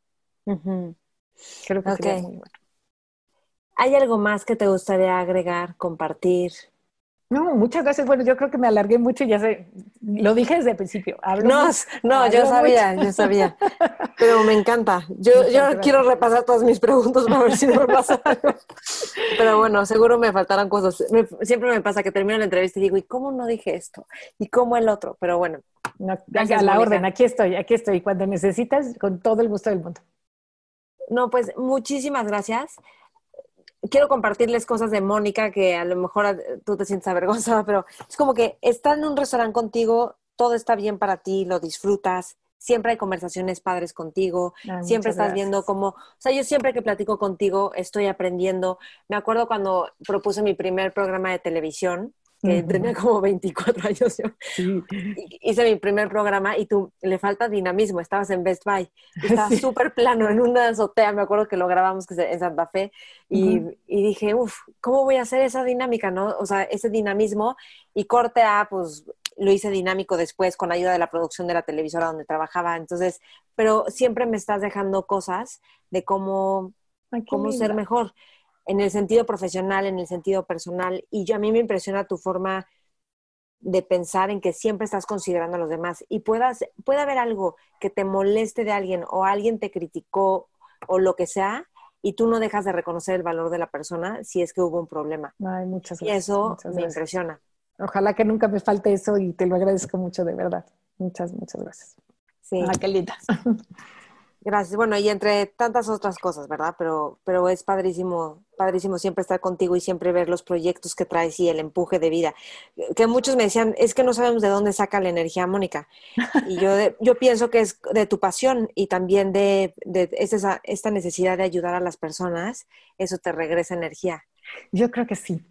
Creo que sería muy bueno. ¿Hay algo más que te gustaría agregar, compartir? No, muchas gracias. Bueno, yo creo que me alargué mucho y ya lo dije desde el principio. Yo sabía. Pero me encanta. Yo quiero repasar todas mis preguntas para ver si no me pasa algo. Pero bueno, seguro me faltarán cosas. Siempre me pasa que termino la entrevista y digo, ¿y cómo no dije esto? ¿Y cómo el otro? Pero bueno. Gracias, a la orden, aquí estoy. Cuando necesitas, con todo el gusto del mundo. No, pues muchísimas gracias. Quiero compartirles cosas de Mónica que a lo mejor tú te sientes avergonzada, pero es como que estar en un restaurante contigo, todo está bien para ti, lo disfrutas, siempre hay conversaciones padres contigo, siempre estás viendo cómo, o sea, yo siempre que platico contigo estoy aprendiendo. Me acuerdo cuando propuse mi primer programa de televisión, que tenía como 24 años yo. Sí. Hice mi primer programa y tú, le falta dinamismo, estabas en Best Buy, y estaba súper plano en una azotea, me acuerdo que lo grabamos en Santa Fe, y dije, ¿cómo voy a hacer esa dinámica, no? O sea, ese dinamismo, y corte A, pues lo hice dinámico después con ayuda de la producción de la televisora donde trabajaba, entonces, pero siempre me estás dejando cosas de cómo ser mejor, en el sentido profesional, en el sentido personal, y a mí me impresiona tu forma de pensar en que siempre estás considerando a los demás y puede haber algo que te moleste de alguien o alguien te criticó o lo que sea y tú no dejas de reconocer el valor de la persona si es que hubo un problema. Ay, muchas gracias. Y eso me impresiona. Ojalá que nunca me falte eso y te lo agradezco mucho, de verdad. Muchas gracias. Sí. Qué linda. Gracias. Bueno, y entre tantas otras cosas, ¿verdad? Pero es padrísimo siempre estar contigo y siempre ver los proyectos que traes y el empuje de vida. Que muchos me decían, es que no sabemos de dónde saca la energía, Mónica. Y yo pienso que es de tu pasión y también de esta necesidad de ayudar a las personas, eso te regresa energía. Yo creo que sí.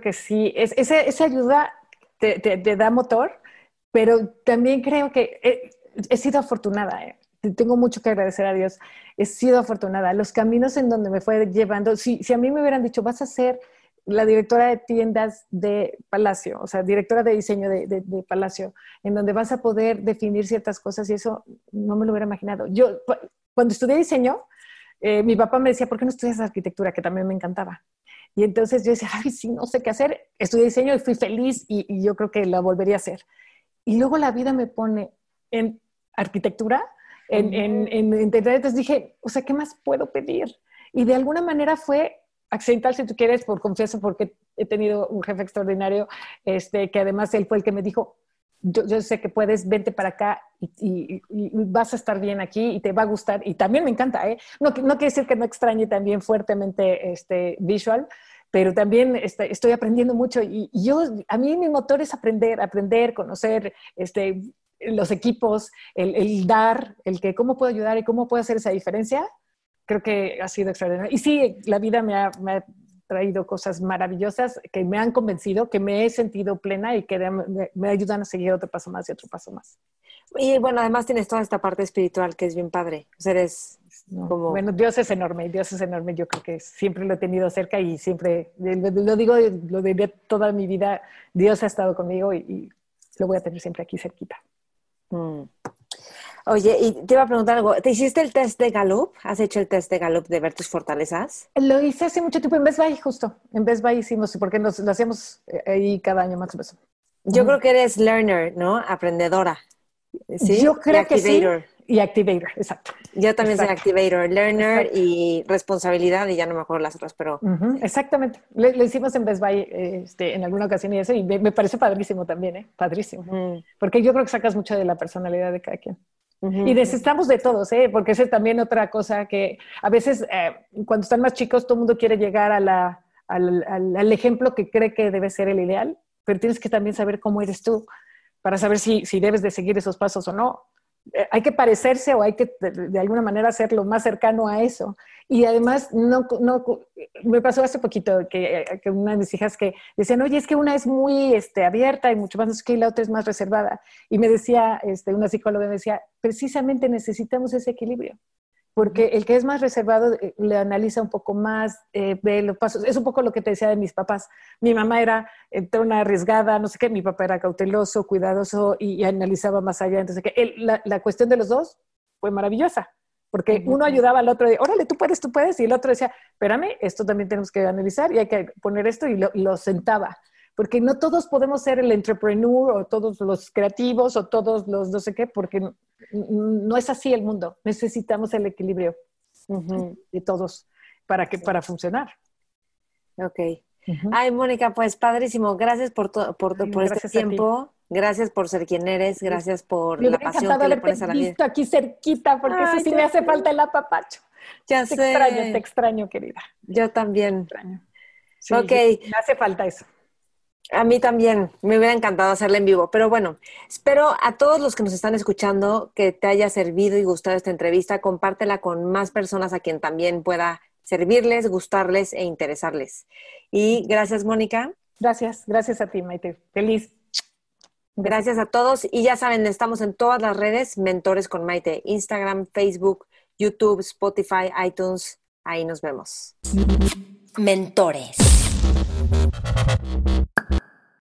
Esa ayuda te da motor, pero también creo que he sido afortunada, Tengo mucho que agradecer a Dios. He sido afortunada. Los caminos en donde me fue llevando, si a mí me hubieran dicho, vas a ser la directora de tiendas de Palacio, o sea, directora de diseño de Palacio, en donde vas a poder definir ciertas cosas y eso no me lo hubiera imaginado. Yo, cuando estudié diseño, mi papá me decía, ¿por qué no estudias arquitectura? Que también me encantaba. Y entonces yo decía, ay, sí, no sé qué hacer. Estudié diseño y fui feliz y yo creo que la volvería a hacer. Y luego la vida me pone en arquitectura, entonces dije, o sea, ¿qué más puedo pedir? Y de alguna manera fue accidental, si tú quieres, por confianza, porque he tenido un jefe extraordinario, que además él fue el que me dijo, yo sé que puedes, vente para acá y vas a estar bien aquí y te va a gustar. Y también me encanta, No quiere decir que no extrañe también fuertemente visual, pero también estoy aprendiendo mucho. Y a mí mi motor es aprender, conocer, los equipos, el dar, el que cómo puedo ayudar y cómo puedo hacer esa diferencia, creo que ha sido extraordinario. Y sí, la vida me ha traído cosas maravillosas que me han convencido, que me he sentido plena y que me ayudan a seguir otro paso más y otro paso más. Y bueno, además tienes toda esta parte espiritual que es bien padre. O sea, eres como... Bueno, Dios es enorme. Yo creo que siempre lo he tenido cerca y siempre, lo digo, lo diré toda mi vida, Dios ha estado conmigo y lo voy a tener siempre aquí cerquita. Oye, y te iba a preguntar algo. ¿Te hiciste el test de Gallup? ¿Has hecho el test de Gallup de ver tus fortalezas? Lo hice hace mucho tiempo en Best Buy, justo. En Best Buy hicimos, porque lo hacíamos ahí cada año más o menos. Yo creo que eres learner, ¿no? Aprendedora. ¿Sí? Yo creo que sí. Y activator, exacto. Yo también soy activator, learner y responsabilidad, y ya no me acuerdo las otras, pero... Exactamente. Lo hicimos en Best Buy en alguna ocasión y eso, y me parece padrísimo también, padrísimo. Porque yo creo que sacas mucho de la personalidad de cada quien. Y necesitamos de todos, porque esa es también otra cosa que a veces cuando están más chicos todo el mundo quiere llegar al ejemplo que cree que debe ser el ideal, pero tienes que también saber cómo eres tú para saber si debes de seguir esos pasos o no. Hay que parecerse o hay que de alguna manera ser lo más cercano a eso. Y además, me pasó hace poquito que una de mis hijas que decían, oye, es que una es muy abierta y mucho más, no sé qué, y la otra es más reservada. Y me decía, una psicóloga me decía, precisamente necesitamos ese equilibrio. Porque el que es más reservado le analiza un poco más, ve los pasos. Es un poco lo que te decía de mis papás. Mi mamá era una arriesgada, no sé qué, mi papá era cauteloso, cuidadoso y analizaba más allá. Entonces, la cuestión de los dos fue maravillosa, porque uno ayudaba al otro de, órale, tú puedes, y el otro decía, espérame, esto también tenemos que analizar y hay que poner esto, y lo sentaba. Porque no todos podemos ser el entrepreneur o todos los creativos o todos los no sé qué, porque no es así el mundo. Necesitamos el equilibrio de todos para funcionar. Ok. Ay, Mónica, pues padrísimo. Gracias por este tiempo. Gracias por ser quien eres. Gracias por la pasión que le pones a la vida. Visto aquí cerquita, porque eso sí me hace falta el apapacho. Ya sé. Te extraño, querida. Yo también. Te extraño. Sí, ok. Me hace falta eso. A mí también, me hubiera encantado hacerla en vivo, pero bueno, espero a todos los que nos están escuchando que te haya servido y gustado esta entrevista, compártela con más personas a quien también pueda servirles, gustarles e interesarles. Y gracias, Mónica. Gracias a ti, Maite. Feliz. Gracias a todos. Y ya saben, estamos en todas las redes, Mentores con Maite. Instagram, Facebook, YouTube, Spotify, iTunes. Ahí nos vemos. Mentores.